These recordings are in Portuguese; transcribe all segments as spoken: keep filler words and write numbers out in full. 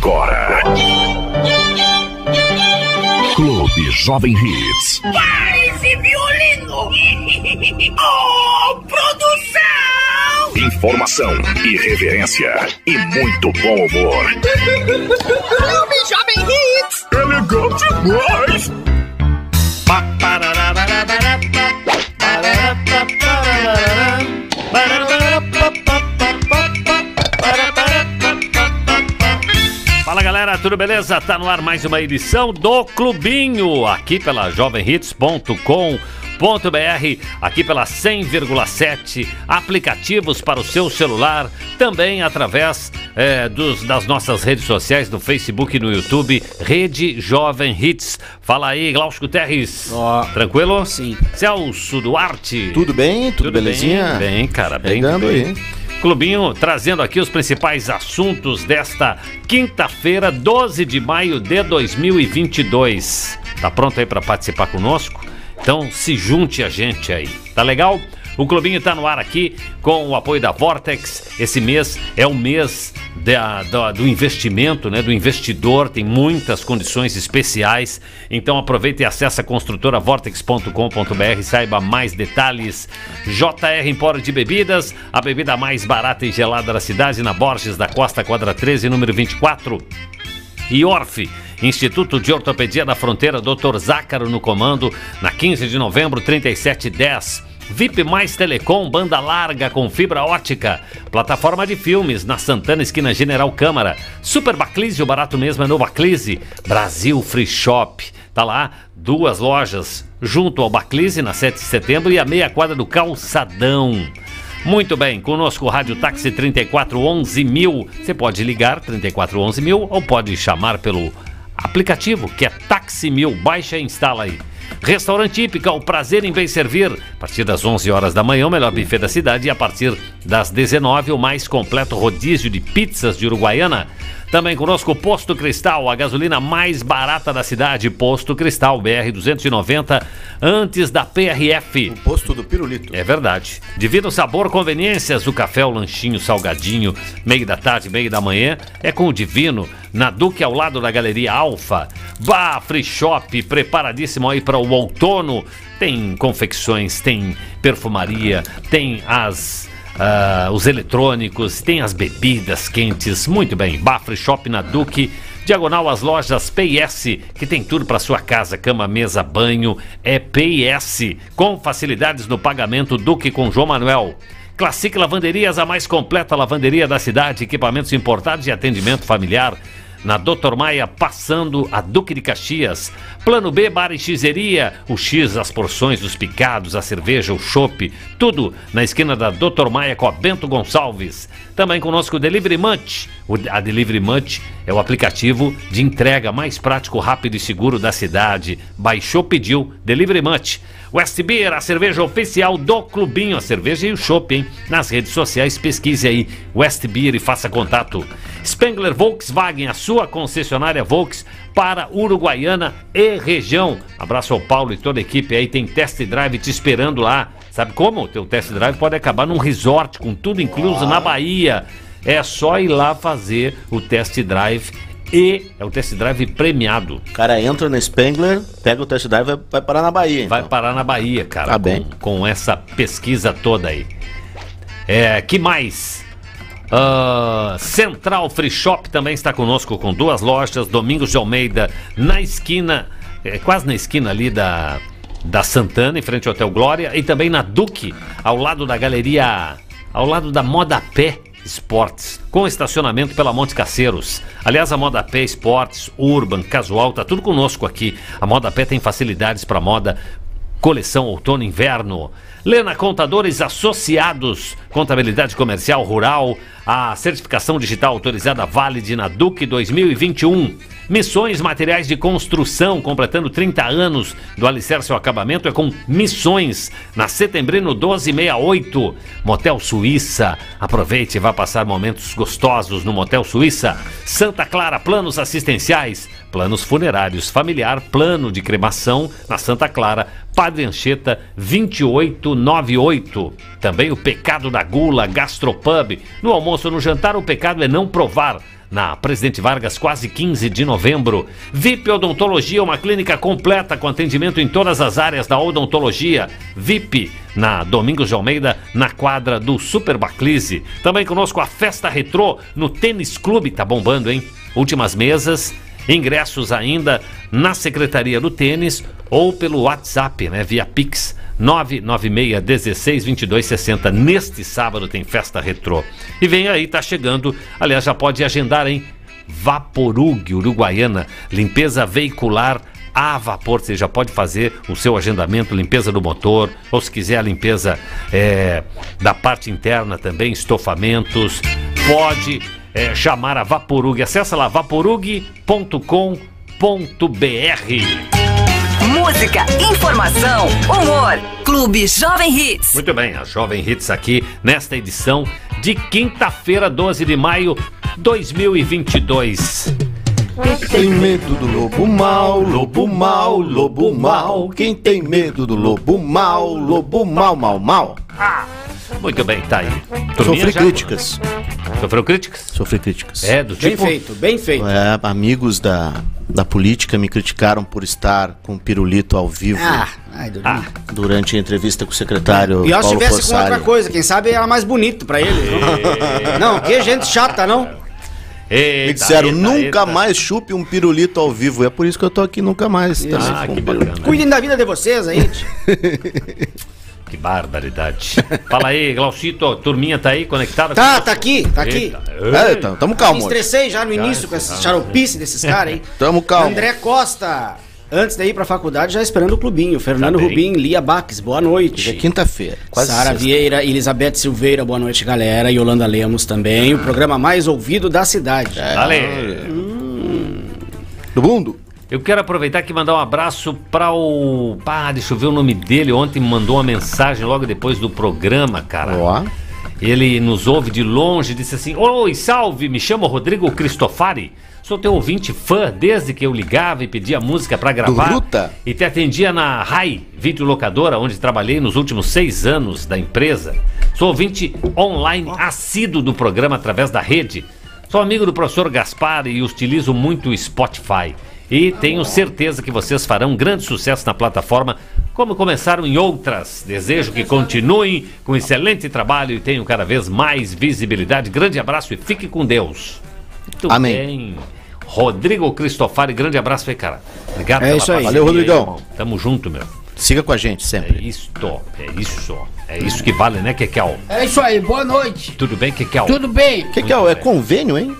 agora. Clube Jovem Hits. Para esse violino! Oh, produção! Informação, irreverência e muito bom humor. Clube Jovem Hits! Elegante demais! Fala galera, tudo beleza? Tá no ar mais uma edição do Clubinho, aqui pela jovem hits ponto com ponto b r, aqui pela cem vírgula sete, aplicativos para o seu celular, também através é, dos, das nossas redes sociais, no Facebook e no YouTube, Rede Jovem Hits. Fala aí, Glaucio Terres. Oh, tranquilo? Sim. Celso Duarte. Tudo bem? Tudo, Tudo belezinha? Bem, bem, cara, bem. Pegando bem. aí. Clubinho trazendo aqui os principais assuntos desta quinta-feira, doze de maio de dois mil e vinte e dois. Tá pronto aí para participar conosco? Então se junte a gente aí, tá legal? O Clubinho tá no ar aqui com o apoio da Vortex. Esse mês é o mês da, da, do investimento, né? Do investidor, tem muitas condições especiais. Então aproveita e acessa a construtora vortex ponto com ponto b r, saiba mais detalhes. J R Empório de Bebidas, a bebida mais barata e gelada da cidade, na Borges da Costa, quadra treze, número vinte e quatro. E Orfe, Instituto de Ortopedia da Fronteira, doutor Zácaro no comando, na quinze de novembro, trinta e sete dez. V I P mais Telecom, banda larga com fibra ótica. Plataforma de filmes, na Santana, esquina General Câmara. Super Baclise, o barato mesmo é no Baclise. Brasil Free Shop, tá lá, duas lojas junto ao Baclise, na sete de setembro, e a meia quadra do Calçadão. Muito bem, conosco o Rádio Táxi trinta e quatro onze mil. Você pode ligar trinta e quatro onze mil ou pode chamar pelo aplicativo, que é Táxi Mil. Baixa e instala aí. Restaurante Hípica, o prazer em bem servir. A partir das onze horas da manhã, o melhor buffet da cidade, e a partir das dezenove, o mais completo rodízio de pizzas de Uruguaiana. Também conosco o Posto Cristal, a gasolina mais barata da cidade. Posto Cristal, B R duzentos e noventa, antes da P R F. O posto do Pirulito. É verdade. Divino Sabor, conveniências, o café, o lanchinho, salgadinho, meio da tarde, meio da manhã, é com o Divino, na Duque, ao lado da Galeria Alfa. Bah, Free Shop, preparadíssimo aí para o outono. Tem confecções, tem perfumaria, tem as... Uh, os eletrônicos, tem as bebidas quentes. Muito bem, Bafre Shop na Duque, diagonal às lojas P I S, que tem tudo para sua casa, cama, mesa, banho. É P I S, com facilidades no pagamento. Duque com João Manuel. Classic Lavanderias, a mais completa lavanderia da cidade, equipamentos importados e atendimento familiar, na doutor Maia, passando a Duque de Caxias. Plano B, bar e xeria, o X, as porções, os picados, a cerveja, o chopp, tudo na esquina da doutor Maia com a Bento Gonçalves. Também conosco o Delivery Munch. O, a Delivery Munch é o aplicativo de entrega mais prático, rápido e seguro da cidade. Baixou, pediu, Delivery Munch. West Beer, a cerveja oficial do Clubinho, a cerveja e o chopp, hein? Nas redes sociais, pesquise aí West Beer e faça contato. Spengler Volkswagen, a sua concessionária Volks para Uruguaiana e região. Abraço ao Paulo e toda a equipe aí, tem test drive te esperando lá. Sabe como? O teu test drive pode acabar num resort com tudo incluso na Bahia. É só ir lá fazer o test drive. E é o test drive premiado. O cara entra no Spengler, pega o test drive e vai, vai parar na Bahia. Então. Vai parar na Bahia, cara, tá com, bem. com essa pesquisa toda aí. É, que mais? Uh, Central Free Shop também está conosco com duas lojas. Domingos de Almeida, na esquina, é, quase na esquina ali da, da Santana, em frente ao Hotel Glória. E também na Duque, ao lado da galeria, ao lado da Moda Pé Esportes, com estacionamento pela Montes Caceiros. Aliás, a Moda Pé Esportes, Urban, Casual, tá tudo conosco aqui. A Moda Pé tem facilidades para moda, coleção outono e inverno. Lena Contadores Associados, contabilidade comercial rural, a certificação digital autorizada Valid na Duque dois mil e vinte e um. Missões Materiais de Construção, completando trinta anos do alicerce ao acabamento, é com Missões, na Setembrino doze sessenta e oito. Motel Suíça, aproveite e vá passar momentos gostosos no Motel Suíça. Santa Clara, planos assistenciais, planos funerários, familiar, plano de cremação, na Santa Clara, Padre Anchieta vinte e oito noventa e oito. Também o Pecado da Gula, Gastropub. No almoço ou no jantar, o pecado é não provar. na Presidente Vargas, quase quinze de novembro. V I P Odontologia, uma clínica completa com atendimento em todas as áreas da odontologia. V I P, na Domingos de Almeida, na quadra do Super Baclise. Também conosco a Festa Retrô no Tênis Clube, tá bombando, hein? Últimas mesas, ingressos ainda na Secretaria do Tênis ou pelo WhatsApp, né? Via Pix. nove nove seis, um seis, dois dois seis zero. Neste sábado tem Festa Retrô. E vem aí, tá chegando. Aliás, já pode agendar, hein? Vaporug, Uruguaiana. Limpeza veicular a vapor. Você já pode fazer o seu agendamento, limpeza do motor, ou se quiser a limpeza é, da parte interna também, estofamentos. Pode é, chamar a Vaporug. Acessa lá, vaporug ponto com ponto br. Música, informação, humor. Clube Jovem Hits. Muito bem, a Jovem Hits aqui nesta edição de quinta-feira, doze de maio de dois mil e vinte e dois. Quem tem medo do lobo mau, lobo mau, lobo mau. Quem tem medo do lobo mau, lobo mau, mau, mau. Ah, muito bem, tá aí. Sofri já... críticas. Sofreu críticas? Sofri críticas. É, do tipo... Bem feito, bem feito. É, amigos da, da política me criticaram por estar com pirulito ao vivo Ah, ai, dormi. Ah, durante a entrevista com o secretário Pior se Paulo tivesse com Fossari. outra coisa, quem sabe era mais bonito pra ele. Não, que gente chata, não? eita, Me disseram, eita, nunca eita. mais chupe um pirulito ao vivo. É por isso que eu tô aqui nunca mais. Tá? Ah, que bacana. Cuidem da vida de vocês aí. tio. Que barbaridade. Fala aí, Glaucito, turminha tá aí conectada? Tá, tá aqui, tá aqui. Eita, É, tamo, tamo Me calmo hoje. estressei já no início com esse xaropice desses caras aí. Tamo calmo. André Costa, antes de ir pra faculdade, já esperando o clubinho. Fernando Tá bem. Rubim, Lia Baques, boa Hoje é noite. quinta-feira. Quase Sara sexta. Vieira, Elizabeth Silveira, boa noite, galera. Yolanda Lemos também, o programa mais ouvido da cidade. Vale. Do mundo? Eu quero aproveitar aqui e mandar um abraço para o... Pá, deixa eu ver o nome dele. Ontem me mandou uma mensagem logo depois do programa, cara. Ó. Ele nos ouve de longe, disse assim: oi, salve, me chamo Rodrigo Cristofari. Sou teu ouvinte fã desde que eu ligava e pedia música pra gravar. Do Ruta? E te atendia na Rai, videolocadora, onde trabalhei nos últimos seis anos da empresa. Sou ouvinte online assíduo do programa através da rede. Sou amigo do professor Gaspar e utilizo muito o Spotify. E tenho certeza que vocês farão grande sucesso na plataforma, como começaram em outras. Desejo que continuem com excelente trabalho e tenham cada vez mais visibilidade. Grande abraço e fique com Deus. Muito Amém. bem. Rodrigo Cristofari, grande abraço aí, cara. Obrigado É pela isso aí. parceria, Valeu, Rodrigão. irmão. Tamo junto, meu. Siga com a gente É sempre. isto, é isso. É isso que vale, né, Kekel? É isso aí, boa noite. Tudo bem, Kekel? Tudo bem? O que, que é? É convênio, hein?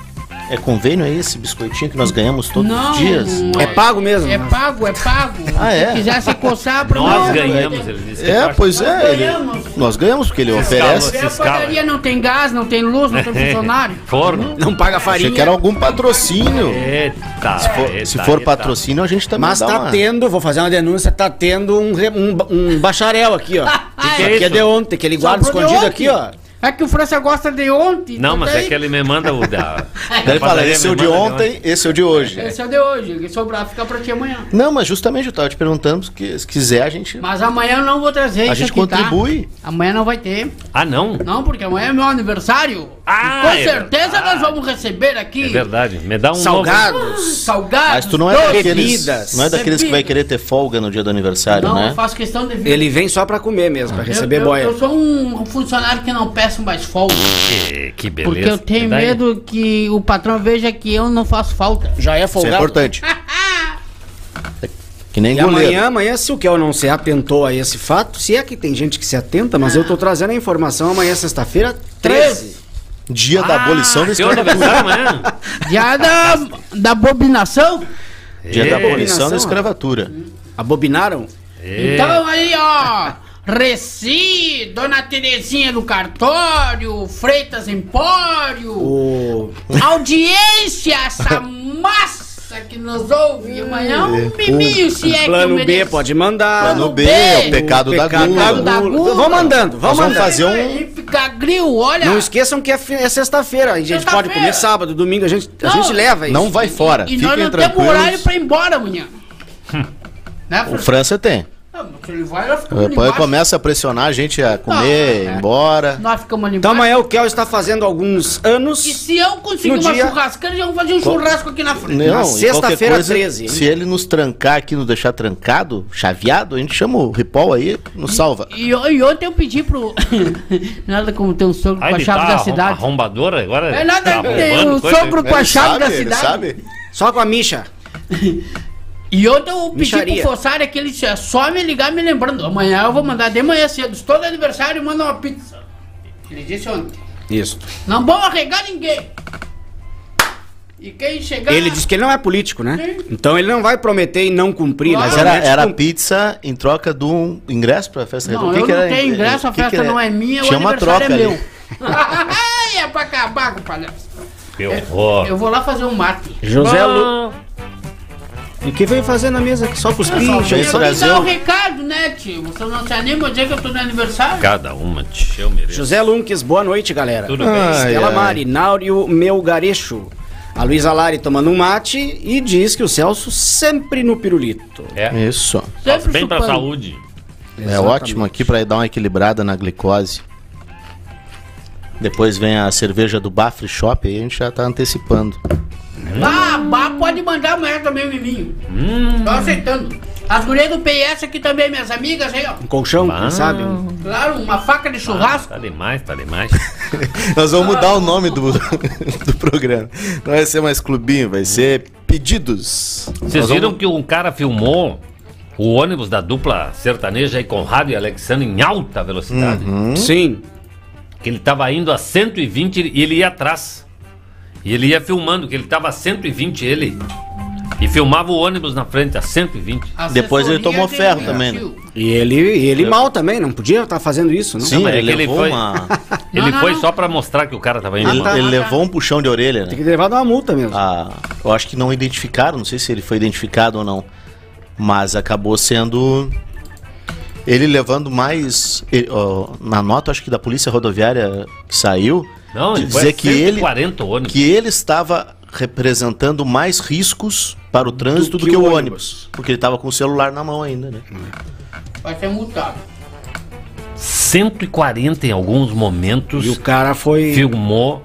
É convênio aí esse biscoitinho que nós ganhamos todos Não, os dias? não É pago mesmo? É pago, é pago. Ah, é? Se quiser se coçar, pra Nós nós, ganhamos, ele disse. que É, parte- pois Nós é. Ele, ganhamos. nós ganhamos porque ele oferece. Escala. A padaria não tem gás, não tem luz, não tem funcionário. Forno. Não paga Achei farinha. que era algum patrocínio. Eita, Se for, eita, se for eita. patrocínio, a gente também Mas dá tá uma... tendo, vou fazer uma denúncia, tá tendo um, re- um, ba- um bacharel aqui, ó. Que que é Que é isso? de ontem, que ele guarda Sobrou de escondido ontem. aqui, ó. É que o França gosta de ontem. Não, mas daí- é que ele me manda o da. Daí ele fala, padaria esse é me o de manda ontem, esse é o de hoje. Esse é o de hoje, que sobrar fica pra ti amanhã. Não, mas justamente eu tava te perguntando, porque se quiser a gente... Mas amanhã eu não vou trazer A isso gente aqui, contribui. Tá? Amanhã não vai ter. Ah, não? Não, porque amanhã é meu aniversário. Ah, E com é certeza verdade. nós vamos receber aqui É verdade. Me dá um novo... Salgados. salgados. Mas tu não é doces. daqueles, bebidas. não é daqueles que vai Bebidas. querer ter folga no dia do aniversário, Não, né? eu faço questão de vir. Ele vem só pra comer mesmo, pra receber eu, eu, boia. eu sou um funcionário que não peço mais folga. Que, que beleza. Porque eu tenho E daí? medo que o patrão veja que eu não faço falta. Já é Isso é folgado. importante. Que nem E goleiro. amanhã, amanhã, se o Kel não se atentou a esse fato, se é que tem gente que se atenta, mas eu tô trazendo a informação amanhã, sexta-feira, treze. Dia da abolição da Teu escravatura. aniversário amanhã? Já da, da bobinação. Dia da É. abolição da Abominação. escravatura. Abobinaram? É. Então aí, ó. Reci, Dona Terezinha do Cartório, Freitas Empório, O... audiência, essa massa que nos ouve amanhã, um miminho, se é que eu Plano B mereço. pode mandar. Plano B, B, é o pecado da pecado gula. da Da gula. Vamos mandando, vamos Nós vamos mandando. fazer um- Aí fica gril, olha. Não esqueçam que é, fi- é sexta-feira. A gente Sexta-feira. pode comer sábado, domingo, a gente, a Não. gente leva isso. Não vai fora, E nós fiquem não temos tranquilos. horário pra ir embora amanhã. Né, O Fran? França tem. Ah, mas ele vai, nós ficamos ali Depois embaixo. começa a pressionar a gente a comer, Ah, é. embora. Nós ficamos ali Então embaixo. amanhã o Kel está fazendo alguns anos. E se eu conseguir No uma dia- churrasqueira, já vamos fazer um churrasco aqui na frente. Na Não, e qualquer sexta-feira, coisa, treze, hein? se ele nos trancar aqui, nos deixar trancado, chaveado, a gente chama o Ripoll aí, nos salva. E, e ontem eu pedi pro... nada como ter um sogro Ah, com a ele chave tá da arrom- cidade. arrombadora agora? É nada, Tá tem arrombando um coisa? sogro com a Ele chave sabe, da ele cidade. sabe? Só com a Misha. E ontem eu pedi Micharia. pro Fossari que ele disse, é só me ligar me lembrando. Amanhã eu vou mandar de manhã cedo. Todo aniversário manda uma pizza. Ele disse ontem. Isso. Não vou arregar ninguém. E quem chegar... Ele disse que ele não é político, né? Sim. Então ele não vai prometer e não cumprir. Claro. Ele Mas era, promete era cumprir. pizza em troca de um ingresso pra festa Não, redonda. eu O que que não era? tenho ingresso, a O que que festa era? não é minha, Tinha o uma aniversário troca é ali. meu. Ai, é pra acabar com o palhaço. Que horror. Eu vou lá fazer um mate. José Lu... Ah, E o que veio fazer na mesa aqui? Só cuspir, Só encher o eu saco. vou te dar um Brasil. recado, né, tio? Você não se anima a dizer que eu tô no aniversário? Cada uma, tch, eu mereço. José Lunques, boa noite, galera. Tudo bem? Ai, Estela ai. Mari, Náurio Melgarecho. A Luísa Lari tomando um mate e diz que o Celso sempre no pirulito. É, Isso. faz Sempre bem pra chupando. saúde. É Exatamente. ótimo aqui pra dar uma equilibrada na glicose. Depois vem a cerveja do Bafre Shop, aí a gente já tá antecipando. Ah, bah, pode mandar amanhã também o miminho. Hum. Tô aceitando. As gurias do P S aqui também, minhas amigas aí, ó. Um colchão, Ah. quem sabe? Claro, uma faca de churrasco. Tá demais, tá demais. Nós vamos mudar o nome do, do programa. Não vai ser mais clubinho, vai ser pedidos. Vocês Nós viram vamos- que um cara filmou o ônibus da dupla sertaneja aí, Conrado e Alexandre, em alta velocidade? Sim. Que ele tava indo a cento e vinte e ele ia atrás. E ele ia filmando, que ele tava a cento e vinte, ele. E filmava o ônibus na frente a cento e vinte. Depois ele Assessoria tomou de ferro também, né? tio. E ele, e ele mal também, não podia estar fazendo isso, não? Sim, mas é ele que ele levou foi- uma... Ele não, foi não. só pra mostrar que o cara tava indo Ele, mal. tá. ele levou um puxão de orelha, né? Tem que levar uma multa mesmo. Ah, eu acho que não identificaram, não sei se ele foi identificado ou não. Mas acabou sendo... Ele levando mais... ele, ó, na nota, acho que da polícia rodoviária que saiu... Não, de ele foi dizer a que ele, cento e quarenta ônibus. que ele estava representando mais riscos para o trânsito do, que, o ônibus. Porque ele estava com o celular na mão ainda, né? Vai ser multado. cento e quarenta em alguns momentos E o cara foi... filmou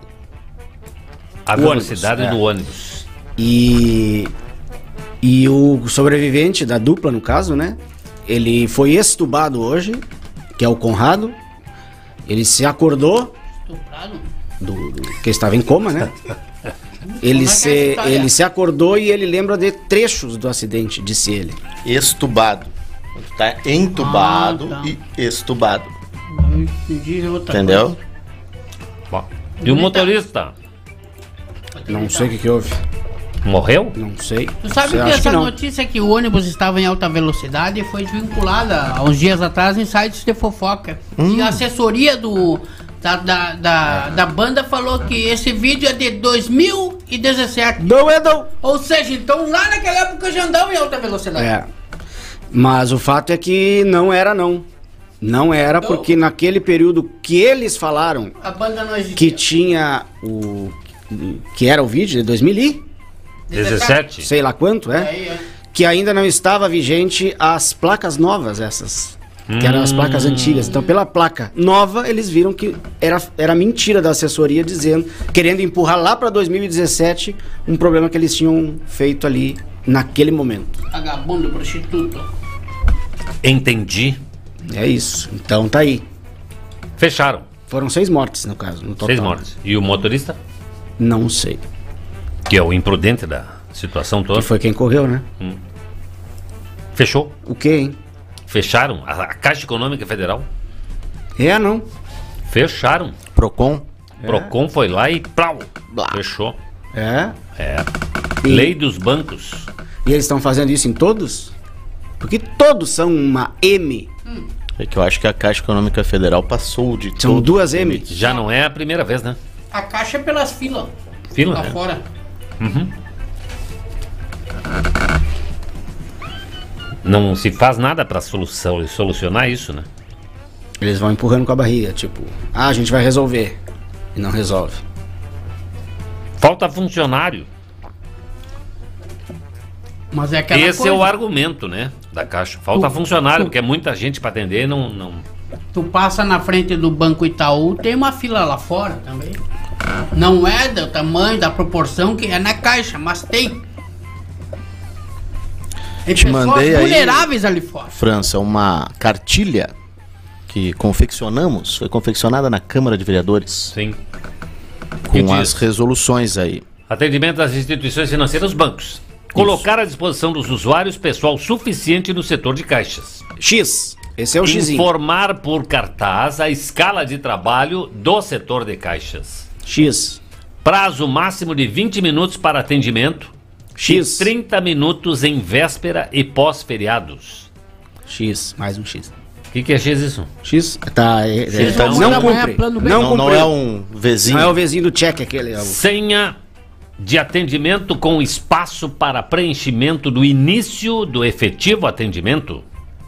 a O velocidade ônibus, do é. ônibus. E, e o sobrevivente da dupla, no caso, né? Ele foi extubado hoje, que é o Conrado. Ele se acordou, Estuprado? do, do- que estava em coma, né? Ele Como é que é essa se, história? ele se acordou e ele lembra de trechos do acidente, disse ele. Estubado. Tá entubado Ah, tá. e estubado. Eu entendi outra Entendeu? coisa. Bom, e o motorista Não sei o que, que houve. morreu? Não sei. Tu sabe Sei, que acho essa não. notícia que o ônibus estava em alta velocidade foi desvinculada há uns dias atrás em sites de fofoca. Hum. E a assessoria do, da, da, da, da banda falou que esse vídeo é de dois mil e dezessete. Não é não. Ou seja, então lá naquela época já andava em alta velocidade. É. Mas o fato é que não era não. Não era Não? porque naquele período que eles falaram A banda não existia. que tinha o... que era o vídeo de dois mil e dezessete? sei lá quanto, é? Aí, é. Que ainda não estava vigente as placas novas essas. Que eram as placas antigas. Então, pela placa nova, eles viram que era, era mentira da assessoria dizendo, querendo empurrar lá para dois mil e dezessete um problema que eles tinham feito ali naquele momento. Vagabundo, prostituto. Entendi. É isso. Então tá aí. Fecharam. Foram seis mortes, no caso, no total. Seis mortes. E o motorista? Não sei. Que é o imprudente da situação toda. Que foi quem correu, né? Fechou. O quê, hein? Fecharam. A, a Caixa Econômica Federal. É, não. Fecharam. Procon. Procon foi lá e plau. Blá. Fechou. É. É. E- Lei dos bancos. E eles estão fazendo isso em todos? Porque todos são uma M. É que eu acho que a Caixa Econômica Federal passou de São todo duas o M. limite. Já não é a primeira vez, né? A caixa é pelas filas. Fila, Lá né? fora. Não se faz nada pra solução, solucionar isso, né? Eles vão empurrando com a barriga, tipo, ah, a gente vai resolver. E não resolve. Falta funcionário. Mas é aquela Esse coisa. é o argumento, né? Da Caixa. Falta Tu- funcionário, tu- porque é muita gente para atender, não, não... Tu passa na frente do Banco Itaú, tem uma fila lá fora também. Não é do tamanho, da proporção que é na Caixa, mas tem. Tem Te pessoas mandei aí- vulneráveis ali fora. França, uma cartilha que confeccionamos, foi confeccionada na Câmara de Vereadores, Sim. Que com diz? as resoluções aí. Atendimento das instituições financeiras, bancos. Colocar à disposição dos usuários pessoal suficiente no setor de caixas. X. Esse é o X. Informar por cartaz a escala de trabalho do setor de caixas. X. Prazo máximo de vinte minutos para atendimento. X. E trinta minutos em véspera e pós-feriados. X. Mais um X. O que, que é X isso? X. Tá. É, é, X, vamos não lá, amanhã, cumpre. plano B. Não, Não, não cumpriu. é um vizinho. Não é o vizinho do cheque aquele. É o... Senha de atendimento com espaço para preenchimento do início do efetivo atendimento.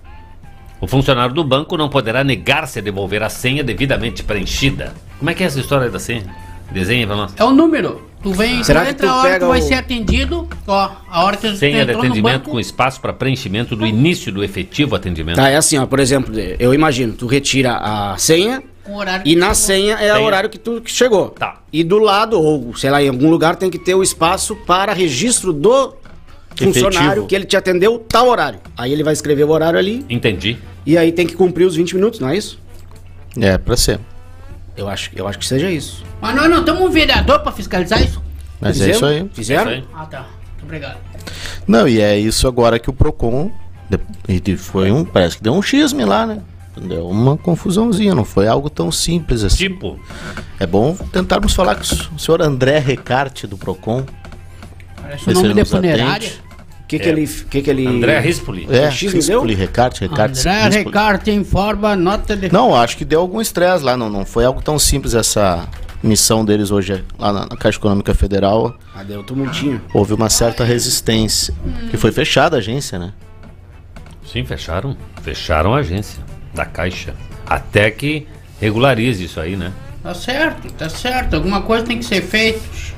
O funcionário do banco não poderá negar-se a devolver a senha devidamente preenchida. Como é que é essa história da senha? Desenha pra nós. É o número. Tu vem, Será tu que entra tu a hora que pega tu vai o- ser atendido. Ó, a hora que tu Senha de entrou no atendimento banco, com espaço para preenchimento do início do efetivo atendimento. Tá, é assim, ó. Por exemplo, eu imagino, tu retira a senha o horário e que na tu- senha é Senha. o horário que tu que chegou. Tá. E do lado, ou sei lá, em algum lugar tem que ter o espaço para registro do funcionário Efetivo. que ele te atendeu tal horário. Aí ele vai escrever o horário ali Entendi. e aí tem que cumprir os vinte minutos, não é isso? É, pra ser. Eu acho, eu acho que seja isso. Mas nós não temos um vereador pra fiscalizar isso? Mas é Fizemos? isso aí. Fizeram? Isso aí. Ah, tá. Muito obrigado. Não, e é isso agora que o Procon. de- e foi um. Parece que deu um xisme lá, né? Deu uma confusãozinha, não foi algo tão simples assim. Tipo, É bom tentarmos falar com o senhor André Recarte do Procon. Parece Ver o se nome ele de nos funerária. atende. O que, que É. ele. Que que ele... André Rispoli. É, Xisme deu? Rispoli, Recarte, Recarte. André Rispoli. Recarte informa nota de... Não, acho que deu algum estresse lá, não, não foi algo tão simples essa missão deles hoje lá na, na Caixa Econômica Federal. Ah, deu tumultinho. Houve uma certa resistência. Que foi fechada a agência, né? Sim, fecharam. Fecharam a agência da Caixa. Até que regularize isso aí, né? Tá certo, tá certo. Alguma coisa tem que ser feita.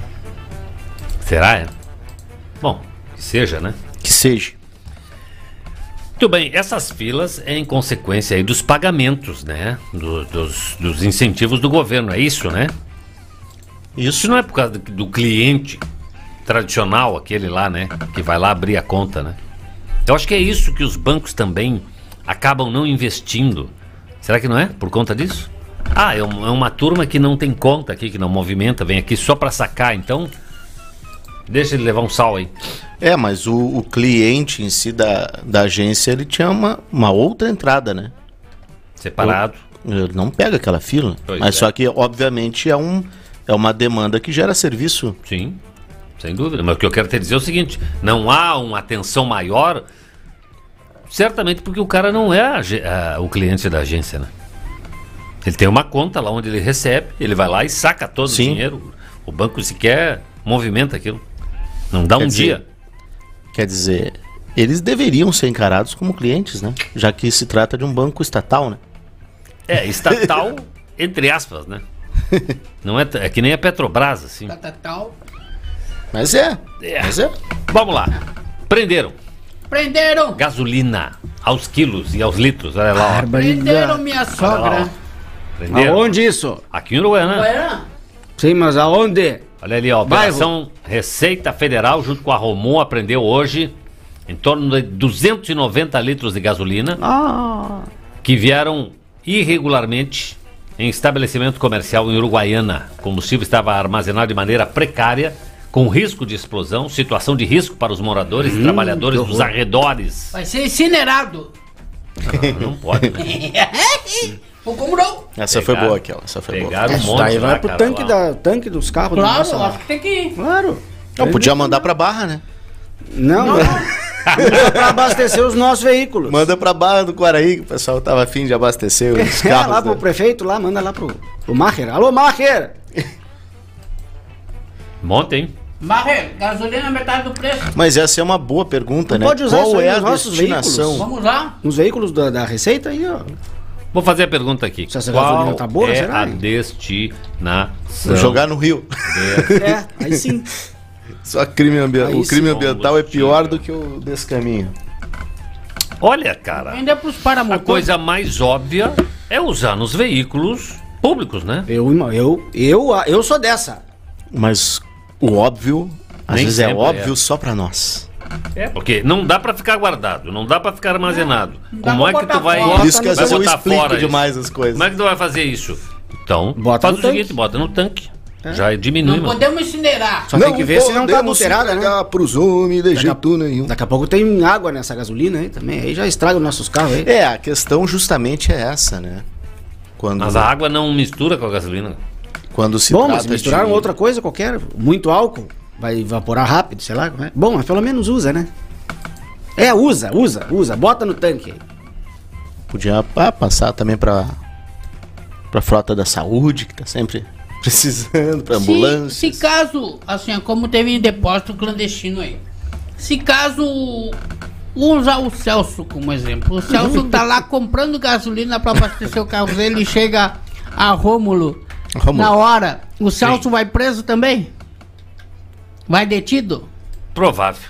Será, é? Bom, que seja, né? Que seja. Muito bem, essas filas é em consequência aí dos pagamentos, né? Do- dos, dos incentivos do governo, é isso, né? Isso não é por causa do, do cliente tradicional, aquele lá, né? Que vai lá abrir a conta, né? Eu acho que é isso que os bancos também acabam não investindo. Será que não é? Por conta disso? Ah, é, um- é uma turma que não tem conta aqui, que não movimenta, vem aqui só pra sacar, então deixa ele levar um sal aí. É, mas o, o cliente em si da, da agência, ele tinha uma, uma outra entrada, né? Separado. Ele não pega aquela fila. Pois mas é. só que, obviamente, é, um, é uma demanda que gera serviço. Sim, sem dúvida. Mas o que eu quero te dizer é o seguinte: não há uma atenção maior, certamente porque o cara não é a age- a- o cliente da agência, né? Ele tem uma conta lá onde ele recebe, ele vai lá e saca todo Sim. o dinheiro. O banco sequer movimenta aquilo. Não dá Quer um dizer, dia. Quer dizer, eles deveriam ser encarados como clientes, né? Já que se trata de um banco estatal, né? É, estatal, entre aspas, né? Não é, t- é que nem a Petrobras, assim. Tá, tá, tal. Mas é. É. Mas é. Vamos lá. Prenderam Prenderam! gasolina aos quilos e aos litros. Olha lá, ó. Prenderam minha sogra. Prenderam. Aonde isso? Aqui em Uruguaiana. Ué, Sim, mas aonde? Olha ali, ó. Operação Receita Federal, junto com a Romon, apreendeu hoje em torno de duzentos e noventa litros de gasolina Ah. que vieram irregularmente em estabelecimento comercial em Uruguaiana. O combustível estava armazenado de maneira precária, com risco de explosão, situação de risco para os moradores e trabalhadores dos arredores. vai ser incinerado. Não, não pode, né? Ou como não? Essa Pegaram- foi boa, aquela. Essa foi boa. Pegaram um Isso monte daí lá, vai pro cara, tanque, lá. da, tanque dos carros. Claro, nossa, eu lá. acho que tem que ir. Claro. Não, podia mandar pra Barra, né? Não, não. Manda pra abastecer os nossos veículos. Manda pra Barra do Quaraí, que o pessoal tava afim de abastecer os É, carros. lá pro né? prefeito, lá, manda lá pro, pro Macher. Alô, Macher! Monte, hein? Marre, gasolina é metade do preço. Mas essa é uma boa pergunta, Não né? pode usar isso Qual aí é a nos nossos destinação? veículos. Vamos lá? Nos veículos da, da Receita aí, ó. Vou fazer a pergunta aqui. Se essa Qual gasolina tá boa, é será, a hein? destinação? Jogar no Rio. É, aí sim. Só crime ambiental. Aí O crime sim. ambiental é pior Combustível. do que o desse caminho. Olha, cara, Vender pros a paramotores. coisa mais óbvia é usar nos veículos públicos, né? Eu, eu, eu, eu sou dessa. Mas o óbvio, às Nem vezes é sempre óbvio é. só pra nós. É, porque não dá pra ficar guardado, não dá pra ficar armazenado. dá Como pra é que botar tu vai, fora. Por isso que às vai vezes eu botar explico fora demais isso? as coisas. Como é que tu vai fazer isso? Então, Bota faz no o seguinte, tanque. bota no tanque. Já diminui, Não mano. podemos incinerar. Só tem que ver se não tá adulterada, né? pros homens de jeito nenhum. Daqui a pouco tem água nessa gasolina aí também. Aí já estraga os nossos carros aí. É, a questão justamente é essa, né? Quando, Mas a água não mistura com a gasolina. quando se Bom, trata mas misturaram de... outra coisa qualquer. Muito álcool. Vai evaporar rápido, sei lá. Como é. Bom, mas pelo menos usa, né? É, usa, usa, usa. Bota no tanque aí. Podia ah, passar também pra, pra frota da saúde, que tá sempre precisando, pra ambulância. Se, se caso, assim, como teve em depósito clandestino aí, se caso usar o Celso como exemplo, o Celso tá lá comprando gasolina pra abastecer o carro dele e chega a Rômulo, Rômulo. na hora, o Celso Sim. vai preso também? Vai detido? Provável.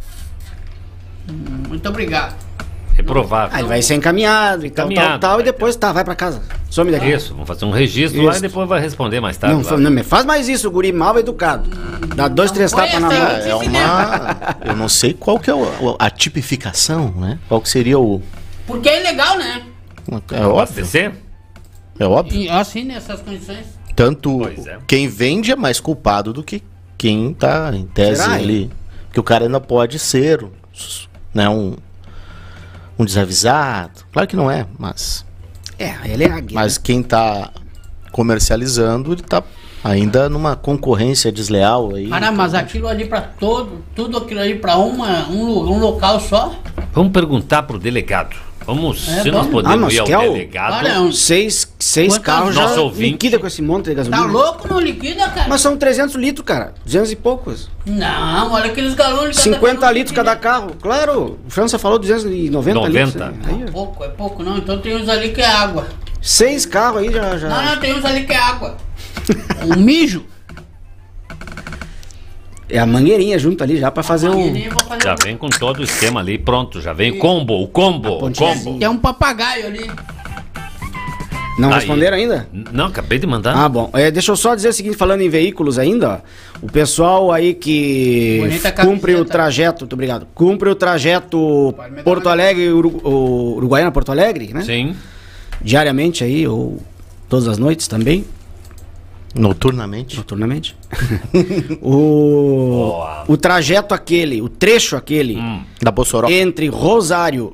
Muito obrigado. É provável. Aí ele vai ser encaminhado e tal, tal, Encaminhado, tal. E vai depois tá, vai pra casa. Some daqui. Isso, vamos fazer um registro lá e Isso. depois vai responder mais tarde. Não, lá. fa- não me faz mais isso, guri mal educado. Dá dois, três foi tapas na essa mão. aí. É uma... Eu não sei qual que é o- a tipificação, né? Qual que seria o... Porque é ilegal, né? É óbvio, Abastecer? é óbvio. E, assim, nessas condições. Tanto Pois é. quem vende é mais culpado do que quem tá em tese Será, ali. Porque o cara ainda pode ser, né, um, um desavisado. Claro que não é, mas, É, ele é águia. mas quem tá comercializando, ele tá ainda numa concorrência desleal aí. Cara, mas aquilo ali pra todo, tudo aquilo ali pra uma, um, lu- um local só? Vamos perguntar pro delegado. Vamos, É, se nós vamos. podemos Ah, mas ir ao quer o- delegado. Olha, um- Seis, seis Quantos carros já nosso ouvinte- liquida com esse monte de gasolina. Tá louco, não liquida, cara? Mas são trezentos litros, cara. duzentos e poucos. Não, olha aqueles galões de cada cinquenta carro litros liquida. cada carro. Claro, o França falou duzentos e noventa litros. noventa. Aí, É ó. pouco, é pouco não. Então tem uns ali que é água. Seis carros aí já... já... Não, não, tem uns ali que é água. Um mijo. É a mangueirinha junto ali já pra fazer o... E nem vou fazer Já um- vem com todo o esquema ali, pronto. Já vem o combo, o combo, o pontinha combo. Tem um papagaio ali. Não Aí. responderam ainda? N- Não, acabei de mandar. Ah, bom. É, deixa eu só dizer o seguinte, falando em veículos ainda, ó, o pessoal aí que Bonita cumpre o camiseta. trajeto, muito obrigado, cumpre o trajeto Pode me dar Porto uma- Alegre, Uru, o Uruguaiana Porto Alegre, né? Sim. Diariamente aí, ou todas as noites também, Noturnamente. noturnamente. o, o trajeto aquele, o trecho aquele, Hum. Da Bossoroca. entre Rosário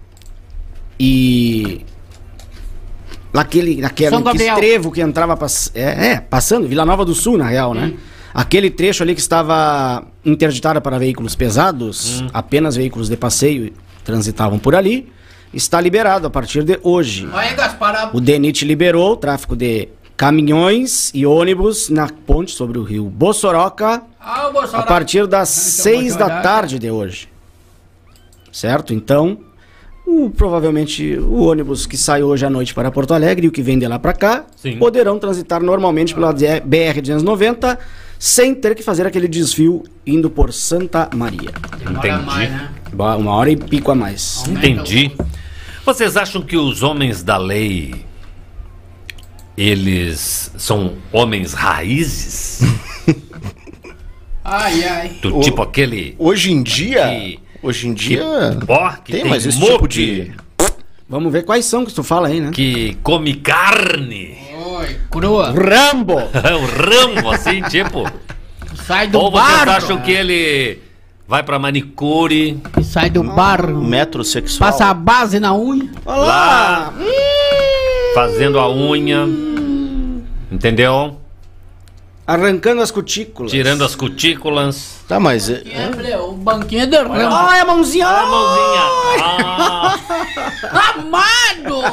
e naquele, naquele São naquele Gabriel. trevo que entrava pass- é, é, passando Vila Nova do Sul na real, né? Aquele trecho ali que estava interditado para veículos pesados, apenas veículos de passeio transitavam por ali, está liberado a partir de hoje. Olha, Gaspar, a- O DENIT liberou o tráfego de caminhões e ônibus na ponte sobre o rio Bossoroca ah, o Bolsonaro. a partir das Então, seis da Bolsonaro. tarde de hoje. Certo? Então, o- provavelmente o ônibus que sai hoje à noite para Porto Alegre e o que vem de lá para cá Sim. poderão transitar normalmente pela B R duzentos e noventa sem ter que fazer aquele desvio indo por Santa Maria. Demora Entendi. mais, né? Ba- Uma hora e pico a mais. Aumenta Entendi. Vocês acham que os homens da lei, eles são homens raízes? Ai, ai. Do O- tipo aquele Hoje em dia... que, Hoje em que, dia... ó, que tem tem, mais esse moco, tipo de... Vamos ver quais são que tu fala aí, né? que come carne. Oi, crua. Rambo! o Rambo, assim, tipo. Sai do Ou vocês barro. acham que ele vai pra manicure, Sai do barro. Metrosexual. Passa a base na unha. Olha lá! fazendo a unha, entendeu? Arrancando as cutículas. Tirando as cutículas. Tá, mas... é- É, Leo, o banquinho de ramo. Ai, a mãozinha! Olha a mãozinha. Ah, Amado!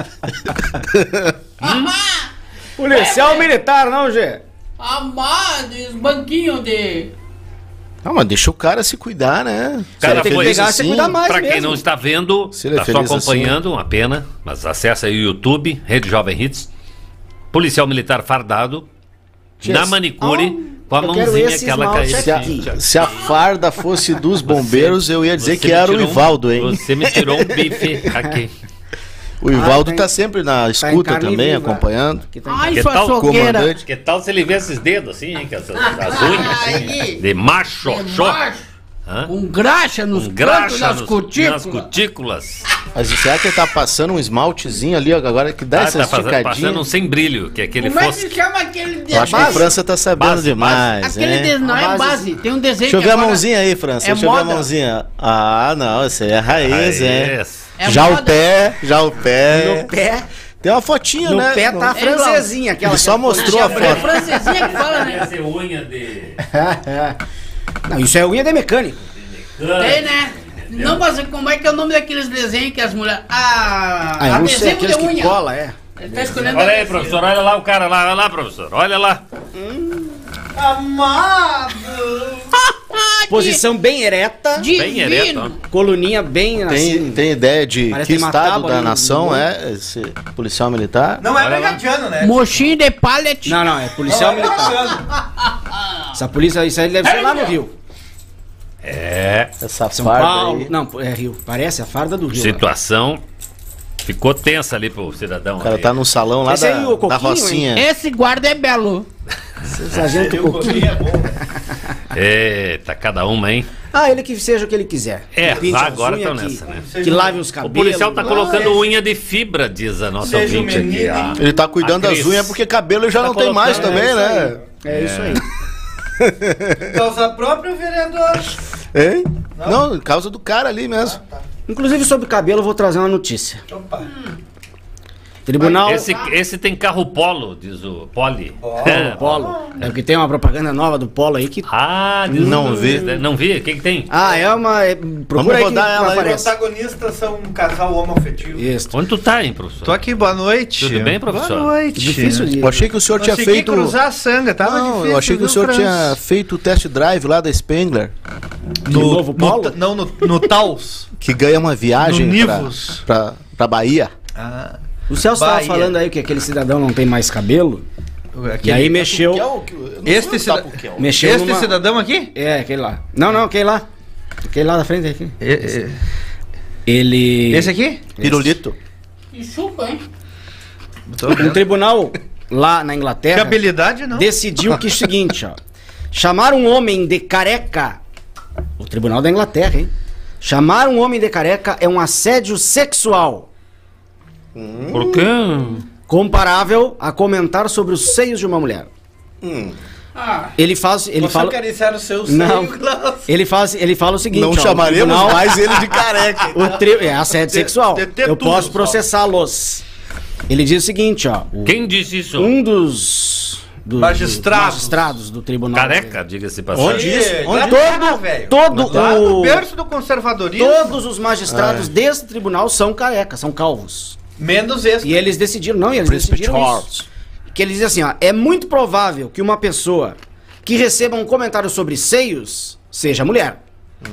Ah, Policial militar, não, Gê? amado, os banquinhos de... Ah, mas deixa o cara se cuidar, né? Cara, Se ele tem é que feliz pegar, se cuidar mais. pra quem mesmo. não está vendo, Se ele é tá só feliz acompanhando, uma pena, mas acessa aí o YouTube, Rede Jovem Hits, policial militar fardado, Yes. na manicure, Com a Eu quero mãozinha esse que ela esmalte caía. Se a, aqui. se a farda fosse dos bombeiros, eu ia dizer Você que me era o tirou um- Ivaldo, hein? Você me tirou um bife aqui. O Ivaldo Ah, tá tá em- sempre na em escuta carne também, viva. acompanhando. Aqui tá- Ai, Que sua tal, açougueira. comandante? Que tal se ele vê esses dedos assim, hein? Que essas, as unhas assim, Ai, de macho, é xó. macho. Hã? Com graxa nos Um cantos graxa das nos- cutículas. nas cutículas. Mas será que ele tá passando um esmaltezinho ali, ó, agora que dá Ah, essa tá fazendo, esticadinha? passando um sem brilho, que é aquele Como é fosco. que chama aquele Eu acho que desenho? a França tá sabendo Base, demais, Aquele hein? desenho, não A é base- base. Tem um desenho Deixa eu que ver a agora mãozinha aí, França. é Deixa eu ver a moda. mãozinha. Ah, não, essa aí é raiz, Ah, hein? esse. é já moda. o pé, já o pé. No pé, Tem uma fotinha, no né? pé tá a É igual. francesinha, aquela. Ele só mostrou a É foto. francesinha que fala, né? Essa é unha de... Não, isso é unha de mecânico. Tem, né? Não, mas como é que é o nome daqueles desenhos que as mulheres... Ah, Ah, eu não sei, adesivo aqueles de que unha. cola, é. Ele tá escolhendo Olha aí, adesivo. professor, olha lá o cara lá, olha lá, professor, olha lá. Posição bem ereta, Bem ereto, ó. Divino. coluninha bem Tem, assim. tem ideia de Parece que uma estado tábua da ali no- nação no- é esse policial militar? Não é Olha lá. brigadiano, né? Mochinho de pallet. Não, não, é policial militar. Essa polícia, isso aí deve ser lá no Rio. É, Essa São farda Paulo. aí. Não, é Rio. Parece a farda do Rio. situação ficou tensa ali pro cidadão. O cara ali. tá no salão lá Esse aí, da, o Coquinho, da Rocinha. Esse guarda é belo. Sargento Coquinho. Eita, cada uma, hein? Ah, ele que seja o que ele quiser. É, Que pinte as agora unhas, tão que- nessa, né? Que lave os O cabelos. policial tá Ah, colocando unha de fibra, diz a nossa Seja ouvinte um aqui. menino. a- Ele tá cuidando a das Cris. unhas porque cabelo ele já Tá não tem mais colocando- também, é isso né? É isso aí. Causa própria, vereador. Hein? Não, causa do cara ali mesmo. Inclusive, sobre cabelo, eu vou trazer uma notícia. Opa. Tribunal Esse, esse tem carro polo, diz o Poli. Polo, Polo. É porque tem uma propaganda nova do Polo aí que... Ah, diz Não o- vi. Não vi? O que, que tem? Ah, é uma... é- Procura aí que rodar ela aí, Os aparece. protagonistas são um casal homoafetivo. Isso. Onde tu tá, hein, professor? Tô aqui, boa noite. Tudo bem, professor? Boa noite. Difícil de... Eu achei que o senhor tinha Consegui feito. cruzar a sanga, tava Não, difícil. eu achei que o viu, senhor Franz? tinha feito o test drive lá da Spengler, Do novo No, Polo? ta- não, no, no Taos. que ganha uma viagem No pra, Nivus. pra, pra Bahia. Ah, O Celso tava Bahia. falando aí que aquele cidadão não tem mais cabelo. aquele- E aí mexeu... Este, cida... Mexeu este numa- cidadão aqui? É, aquele lá. Não, não, aquele lá. Aquele lá da frente aqui. E- e- Ele... Esse aqui? Pirulito. E chupa, hein? Tô Um vendo. tribunal lá na Que Inglaterra habilidade, não? decidiu que é o seguinte, ó. Chamar um homem de careca... O tribunal da Inglaterra, hein? Chamar um homem de careca é um assédio sexual. Por quê? Comparável a comentar sobre os seios de uma mulher. Ah, Ele faz... Ele Você fala... acariciar o seu Não. seio, Klaus. Ele faz, ele fala o seguinte, Não ó, o chamaremos tribunal- mais ele de careca. O tri... É assédio sexual. de- de Eu tudo, posso só. processá-los. Ele diz o seguinte, ó. o- Quem disse isso? Um dos, dos Magistrados. dos magistrados do tribunal. Careca, diga-se passagem. Onde isso? Onde? Onde? Todo, velho. Todo Lá no o, berço do conservadorismo. todos os magistrados desse tribunal são carecas, são calvos. Menos esse. E eles decidiram, não, e eles Príncipe decidiram Charles. isso. Que eles dizem assim, ó, é muito provável que uma pessoa que receba um comentário sobre seios seja mulher.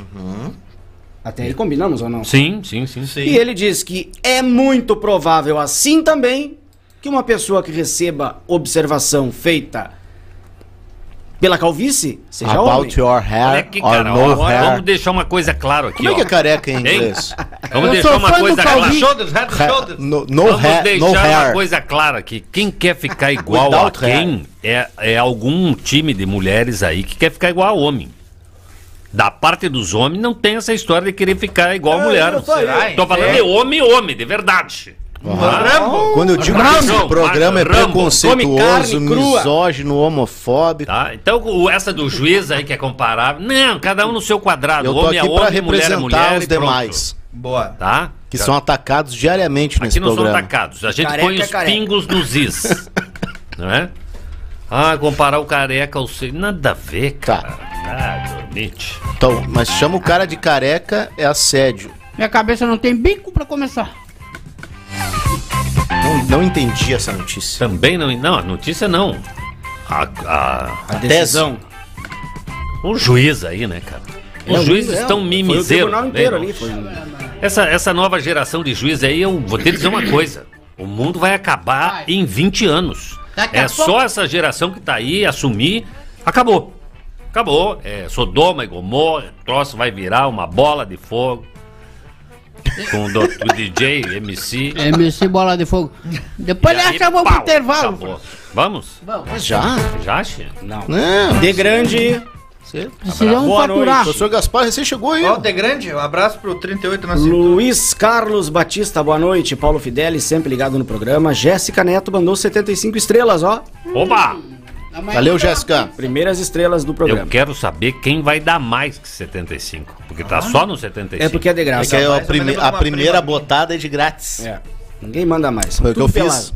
Até aí combinamos ou não? Sim, sim, sim. E ele diz que é muito provável assim também que uma pessoa que receba observação feita pela calvície seja homem. About your Olha hair aqui, or cara, no ó, hair. vamos deixar uma coisa clara aqui, Como é que ó. é careca em inglês? Vamos Eu deixar sou uma fã do coisa clara. Calvin. Shoulders, head and shoulders. No, no Vamos hair, deixar no uma hair. coisa clara aqui. Quem quer ficar igual a Without quem é, é algum time de mulheres aí que quer ficar igual a homem. Da parte dos homens não tem essa história de querer ficar igual a mulher. eu tô aí. Será, Tô falando é? de homem, homem, de verdade. Rambo. Quando eu digo que Rambo, esse programa é Rambo, preconceituoso, come carne crua. misógino, homofóbico, Tá? Então, o- essa do juiz aí que é comparável. Não, cada um no seu quadrado. eu tô homem é aqui pra homem, mulher é representar mulher. os e pronto. demais, Boa. Tá? que são atacados diariamente nesse Aqui não programa. são atacados. A gente Careca põe é os careca. pingos nos is. Não é? Ah, comparar o careca ao seio. Nada a ver, cara. Ah, dormite. Então, mas chama o cara de careca, é assédio. minha cabeça não tem bico pra começar. Não, não entendi essa notícia. Também não. Não, a notícia não. A, a- A decisão. o juiz aí, né, cara? Os É, o juízes juiz, é, estão Foi o mimizeiros. tribunal também, inteiro não? ali. Foi... Essa, essa nova geração de juízes aí, eu vou te dizer uma coisa. O mundo vai acabar Vai. em vinte anos. Daqui É a só pouco- essa geração que tá aí assumir Acabou. Acabou. É Sodoma e Gomorra, o troço vai virar uma bola de fogo. Com o, do, o D J, M C. M C Bola de Fogo. Depois E aí, nessa vamos pro pau, intervalo. acabou. Vamos? Mas já? Já, Xê? Não. Não. De grande. Precisamos Boa faturar. noite. Professor Gaspar, recém chegou aí. Ó, de grande, um abraço pro trinta e oito na cintura. Luiz Carlos Batista, boa noite. Paulo Fidelis, sempre ligado no programa. Jéssica Neto mandou setenta e cinco estrelas, ó. Oba! Valeu, Jéssica. Primeiras estrelas do programa. Eu quero saber quem vai dar mais que setenta e cinco. Porque tá só no setenta e cinco. É porque é de É graça. que é a, mais ou prime- menos a uma primeira prima botada é de grátis. É. Ninguém manda mais. Foi o que eu Tudo fiz. pelado.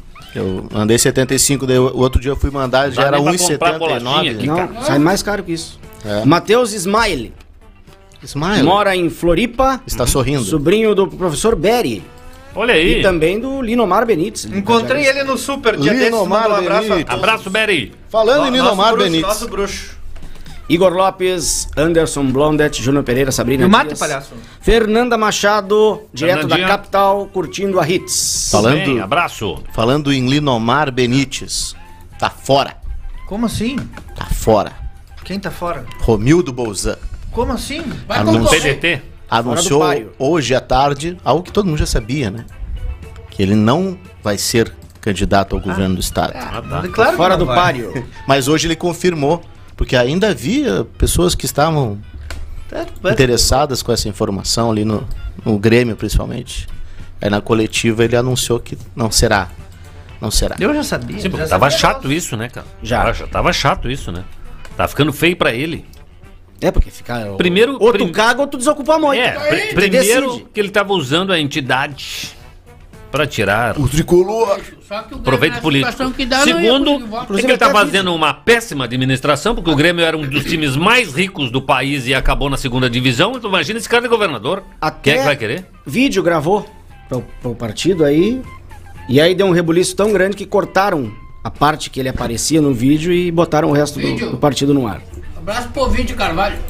Eu mandei setenta e cinco, daí o outro dia eu fui mandar, já Dá era nem pra um e comprar setenta e nove. bolachinha aqui. Não, sai mais caro que isso. É. Matheus Smile. Smile. Mora em Floripa. Está sorrindo. Sobrinho do professor Berry. Olha aí. E também do Linomar Benítez. Encontrei ele no super, dia desses, Linomar mandou um abraço a Benítez. todos. Abraço, Berry. Falando em Nosso Linomar bruxo, Benítez. Nosso bruxo. Igor Lopes, Anderson Blondet, Júnior Pereira, Sabrina Me mate, Dias. palhaço. Fernanda Machado, direto Fernandinha. da capital, curtindo a Hits. Falando- Bem, abraço. Falando em Linomar Benítez. Tá fora. Como assim? Tá fora. Quem tá fora? Romildo Bolzan Como assim? Vai Anúncio. concorrer. P D T. anunciou Fora do páreo. hoje à tarde algo que todo mundo já sabia, né? Que ele não vai ser candidato ao governo do estado. Ah, tá. Claro que Fora não do vai. páreo. Mas hoje ele confirmou, porque ainda havia pessoas que estavam É, vai- interessadas com essa informação ali no, no Grêmio, principalmente. Aí na coletiva ele anunciou que não será. Não será. Eu já sabia. Sim, porque já tava sabia. chato isso, né, cara? Já. Tava, tava chato isso, né? Tá ficando feio pra ele. É, porque fica. Primeiro- Ou tu prim- caga ou tu desocupa muito. É, pri- Tu primeiro decide. que ele tava usando a entidade pra tirar O tricolor. Só que o Grêmio, proveito na político. situação que dá, não ia Segundo, conseguir voto. é que Inclusive, ele tá até fazendo uma péssima administração, porque o Grêmio era um dos times mais ricos do país e acabou na segunda divisão. Então imagina esse cara de governador. Até Quem é que vai querer? Vídeo gravou pro, pro partido aí. E aí deu um rebuliço tão grande que cortaram a parte que ele aparecia no vídeo e botaram o resto do, Vídeo. do partido no ar. Abraço pro Vídeo Carvalho.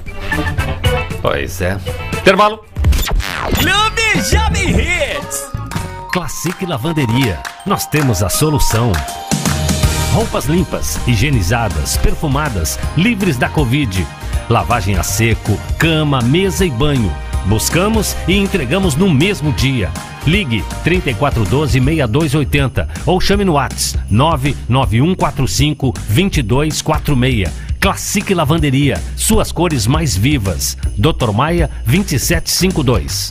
Pois é. Intervalo. Clube Jovem Hits. Classic Lavanderia. Nós temos a solução. Roupas limpas, higienizadas, perfumadas, livres da Covid. Lavagem a seco, cama, mesa e banho. Buscamos e entregamos no mesmo dia. Ligue trinta e quatro doze, sessenta e dois oitenta ou chame no WhatsApp nove nove um quatro cinco, dois dois quatro seis. Classic Lavanderia, suas cores mais vivas. doutor Maia vinte e sete cinquenta e dois.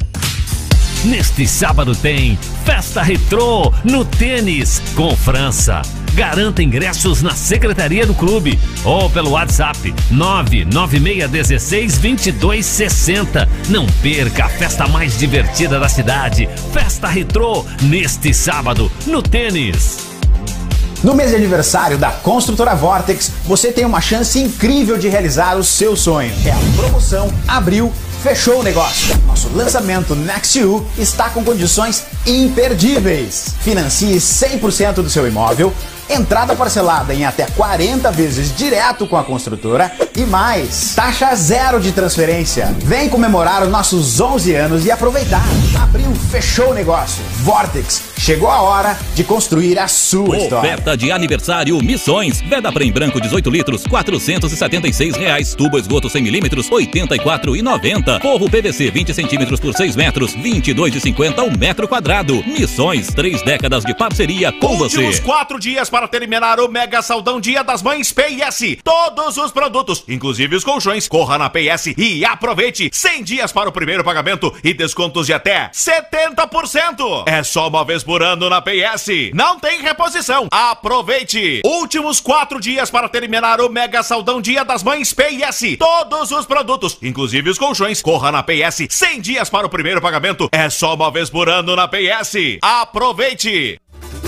Neste sábado tem Festa Retrô no Tênis com França. Garanta ingressos na secretaria do clube ou pelo WhatsApp nove nove seis um seis, dois dois seis zero. Não perca a festa mais divertida da cidade. Festa Retrô neste sábado no Tênis. No mês de aniversário da Construtora Vortex, você tem uma chance incrível de realizar o seu sonho. É a promoção Abril Fechou o Negócio. Nosso lançamento Next U está com condições imperdíveis. Financie cem por cento do seu imóvel, entrada parcelada em até quarenta vezes direto com a construtora e mais, taxa zero de transferência. Vem comemorar os nossos onze anos e aproveitar. Abril Fechou o Negócio. Vortex, chegou a hora de construir a sua história. Oferta de aniversário Missões. Veda Prem branco dezoito litros, quatrocentos e setenta e seis reais. Tubo esgoto cem milímetros, oitenta e quatro reais e noventa centavos. Forro P V C vinte centímetros por seis metros, vinte e dois reais e cinquenta centavos o metro quadrado. Missões, três décadas de parceria com Últimos você. quatro dias para terminar o Mega Saldão Dia das Mães P I S. Todos os produtos, inclusive os colchões, corra na P I S e aproveite. cem dias para o primeiro pagamento e descontos de até setenta por cento. É só uma vez por ano na P I S. Não tem reposição. Aproveite. Últimos quatro dias para terminar o Mega Saldão Dia das Mães P I S. Todos os produtos, inclusive os colchões, corra na P I S. cem dias para o primeiro pagamento. É só uma vez por ano na P I S. Aproveite.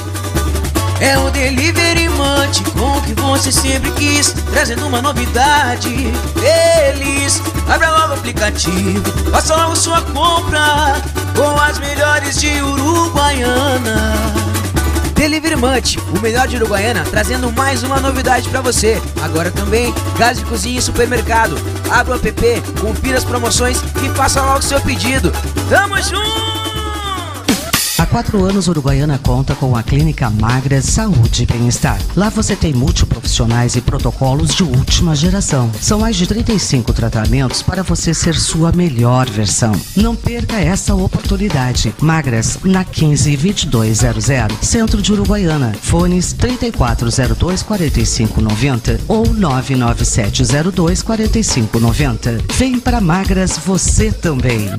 É o Delivery Munch, com o que você sempre quis, trazendo uma novidade. Eles, abra logo o aplicativo, faça logo sua compra, com as melhores de Uruguaiana. Delivery Munch, o melhor de Uruguaiana, trazendo mais uma novidade pra você. Agora também, casa de cozinha e supermercado. Abra o app, confira as promoções e faça logo seu pedido. Tamo junto! A quatro anos, Uruguaiana conta com a Clínica Magras Saúde e Bem-Estar. Lá você tem multiprofissionais e protocolos de última geração. São mais de trinta e cinco tratamentos para você ser sua melhor versão. Não perca essa oportunidade. Magras, na quinze vinte e dois zero zero, Centro de Uruguaiana. Fones trinta e quatro zero dois, quarenta e cinco noventa ou nove nove sete zero dois, quarenta e cinco noventa. Vem para Magras você também.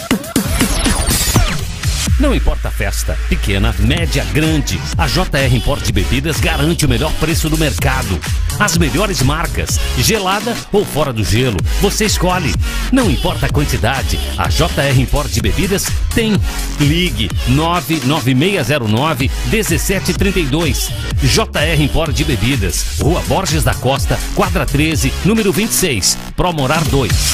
Não importa a festa, pequena, média, grande, a J R Import de Bebidas garante o melhor preço do mercado. As melhores marcas, gelada ou fora do gelo, você escolhe. Não importa a quantidade, a J R Import de Bebidas tem. Ligue nove nove seis zero nove, um sete três dois. J R Import de Bebidas, Rua Borges da Costa, quadra treze, número vinte e seis, Promorar dois.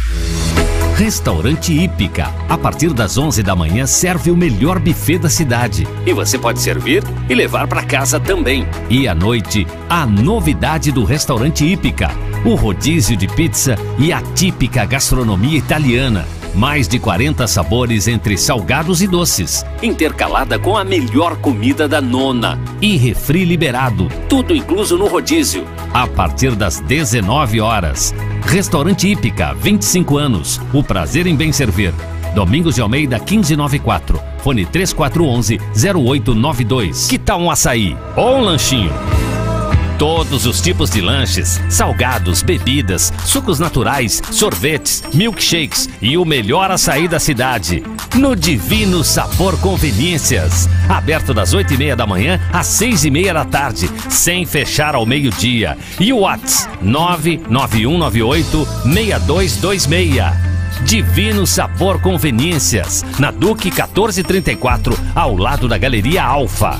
Restaurante Hípica. A partir das onze da manhã serve o melhor buffet da cidade. E você pode servir e levar para casa também. E à noite, a novidade do Restaurante Hípica. O rodízio de pizza e a típica gastronomia italiana. Mais de quarenta sabores entre salgados e doces, intercalada com a melhor comida da nona. E refri liberado, tudo incluso no rodízio. A partir das dezenove horas. Restaurante Hípica, vinte e cinco anos. O prazer em bem servir. Domingos de Almeida, quinze noventa e quatro. Fone três quatro um um, zero oito nove dois. Que tal um açaí ou um lanchinho? Todos os tipos de lanches, salgados, bebidas, sucos naturais, sorvetes, milkshakes e o melhor açaí da cidade. No Divino Sabor Conveniências. Aberto das oito e meia da manhã às seis e meia da tarde, sem fechar ao meio-dia. E o WhatsApp nove nove um nove oito, seis dois dois seis. Divino Sabor Conveniências, na Duque quatorze trinta e quatro, ao lado da Galeria Alfa.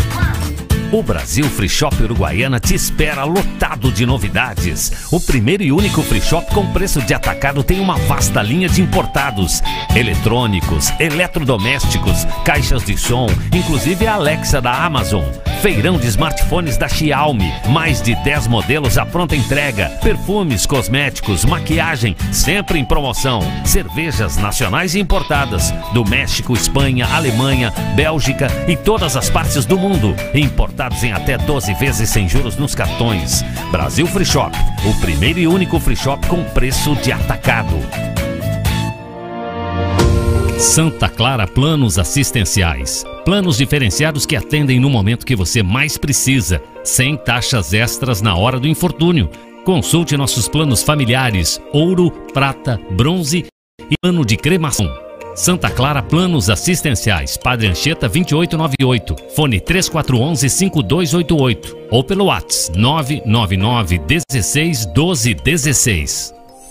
O Brasil Free Shop Uruguaiana te espera lotado de novidades. O primeiro e único free shop com preço de atacado tem uma vasta linha de importados, eletrônicos, eletrodomésticos, caixas de som, inclusive a Alexa da Amazon. Feirão de smartphones da Xiaomi, mais de dez modelos à pronta entrega, perfumes, cosméticos, maquiagem, sempre em promoção. Cervejas nacionais e importadas, do México, Espanha, Alemanha, Bélgica e todas as partes do mundo. Importados em até doze vezes sem juros nos cartões. Brasil Free Shop, o primeiro e único free shop com preço de atacado. Santa Clara Planos Assistenciais. Planos diferenciados que atendem no momento que você mais precisa, sem taxas extras na hora do infortúnio. Consulte nossos planos familiares, ouro, prata, bronze e plano de cremação. Santa Clara Planos Assistenciais, Padre Anchieta vinte e oito noventa e oito, fone três quatro um um, cinco dois oito oito ou pelo WhatsApp nove nove nove, dezesseis, doze, dezesseis.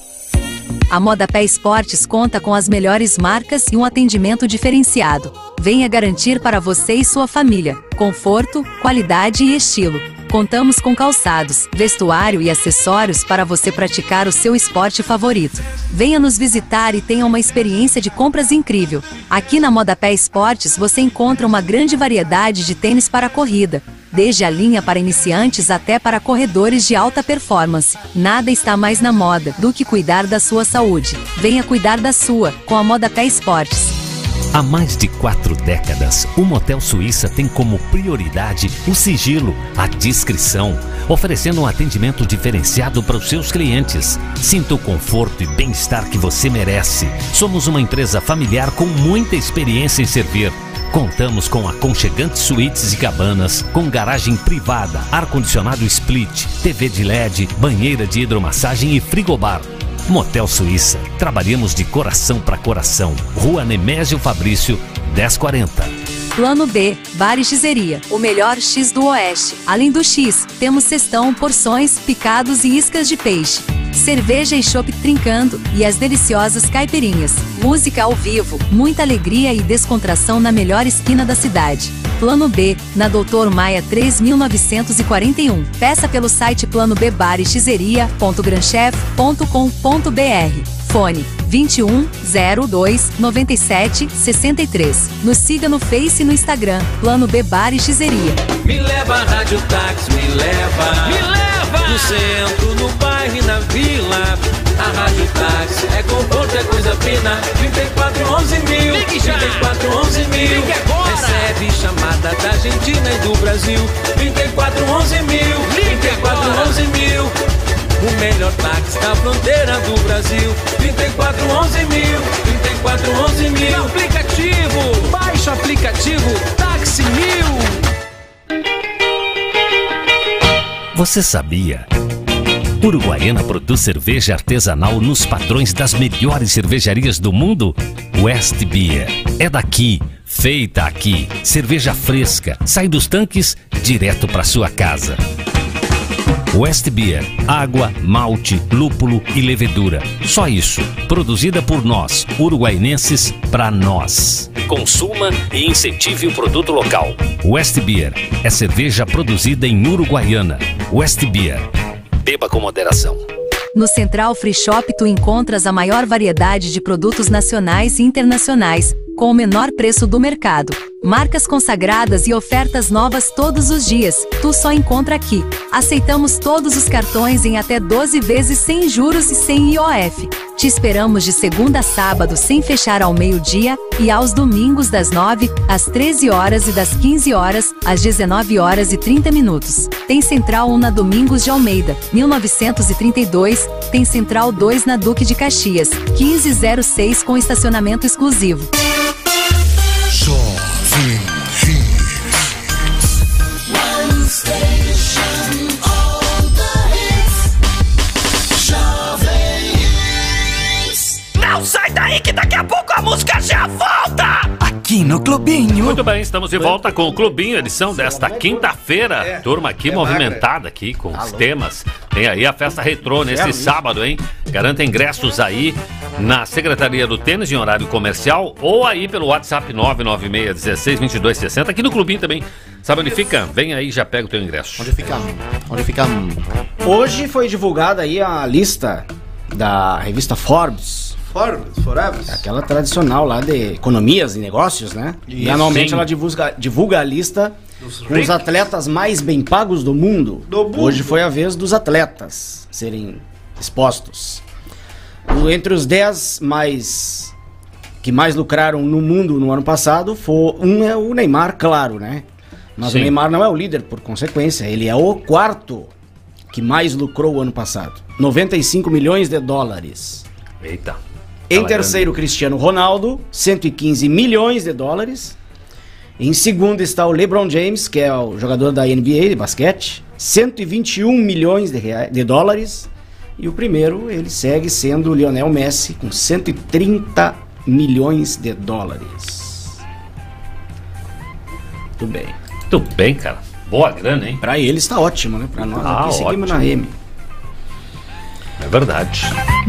A Modapé Esportes conta com as melhores marcas e um atendimento diferenciado. Venha garantir para você e sua família conforto, qualidade e estilo. Contamos com calçados, vestuário e acessórios para você praticar o seu esporte favorito. Venha nos visitar e tenha uma experiência de compras incrível. Aqui na Modapé Esportes você encontra uma grande variedade de tênis para corrida, desde a linha para iniciantes até para corredores de alta performance. Nada está mais na moda do que cuidar da sua saúde. Venha cuidar da sua com a Modapé Esportes. Há mais de quatro décadas, o Motel Suíça tem como prioridade o sigilo, a discrição, oferecendo um atendimento diferenciado para os seus clientes. Sinta o conforto e bem-estar que você merece. Somos uma empresa familiar com muita experiência em servir. Contamos com aconchegantes suítes e cabanas, com garagem privada, ar-condicionado split, T V de L E D, banheira de hidromassagem e frigobar. Motel Suíça. Trabalhamos de coração para coração. Rua Nemésio Fabrício, dez quarenta. Plano B, Bar e Xeria, o melhor X do Oeste. Além do X, temos cestão, porções, picados e iscas de peixe. Cerveja e chopp trincando e as deliciosas caipirinhas. Música ao vivo, muita alegria e descontração na melhor esquina da cidade. Plano B, na Doutor Maia três mil novecentos e quarenta e um. Peça pelo site plano b bar e xeria ponto granchef ponto com ponto br. Fone vinte e um, zero dois, noventa e sete, sessenta e três. Nos siga no Face e no Instagram, Plano B Bar e Xeria. Me leva a Rádio Táxi, me leva. Me leva! No centro, no bairro e na vila. A Rádio Táxi é conforto, é coisa fina. trinta e quatro, onze mil. trinta e quatro, onze mil. É e chamada da Argentina e do Brasil. Trinta e quatro onze mil, trinta e quatro onze mil. O melhor táxi da fronteira do Brasil. Trinta e quatro onze mil, trinta e quatro onze mil. Aplicativo, baixa o aplicativo Táxi Mil. Você sabia? Uruguaiana produz cerveja artesanal nos padrões das melhores cervejarias do mundo? West Beer. É daqui, feita aqui. Cerveja fresca, sai dos tanques direto para sua casa. West Beer. Água, malte, lúpulo e levedura. Só isso. Produzida por nós, uruguaienses, para nós. Consuma e incentive o produto local. West Beer é cerveja produzida em Uruguaiana. West Beer. Beba com moderação. No Central Free Shop tu encontras a maior variedade de produtos nacionais e internacionais, com o menor preço do mercado. Marcas consagradas e ofertas novas todos os dias, tu só encontra aqui. Aceitamos todos os cartões em até doze vezes sem juros e sem I O F. Te esperamos de segunda a sábado sem fechar ao meio-dia e aos domingos das nove às treze horas e das quinze horas às dezenove horas e trinta minutos. Tem Central um na Domingos de Almeida, mil novecentos e trinta e dois, tem Central dois na Duque de Caxias, quinze zero seis com estacionamento exclusivo. Jovem Hits. One station, all the hits. Jovem Hits. Não sai daí que daqui a pouco a música já volta! Aqui no Clubinho. Muito bem, estamos de volta com o Clubinho, edição desta quinta-feira. Turma aqui movimentada aqui com os temas. Tem aí a festa retrô nesse sábado, hein? Garanta ingressos aí na Secretaria do Tênis em horário comercial ou aí pelo WhatsApp nove nove seis, um seis, dois dois seis zero. Aqui no Clubinho também. Sabe onde fica? Vem aí e já pega o teu ingresso. Onde fica? Onde fica? Hoje foi divulgada aí a lista da revista Forbes. Forbes, Forbes. Aquela tradicional lá de economias e negócios, né? Isso, e anualmente sim. ela divulga, divulga a lista Dos com os atletas mais bem pagos do mundo. Do mundo. Hoje foi a vez dos atletas serem expostos. O- Entre os dez mais que mais lucraram no mundo no ano passado, foi, um é o Neymar, claro, né? Mas Sim. o Neymar não é o líder por consequência, ele é o quarto que mais lucrou o ano passado. noventa e cinco milhões de dólares. Eita. Em Aquela terceiro, Cristiano Ronaldo, cento e quinze milhões de dólares. Em segundo está o LeBron James, que é o jogador da N B A de basquete, cento e vinte e um milhões de, reais, de dólares. E o primeiro, ele segue sendo o Lionel Messi, com cento e trinta milhões de dólares. Muito bem. Muito bem, cara. Boa grana, hein? Pra ele está ótimo, né? Pra nós Ah, aqui seguimos ótimo. na M. É verdade.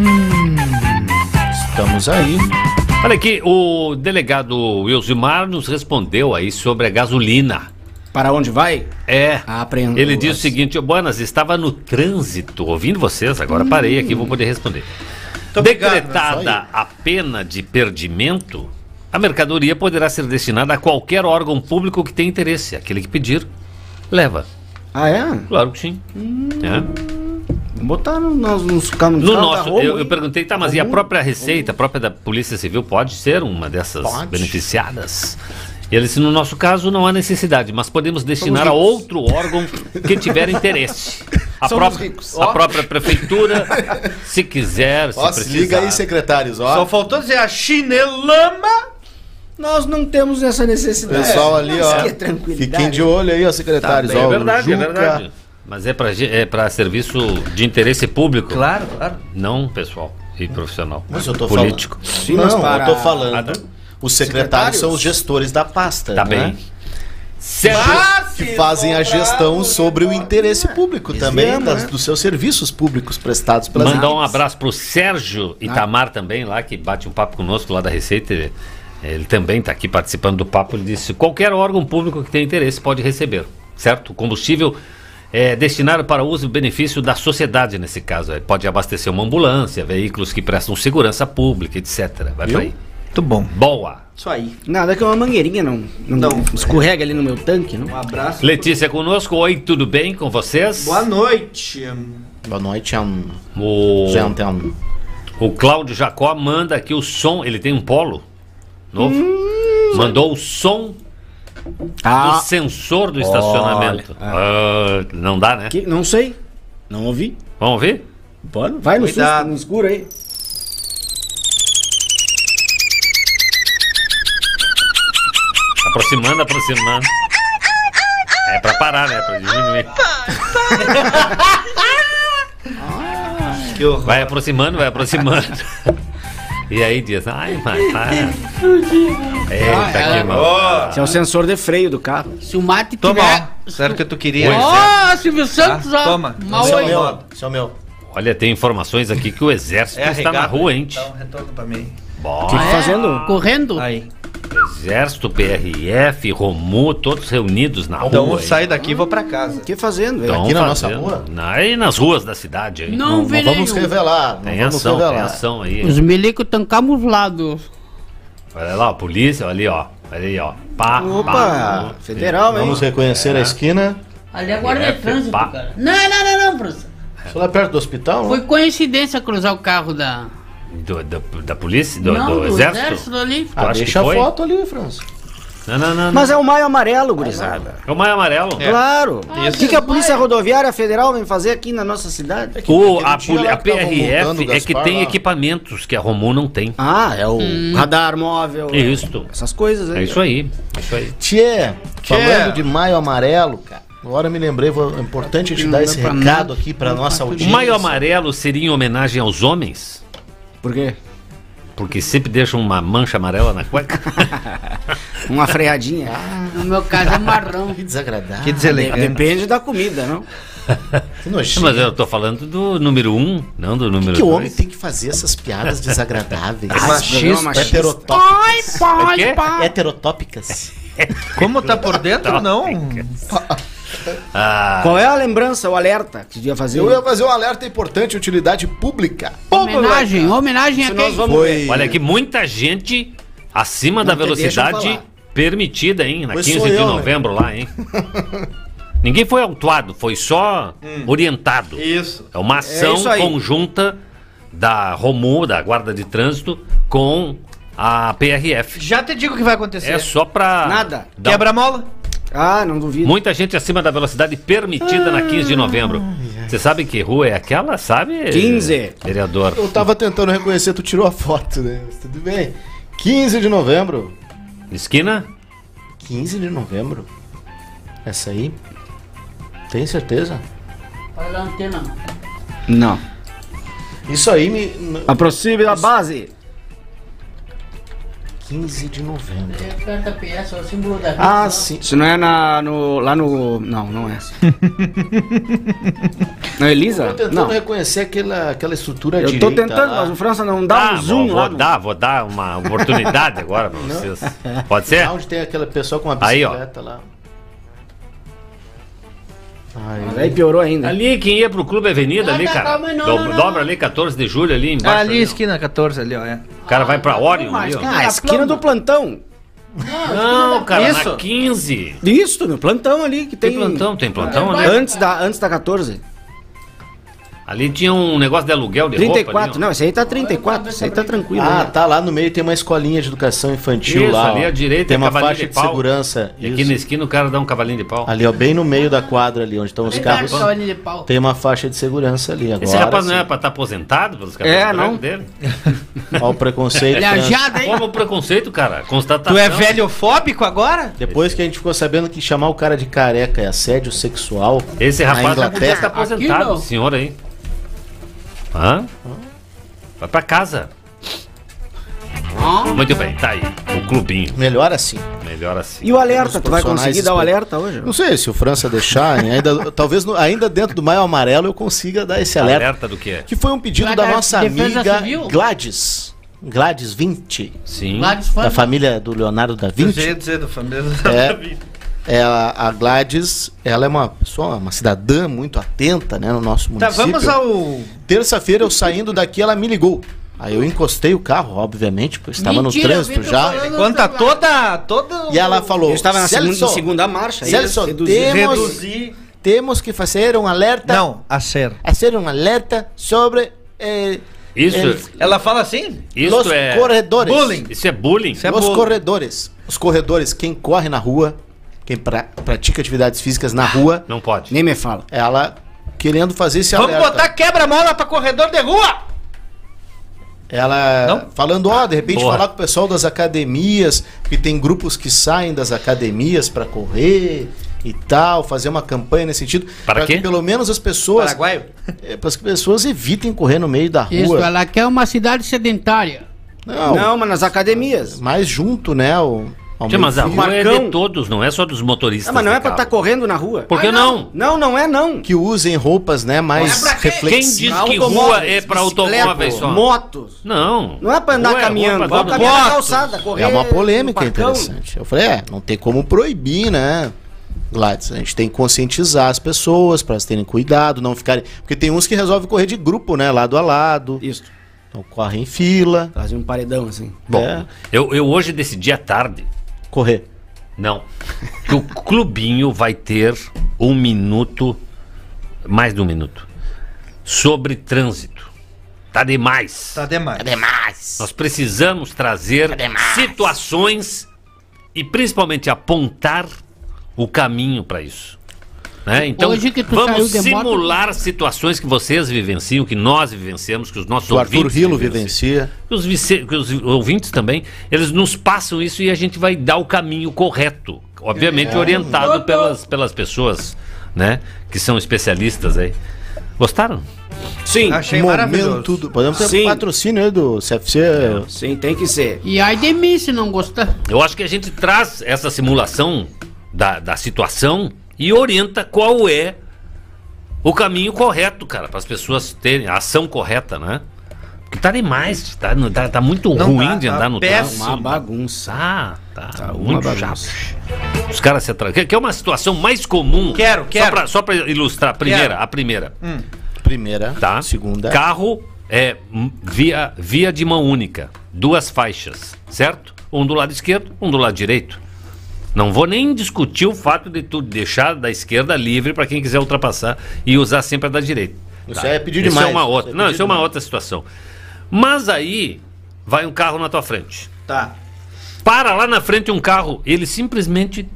Estamos aí. Olha aqui, o delegado Wilson nos respondeu aí sobre a gasolina. Para onde vai? É. Aprendo. Ele diz o seguinte: Buenas, estava no trânsito ouvindo vocês, agora parei aqui, vou poder responder. Decretada a pena de perdimento, a mercadoria poderá ser destinada a qualquer órgão público que tenha interesse. Aquele que pedir, leva. Ah, é? Claro que sim. É. Botar nós nos carros No nosso, eu, eu perguntei, tá, mas e a própria Receita, a própria da Polícia Civil pode ser uma dessas Pode. beneficiadas? E ele disse, no nosso caso não há necessidade, mas podemos destinar a ricos. outro órgão que tiver interesse. A, Somos própria, ricos. a Ó. própria prefeitura, se quiser, se Ó, se precisar. liga aí, secretários, ó. Só faltou dizer a chinelama. Nós não temos essa necessidade. Pessoal ali, Mas ó. que tranquilidade. Fiquem de olho aí, ó, secretários. Tá bem, ó, é verdade, é Juca. verdade. Mas é para é pra serviço de interesse público. Claro, claro. Não pessoal e profissional. Mas eu tô político. falando. Sim, não, mas para- eu tô falando. Ah, tá. Os secretários são os gestores da pasta. Tá né? bem. Certo. Que fazem a gestão sobre o interesse público também, Desviamos, das- né? dos seus serviços públicos prestados pelas Mandar um equipes. abraço pro Sérgio Itamar também, lá, que bate um papo conosco lá da Receita. Ele, ele também está aqui participando do papo. Ele disse: qualquer órgão público que tenha interesse pode receber, certo? O combustível é destinado para uso e benefício da sociedade, nesse caso. Ele pode abastecer uma ambulância, veículos que prestam segurança pública, etcétera. Vai Viu? pra aí. Muito bom. Boa! Isso aí. Nada que uma mangueirinha não, não, Não. escorrega ali no meu tanque, não? Um abraço. Letícia conosco. Oi, tudo bem com vocês? Boa noite. Boa noite, um... O, gente. Um... o Cláudio Jacó manda aqui o som. Ele tem um polo novo. Hum. Mandou o som Ah. do sensor do estacionamento. Ah, não dá, né? Que- não sei. Não ouvi. Vamos ouvir? Pode? Vai no, Cuidado. susto, no escuro aí. Aproximando, aproximando. É pra parar, né? Pra diminuir. Que horror. Vai aproximando, vai aproximando. E aí diz, ai, mas para. Eita, Ah, que mal. Ó, Esse é o sensor de freio do carro. Se o mate toma, tiver... ó. Sério que tu queria? Ó, Silvio Santos, Ah, ó. toma. Mal Esse é o aí. meu. Esse é o meu. Olha, tem informações aqui que o exército É está na arregado, rua, né? hein? Dá um retorno pra mim. Bom, O que, que fazendo? Correndo? Aí. Exército, P R F, Romu, todos reunidos na Então rua. eu saio daqui e vou pra casa. O que fazendo, velho? Tão Aqui na nossa fazendo. rua? Na- Aí nas ruas da cidade. Aí. Não, Não vi vamos nenhum. revelar. Não Tem vamos ação, tem revelar. ação aí. Os milicos estão camuflados. Olha lá, a polícia, ali, ó. Olha aí, ó. Pá, Opa, pá. federal, hein? Vamos reconhecer a esquina. Ali é guarda É, de trânsito, pá. cara. Não, não, não, não, professor. Isso lá perto do hospital, Foi não? coincidência cruzar o carro da... Do, do- da polícia? Do, não, do do exército? exército ali. Tu Ah, acha deixa a que foi? foto ali, França. Não, não, não. Mas é o maio amarelo, gurizada. É o Maio Amarelo. Claro. Ah, O que, que a Polícia Rodoviária Federal vem fazer aqui na nossa cidade? O, Aquele a, dia poli- lá a que tavam P R montando F o é que Gaspar tem lá. equipamentos que a Romu não tem. Ah, é o radar móvel. Isso. Essas coisas aí. É isso aí. É isso aí. Tchê, Tchê. falando de maio amarelo, cara. Agora me lembrei, vou- é importante eu te Não dar dá esse pra recado nada. aqui pra nossa O audiência. Maio Amarelo seria em homenagem aos homens? Por quê? Porque sempre deixam uma mancha amarela na cueca. Uma freadinha. No meu caso é marrão. Que desagradável. Que deselegante. Depende da comida, não? Que nojento. Mas eu tô falando do número um, não do número que o dois. homem tem que fazer essas piadas desagradáveis? Machista. machista. Heterotópicas. Pai, É quê? pai. Heterotópicas. Como tá por dentro, não? Ah, Qual é a lembrança, o alerta que devia fazer? Eu ia fazer um alerta importante, utilidade pública. Homenagem, homenagem a Se nós quem? vamos Foi. olha aqui, muita gente acima da Não te deixam velocidade falar. permitida, hein? Na Pois quinze sou de eu, né? novembro lá, hein? Ninguém foi autuado, foi só orientado. Isso. É uma ação isso aí. conjunta da Romu, da Guarda de Trânsito, com a P R F. Já te digo o que vai acontecer. É só pra... Nada. dar- Quebra-mola. Ah, não duvido. Muita gente acima da velocidade permitida na quinze de novembro. Você sabe que rua é aquela, sabe? quinze. Vereador. Eu tava tentando reconhecer, tu tirou a foto, né? Mas tudo bem. quinze de novembro. Esquina? quinze de novembro? Essa aí? Tem certeza? Olha a antena. Não. Isso aí me. Aproxime da base. quinze de novembro. É perto da P S, é o símbolo da Ah, Rio, sim. Isso não é na, no, lá no... Não, não é. Não, Elisa? Eu tô tentando Não. reconhecer aquela, aquela estrutura Eu direita. tô tentando, lá. mas o França não dá Ah, um zoom vou, lá. vou no- dar, vou dar uma oportunidade agora pra vocês. Pode ser? Lá onde tem aquela pessoa com uma Aí, ó. bicicleta lá. Mas aí piorou ainda. Ali, quem ia pro Clube Avenida Não, ali, tá, cara. calma, não, Do- não, não, dobra não. ali, catorze de julho ali embaixo. ali, ali, ó. esquina catorze ali, ó. É. O cara vai pra Orion ali, ó. Ah, a esquina do plantão. Não, cara, Isso. na quinze. Isso, no plantão ali que tem. Tem plantão, tem plantão ali. Antes da, antes da catorze. Ali tinha um negócio de aluguel de trinta e roupa quatro. ali, ó. Não, esse aí tá trinta e quatro. Esse aí tá tranquilo. Ah, né? tá lá no meio tem uma escolinha de educação infantil Isso, lá. ali ó. à direita tem é uma cavalinho faixa de de, pau. segurança. E aqui isso. na esquina o cara dá um cavalinho de pau. Ali, ó, bem no meio da quadra ali, onde estão os carros. Cavalinho de pau. Tem uma faixa de segurança ali agora. Esse rapaz não sim. é pra estar aposentado pelos cabelos É, brancos não. dele? Ó o preconceito. Ele é França. ajado, hein? Como preconceito, cara? Constatação. Tu é velhofóbico agora? Depois que a gente ficou sabendo que chamar o cara de careca é assédio sexual. Esse na rapaz já podia estar Inglaterra. aposentado, Aqui não. esse senhor aí. Hã? Vai pra casa. Muito bem, tá aí. O clubinho. Melhor assim. Melhor assim. E o alerta? Os Tu vai profissionais conseguir dar o esper- alerta hoje? Não sei se o França deixar, hein, ainda, talvez no- ainda dentro do Maio Amarelo eu consiga dar esse alerta. Alerta do quê? Que foi um pedido Vai da dar nossa defesa amiga civil? Gladys. Gladys vinte. Sim. Gladys Da Fama. família do Leonardo da Eu Vinci. já ia dizer do família. É, é a, a Gladys, ela é uma pessoa, uma cidadã muito atenta, né, no nosso Tá, município. vamos ao. Terça-feira eu saindo daqui, ela me ligou. Aí eu encostei o carro, obviamente, porque eu estava Mentira, no trânsito Vitor já. falando- Quando tá toda. toda E ela falou: Eu estava na Celso, segunda, segunda marcha. aí, Celso, reduzir. temos, reduzir. temos que fazer um alerta. Não, a ser. Fazer um alerta sobre eh, Isso, el- Ela fala assim? isso os é. corredores. Bullying. Isso é bullying. Isso é os bullying. corredores. Os corredores, quem corre na rua, quem pra, pratica atividades físicas na rua, Não pode. Nem me fala. ela querendo fazer esse Vamos alerta. botar quebra-mola pra corredor de rua! Ela falando, ó, de repente Porra. falar com o pessoal das academias, que tem grupos que saem das academias pra correr e tal, fazer uma campanha nesse sentido. Para quê? que pelo menos as pessoas. Paraguaio? É, para as pessoas evitem correr no meio da Isso, rua. ela quer uma cidade sedentária. Não, Não, mas nas academias. mais junto, né? O, ao Tia, mas a meio-fio. rua é Marcão. de todos, não é só dos motoristas. Ah, mas não de é pra carro. estar correndo na rua. Por que Ah, não? Não, não é não. Que usem roupas, né, mais Quem reflexivas. diz que Automóveis, rua é pra bicicleta, automóveis só? Motos. Não. Não é pra andar Rua é caminhando, rua pra vai todo caminhar na mundo. calçada, correr. É uma polêmica no parcão. interessante. Eu falei, é, não tem como proibir, né? Gladys, a gente tem que conscientizar as pessoas para elas terem cuidado, não ficarem. Porque tem uns que resolvem correr de grupo, né? Lado a lado. Isso. Então correm em fila. Fazer um paredão assim. Bom, É. eu, eu hoje decidi à tarde. Correr. Não. Que o clubinho vai ter um minuto, mais de um minuto, sobre trânsito. Tá demais. Tá demais. Tá demais. Nós precisamos trazer situações e principalmente apontar o caminho para isso. Né? Então, Hoje que tu vamos saiu de moto- simular situações que vocês vivenciam, que nós vivenciamos, que os nossos O Arthur ouvintes Rilo vivenciam. vivencia. Que os, vice- que os ouvintes também, eles nos passam isso e a gente vai dar o caminho correto. Obviamente É. orientado pelas, pelas pessoas, né? Que são especialistas aí. Gostaram? Sim. Achei Momento maravilhoso. do. Podemos ter Sim. patrocínio aí do C F C. Sim, tem que ser. E ai de mim se não gostar. Eu acho que a gente traz essa simulação da, da situação e orienta qual é o caminho correto, cara, para as pessoas terem a ação correta, né? Porque tá demais, tá, no- tá, tá muito Não ruim tá, de tá andar no péssimo. trânsito. Uma bagunça. Ah, tá, Tá uma muito bagunça. chato. Os caras se atrasam. Que, que é uma situação mais comum. Quero, Só quero. pra, só pra ilustrar, a primeira, Quero. a primeira. Primeira. Tá? Segunda. Carro é hum, via, via de mão única. Duas faixas, certo? Um do lado esquerdo, um do lado direito. Não vou nem discutir o fato de tu deixar da esquerda livre para quem quiser ultrapassar e usar sempre a da direita. Isso é pedir Isso demais. é uma outra. Isso é Não, pedir isso é uma demais. outra situação. Mas aí vai um carro na tua frente. Tá. Para lá na frente um carro, ele simplesmente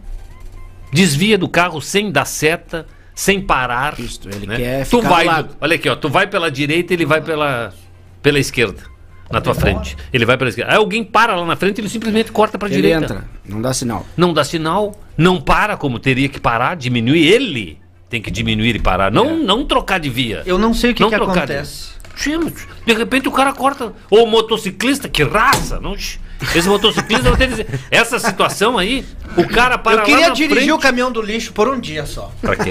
desvia do carro sem dar seta, sem parar. Isto, ele né? quer Tu ficar vai, do lado. olha aqui, ó, tu vai pela direita, ele vai pela pela esquerda, na tua frente. Ele vai pela esquerda. Aí alguém para lá na frente, ele simplesmente corta para Ele direita. entra, não dá sinal. Não dá sinal, não para como teria que parar, diminuir ele. Tem que diminuir e parar, não não trocar de via. Eu não sei o que, Não que trocar de- acontece. Tchê, de repente o cara corta. Ou o motociclista, que raça, não? Esse motociclista vai ter que dizer. Essa situação aí, o cara para Eu lá queria na dirigir frente. o caminhão do lixo por um dia só. Pra quê?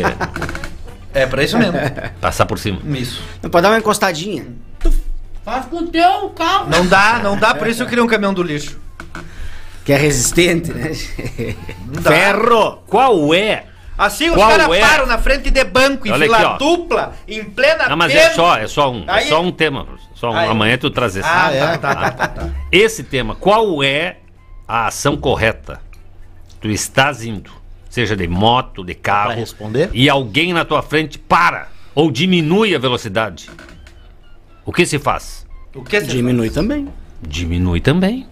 É, pra isso mesmo. Passar por cima. Isso. Não pode dar uma encostadinha. Faz com o teu carro. Não dá, não dá, por isso eu queria um caminhão do lixo. Que é resistente, né? Não dá. Ferro! Qual é? Assim os Qual caras é? param na frente de banco, em Olha fila aqui, ó. dupla, em plena Não, mas pena. é só, é só um. Aí- É só um tema. Só um, Aí. amanhã tu traz esse. Ah, é? Tá, tá, tá, tá. Esse tema, qual é a ação correta? Tu estás indo, seja de moto, de carro, Pra responder? e alguém na tua frente para ou diminui a velocidade. O que se faz? O que você Diminui também. Diminui também.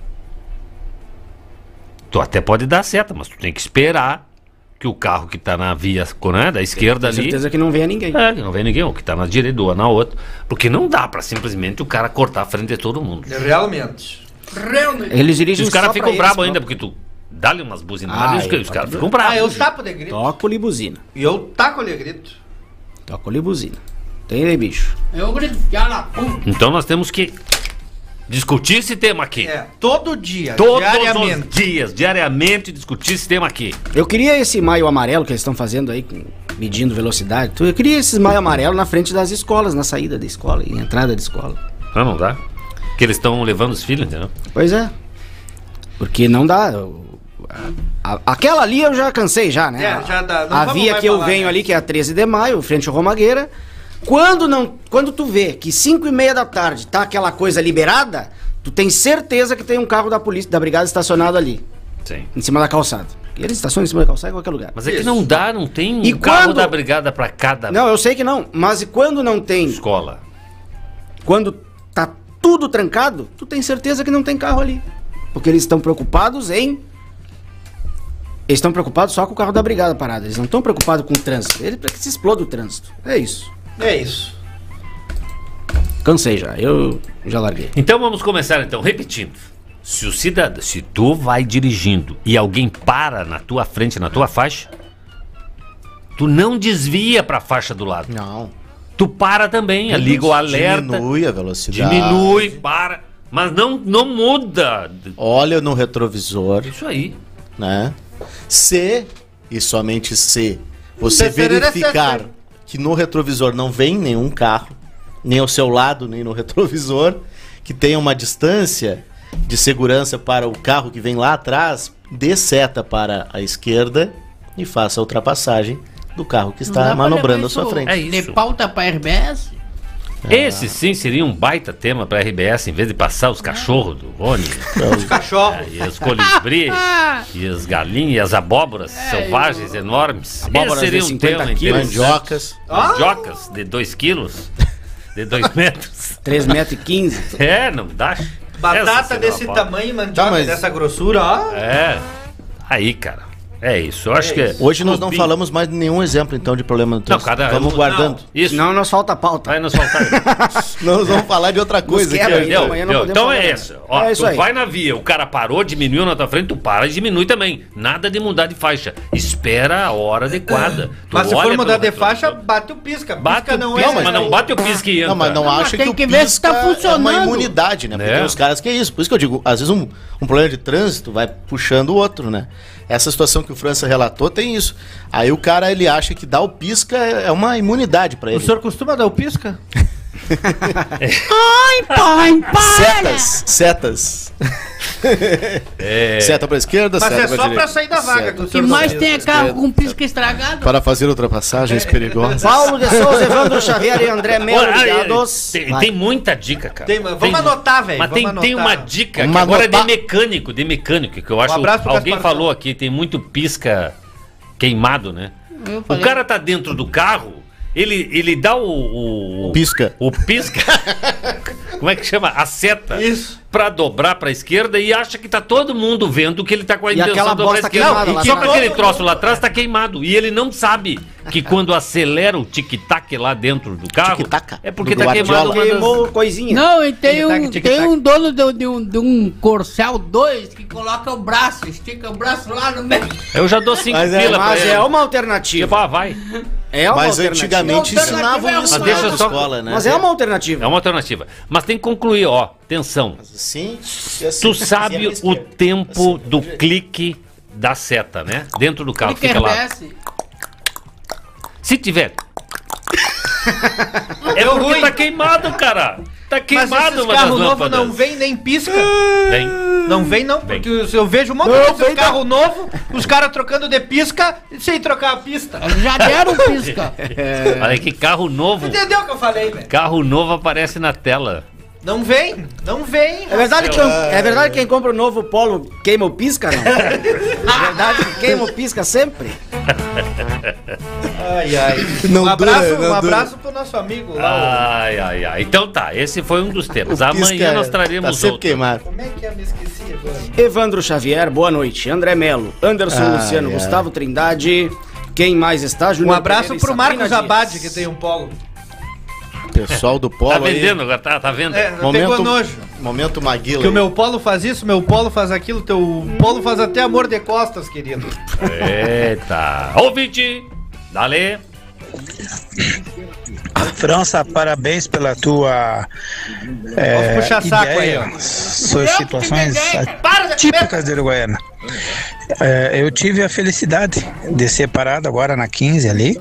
Tu até pode dar seta, mas tu tem que esperar que o carro que tá na via, né, da esquerda Tenho ali. certeza que não venha ninguém. É, que não vem ninguém, o que tá na direita ou na outra. Porque não dá pra simplesmente o cara cortar a frente de todo mundo. Realmente. Realmente. Eles E dirigem os caras só ficam pra bravos eles, ainda, só. porque tu dá-lhe umas buzinadas Ah, e os, é, os caras pode ficam ver. bravos. Ah, eu tapo de grito. Toco-lhe buzina. E eu taco-lhe grito. Toco-lhe buzina. Tem aí, bicho. Eu grito, já lá, pum. Então nós temos que discutir esse tema aqui. É, todo dia, Todos diariamente. os dias, diariamente, discutir esse tema aqui. Eu queria esse maio amarelo que eles estão fazendo aí, com- medindo velocidade. Eu queria esses maio amarelo na frente das escolas, na saída da escola e entrada da escola. Não, não dá. Que eles estão levando os filhos, entendeu? Pois é. Porque não dá. eu- a- aquela ali eu já cansei já, né? É, já dá, não a vamos via mais que eu falar, venho né? ali, que é a treze de maio, frente ao Romagueira. Quando não, quando tu vê que cinco e meia da tarde tá aquela coisa liberada, tu tem certeza que tem um carro da polícia, da brigada estacionado ali, Sim. em cima da calçada. E eles estacionam em cima da calçada em qualquer lugar. Mas é que não dá, não tem um E carro quando- da brigada pra cada Não, eu sei que não, mas e quando não tem, escola. quando tá tudo trancado, tu tem certeza que não tem carro ali. Porque eles estão preocupados em Eles estão preocupados só com o carro da brigada parado. Eles não estão preocupados com o trânsito. Eles para que se exploda o trânsito. É isso. É isso. Cansei já. Eu já larguei. Então vamos começar então, repetindo. Se o cidadão, se tu vai dirigindo e alguém para na tua frente, na tua faixa, tu não desvia pra faixa do lado. Não. Tu para também, liga o alerta. Diminui a velocidade. Diminui, para. Mas não, não muda. Olha no retrovisor. Isso aí. Né? Se, e somente se, você verificar que no retrovisor não vem nenhum carro, nem ao seu lado, nem no retrovisor, que tenha uma distância de segurança para o carro que vem lá atrás, dê seta para a esquerda e faça a ultrapassagem do carro que está manobrando à sua frente. É isso. De pauta para R B S? Esse sim seria um baita tema para R B S, em vez de passar os cachorros do Rony. Os cachorros. É, e os colibris, e as galinhas, e as abóboras é, selvagens eu... enormes. Abóboras Esse seria de um cinquenta tema quilos. Mandiocas. Ah? Mandiocas de dois quilos, de dois metros. três metros e quinze. É, não dá. Batata desse tamanho, mandioca mas... dessa grossura, ó. É. Aí, cara. É isso, eu acho é que... Isso. Hoje nós não falamos mais de nenhum exemplo, então, de problema no trânsito. Não, cada... Vamos não, guardando. Não, isso. Não, nós falta pauta. Vai nos faltar. Nós vamos falar de outra coisa. Quebra, aqui, então, deu, deu. Então é isso. Ó, é isso tu aí. vai na via, o cara parou, diminuiu na tua frente, tu para e diminui também. Nada de mudar de faixa. Espera a hora adequada. Tu Mas se for mudar de retrovisor. faixa, bate o pisca. Bate pisca o não pisca, é... mas não bate o pisca e entra. Não, mas não, Não, acha mas que tem o que ver se pisca tá é uma funcionando. imunidade, né? Porque É. tem uns caras que é isso. Por isso que eu digo, às vezes um, um problema de trânsito vai puxando o outro, né? Essa situação que o França relatou tem isso. Aí o cara, ele acha que dar o pisca é uma imunidade pra ele. O senhor costuma dar o pisca? Ai, pai, para! Setas, setas. É. Seta pra esquerda, Mas seta é pra só direita. pra sair da vaga. Que o Que senhor mais não tem é fez. carro com pisca estragado? Para fazer ultrapassagens perigosas. Paulo de Souza, Evandro Xavier e André Melo Olha, ligados. Tem, Vai. tem muita dica, cara. Tem, vamos anotar, velho. Mas vamos tem, tem anotar. uma dica Vamos que agora é de anotar. mecânico, de mecânico, que eu acho. abraço pro Alguém Gaspar falou aqui, tem muito pisca queimado, né? Eu O falei. cara tá dentro do carro, ele, ele dá o, o. Pisca. O pisca. Como é que chama? A seta. Isso. Pra dobrar pra esquerda e acha que tá todo mundo vendo que ele tá com a E intenção aquela de dobrar bosta à esquerda. queimada Não, lá e só atrás. que aquele troço lá atrás tá queimado. E ele não sabe que quando acelera o tic-tac lá dentro do carro, Tic-tac. é porque Do tá queimado Guardiola. uma das... Queimou coisinha. Não, e tem Tic-tac, um, tic-tac. tem um dono de, de um, de um Corcel dois que coloca o braço, estica o braço lá no meio. Eu já dou cinco Mas, é, pila pra mas ele. é uma alternativa. Tipo, ah, vai. É uma Mas alternativa. antigamente Não, ensinavam alternativa é isso uma- na Deixa eu só- escola, né? Mas é uma alternativa. É uma alternativa. Mas tem que concluir, ó. Atenção. Sim. Tu sabe o tempo do clique da seta, né? Dentro do carro. Clique Fica lá. R B S. Se tiver. É Deu porque ruim. tá queimado, cara. Tá Mas queimado esses uma das carros novos lâmpadas. não vem nem pisca. Vem. Não vem não, Vem. porque eu vejo um monte Não, desses vem, carros novos, os caras trocando de pisca sem trocar a pista. Já deram pisca. Olha que carro novo. Entendeu o que eu falei, velho? Carro novo aparece na tela. Não vem, não vem. É verdade, que, é verdade que quem compra o novo Polo queima o pisca, não? É verdade que queima o pisca sempre? Ai, ai. Não um abraço, dura, não um dura. abraço pro nosso amigo lá. Ai, ai, ai. Então tá, esse foi um dos temas. O Amanhã pisca nós tá traremos sempre outro. queimado. o... Como é que é? Me esqueci agora. Evandro Xavier, boa noite. André Melo, Anderson Ai, Luciano, ai. Gustavo Trindade. Quem mais está? Um Júnior abraço Pereira e pro Sabrina Marcos Dias. Abad, que tem um polo. Pessoal do Polo Tá aí. vendendo agora, tá, tá vendo? É, pegou Momento, nojo. momento Maguila. Que o aí. meu polo faz isso, meu polo faz aquilo, teu polo faz até amor de costas, querido. Eita. Ouvinte, dale. França, parabéns pela tua é, Vamos puxar saco aí, ó. suas situações Para de típicas de Uruguaiana. É, eu tive a felicidade de ser parado agora na quinze ali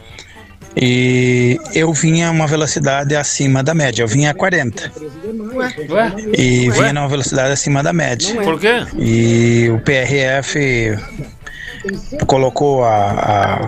e eu vinha a uma velocidade acima da média, eu vinha a quarenta Ué? e vinha numa velocidade acima da média. Por quê? E o P R F colocou a, a,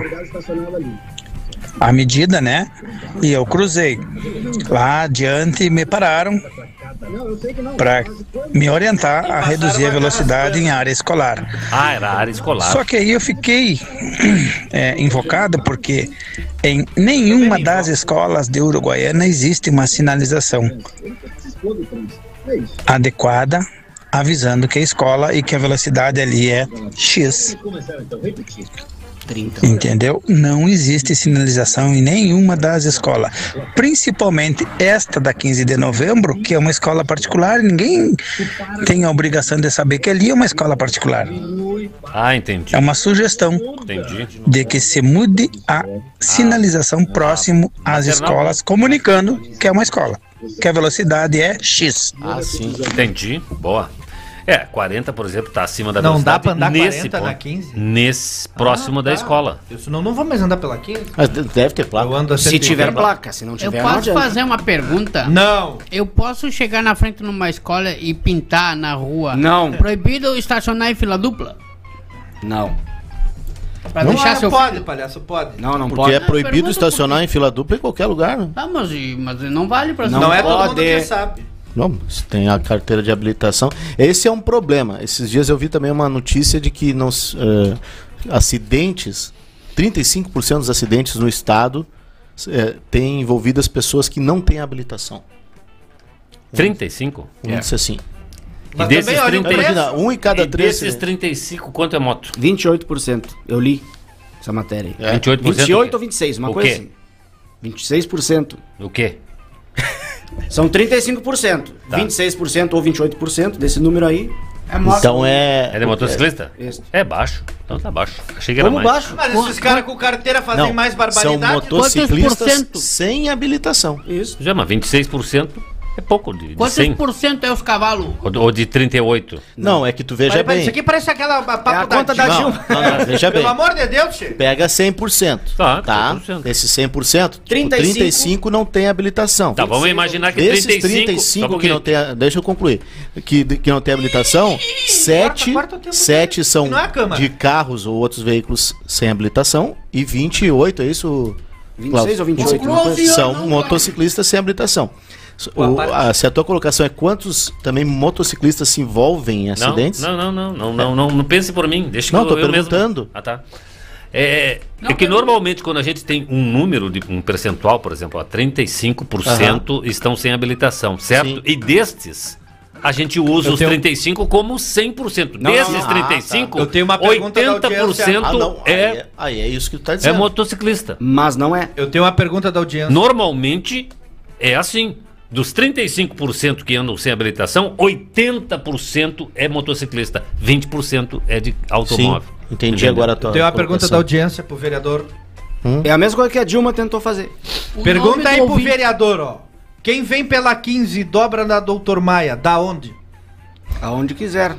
a medida, né? E eu cruzei. Lá adiante me pararam para me orientar a reduzir a velocidade em área escolar. Ah, era área escolar. Só que aí eu fiquei é, invocado porque em nenhuma das escolas de Uruguaiana existe uma sinalização adequada avisando que é escola e que a velocidade ali é X. Entendeu? Não existe sinalização em nenhuma das escolas, principalmente esta da quinze de novembro, que é uma escola particular. Ninguém tem a obrigação de saber que ali é uma escola particular. Ah, entendi. É uma sugestão Entendi. de que se mude a sinalização próximo às escolas, comunicando que é uma escola, que a velocidade é X. Ah, sim. Entendi. Boa. É, quarenta, por exemplo, tá acima da Não velocidade. dá pra andar nesse quarenta na ponto. quinze? Nesse, próximo Ah, da tá. escola. Eu senão não vou mais andar pela quinze. Mas deve ter placa. Eu ando a Se cento e tiver oitenta. placa, se não Eu tiver, não posso adianta. fazer uma pergunta? Não. Eu posso chegar na frente numa escola e pintar na rua? Não. Proibido estacionar em fila dupla? Não. Pra Não, deixar ah, seu pode, filho? palhaço, pode. Não, não Porque pode. é proibido pergunta estacionar em fila dupla em qualquer lugar, né? Tá, mas, e- mas não vale pra Não Não, é todo mundo pode. que sabe. Não, se tem a carteira de habilitação. Esse é um problema. Esses dias eu vi também uma notícia de que não, se- eh, acidentes, trinta e cinco por cento dos acidentes no estado eh, têm envolvidas pessoas que não têm habilitação. trinta e cinco? Vamos dizer assim. E Mas desses também, olha o trinta e cinco, Imagina, um em cada e três. desses trinta e cinco, quanto é moto? vinte e oito por cento. Eu li essa matéria aí. É. vinte e oito por cento vinte e oito o quê? ou vinte e seis, uma O coisa quê? assim. vinte e seis por cento. O quê? São trinta e cinco por cento. Tá. vinte e seis por cento ou vinte e oito por cento desse número aí é moto. Então é. É de motociclista? É, isso. É baixo. Então tá baixo. Achei que era Como mais. baixo? Mas esses caras com carteira fazem Não, mais são barbaridade? motociclistas Quantos por cento? sem habilitação. Isso. Já, mas vinte e seis por cento é pouco. De, de Quantos cem. por cento é os cavalos? Ou, ou de trinta e oito. Não, é que tu veja Peraí, peraí, bem. Isso aqui parece aquela papo É a conta da da Dilma. Dilma. Não, não, não, veja bem. Pelo amor de Deus, che. Pega cem por cento. Tá, tá? cem por cento. Esse cem por cento, trinta e cinco trinta e cinco não tem habilitação. Tá, vamos imaginar que Desses trinta e cinco, trinta e só um cinco que pouquinho. não tem, a- deixa eu concluir, que, que não tem habilitação, sete, corta o tempo sete dele, são que não é a câmara. de carros ou outros veículos sem habilitação e vinte e oito, é isso? vinte e seis ou vinte e oito, uma coisa assim. São motociclistas sem habilitação. O- a- se a tua colocação é quantos também motociclistas se envolvem em acidentes? Não, não, não, não, não, não, não pense por mim. Deixa Não, que tô eu, eu mesmo- perguntando. Ah, tá. É, é que normalmente quando a gente tem um número, de um percentual, por exemplo, ó, trinta e cinco por cento estão sem habilitação, certo? Sim. E destes, a gente usa Eu os tenho- trinta e cinco como cem por cento. Não, Desses não, não. trinta e cinco, Eu tenho uma pergunta da oitenta por audiência. cento Ah, não, aí é, é, aí é isso que tu tá é dizendo. motociclista. Mas não é. Eu tenho uma pergunta da audiência. Normalmente é assim. Dos trinta e cinco por cento que andam sem habilitação, oitenta por cento é motociclista, vinte por cento é de automóvel. Sim, entendi Entendeu? agora a tua Eu tenho uma pergunta colocação. da audiência pro vereador. É a mesma coisa que a Dilma tentou fazer. O Pergunta nome aí do pro ouvinte- vereador, ó. Quem vem pela quinze e dobra na doutor Maia, da onde? Aonde quiser.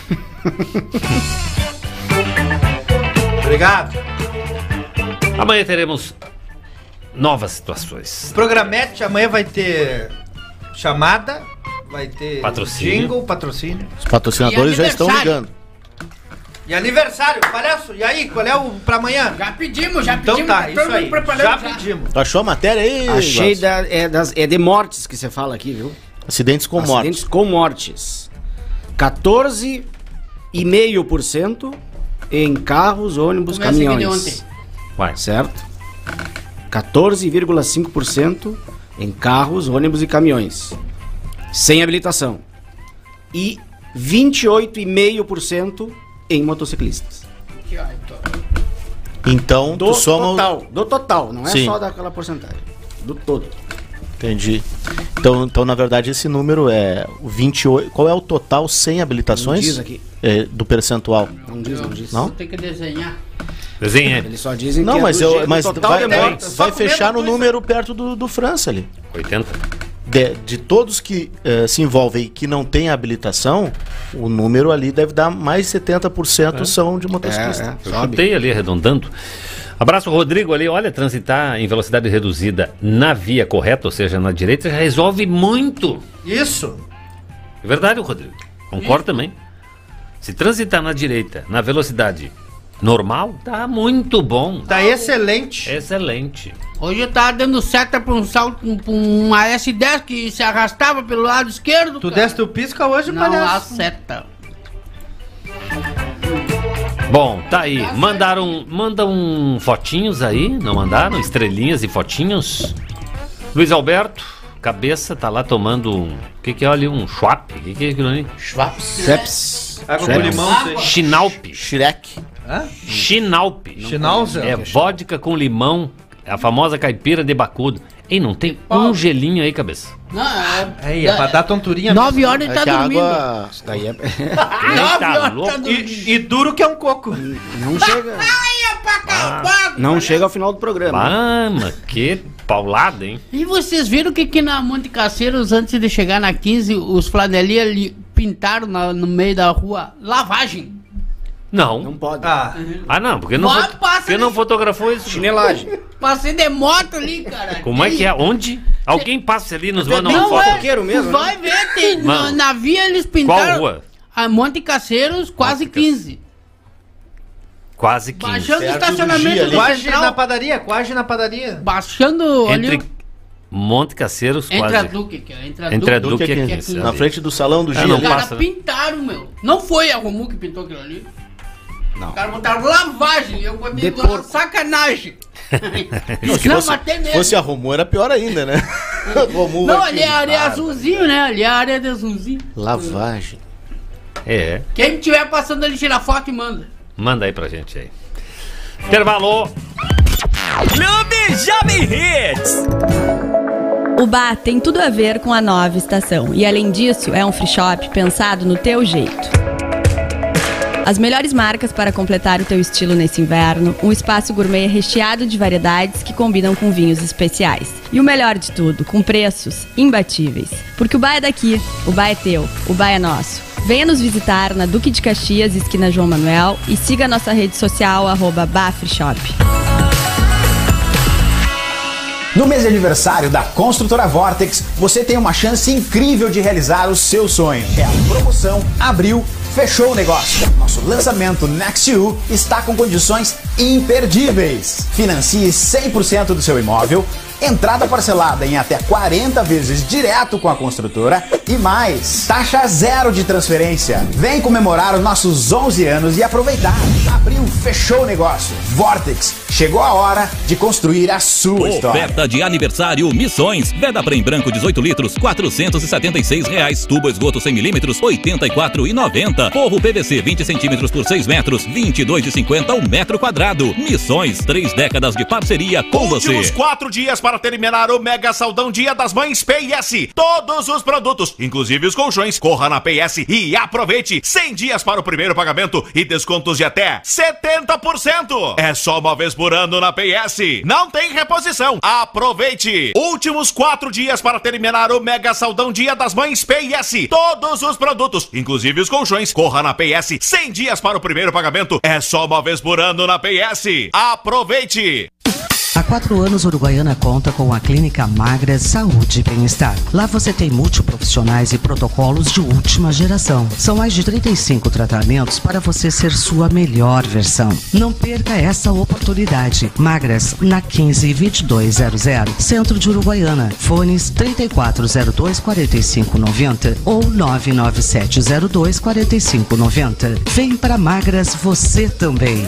Obrigado. Amanhã teremos novas situações. Programete, amanhã vai ter chamada, vai ter Patrocínio. jingle, patrocínio. Os patrocinadores E já estão aniversário. ligando. E aniversário, palhaço, e aí, qual é o pra amanhã? Já pedimos, já Então pedimos. tá, todo isso mundo aí, preparando já pedimos. Tu achou a matéria aí? Achei Glaucio? da, é, das, é de mortes que você fala aqui, viu? Acidentes com morte. Acidentes com mortes. quatorze vírgula cinco por cento em carros, ônibus, Começa aquele caminhões. ontem. Vai. Certo? quatorze vírgula cinco por cento em carros, ônibus e caminhões. Sem habilitação. E vinte e oito vírgula cinco por cento em motociclistas. Aqui, ó, então. Então, Do tu soma... o- total. Do total, não é Sim. só daquela porcentagem. Do todo. Entendi. Então, então, na verdade, esse número é o vinte e oito... Qual é o total sem habilitações? Não diz aqui. É, do percentual? Não diz, não diz. Não? Tem que desenhar. Desenha. Eles só dizem Não, que mas, é do eu, jeito mas total vai, de vai, mortes. vai Só fechar no comendo número perto do, do França ali. oitenta? De, de todos que eh, se envolvem e que não têm habilitação, o número ali deve dar mais setenta por cento são de motociclistas. É, é. Eu Sobe. chutei ali, arredondando. Abraço, Rodrigo, ali. Olha, transitar em velocidade reduzida na via correta, ou seja, na direita, já resolve muito. Isso. É verdade, Rodrigo. Concordo também. Se transitar na direita, na velocidade normal, tá muito bom. Tá excelente. Excelente. Hoje eu tava dando seta pra um salto, pra uma S dez que se arrastava pelo lado esquerdo. Tu cara. deste o pisca hoje, Não, a palhaço? seta. Bom, tá aí. Mandaram, mandam fotinhos aí, não mandaram? Estrelinhas e fotinhos. Luiz Alberto, Cabeça tá lá tomando um... O que que é ali? Um Schwab? O que que é aquilo ali? Schwaps. Schweppes. Água com limão, sei. Chinalp. Shrek. Hã? Chinalp. Schnauzer? É vodka com limão, a famosa caipira de bacudo. Ei, não tem um gelinho aí, cabeça? Não, é. Aí, é pra dar tonturinha. Nove horas ele É tá que a dormindo. água... Isso daí é... Nove tá horas louco? tá dormindo. E, e duro que é um coco. Não chega. Não chega ao final do programa. Ah, mas que paulada, hein? E vocês viram que aqui na Monte Caceiros, antes de chegar na quinze, os flanelinhas ali pintaram na- no meio da rua lavagem? Não. Não pode. Ah, Ah, não, porque não, Mas fo- passa porque ali. não fotografou isso. Chinelagem. Passei de moto ali, cara. Como é que é? Onde? Alguém passa ali e nos manda uma Não, foto. é. Fofoqueiro mesmo, Tu vai ver, tem, na, Mano. na via eles pintaram. Qual rua? A Monte Caceiros, quase Monte Caceiros. quinze. Quase quinze. Baixando o Perto do estacionamento Gia do ali. quase central. na padaria, quase na padaria. Baixando Entre ali. Monte Caceiros, Entre a quase. Duque aqui, ó. Entre a Entre a Duque. Duque e a que é quinze. quinze. Na frente do salão do É, Gia. não Os ali. caras passa, né? pintaram, meu. Não foi a Romu que pintou aquilo ali. Não. Os caras botaram lavagem. Eu botei De lá, porco. sacanagem. Se Não, fosse, mas tem se mesmo. fosse a Romu era pior ainda, né? Romu Não, aqui, ali é a área bárbaro. azulzinho, né? Ali é a área de azulzinho. Lavagem. É. Quem tiver passando ali, tira foto e manda. Manda aí pra gente aí. Intervalo. Clube Jovem Hits. O bar tem tudo a ver com a nova estação e, além disso, é um free shop pensado no teu jeito. As melhores marcas para completar o teu estilo nesse inverno, um espaço gourmet recheado de variedades que combinam com vinhos especiais. E o melhor de tudo, com preços imbatíveis. Porque o bar é daqui, o bar é teu, o bar é nosso. Venha nos visitar na Duque de Caxias, esquina João Manuel, e siga a nossa rede social, arroba Bar Free Shop. No mês de aniversário da Construtora Vortex, você tem uma chance incrível de realizar o seu sonho. É a promoção Abril Fechou o Negócio. Nosso lançamento Next U está com condições imperdíveis. Financie cem por cento do seu imóvel, entrada parcelada em até quarenta vezes direto com a construtora e mais, taxa zero de transferência. Vem comemorar os nossos onze anos e aproveitar. Abril Fechou o Negócio. Vortex, chegou a hora de construir a sua história. Oferta de aniversário Missões. Veda Prem branco dezoito litros, quatrocentos e setenta e seis reais. Tubo esgoto cem milímetros, oitenta e quatro e noventa. Forro P V C vinte centímetros por seis metros, vinte e dois e cinquenta o metro quadrado. Missões, três décadas de parceria com Últimos você. quatro dias para terminar o Mega Saldão Dia das Mães P S. Todos os produtos, inclusive os colchões, corra na P S e aproveite. cem dias para o primeiro pagamento e descontos de até setenta por cento. É só uma vez por ano na P S. Não tem reposição. Aproveite. Últimos quatro dias para terminar o Mega Saldão Dia das Mães P S. Todos os produtos, inclusive os colchões, corra na P S. cem dias para o primeiro pagamento. É só uma vez por ano na P S. Aproveite. Há quatro anos, Uruguaiana conta com a Clínica Magras Saúde e Bem-Estar. Lá você tem multiprofissionais e protocolos de última geração. São mais de trinta e cinco tratamentos para você ser sua melhor versão. Não perca essa oportunidade. Magras, na quinze vinte e dois zero zero, Centro de Uruguaiana. Fones trinta e quatro zero dois, quarenta e cinco noventa ou nove nove sete zero dois, quarenta e cinco noventa. Vem para Magras você também.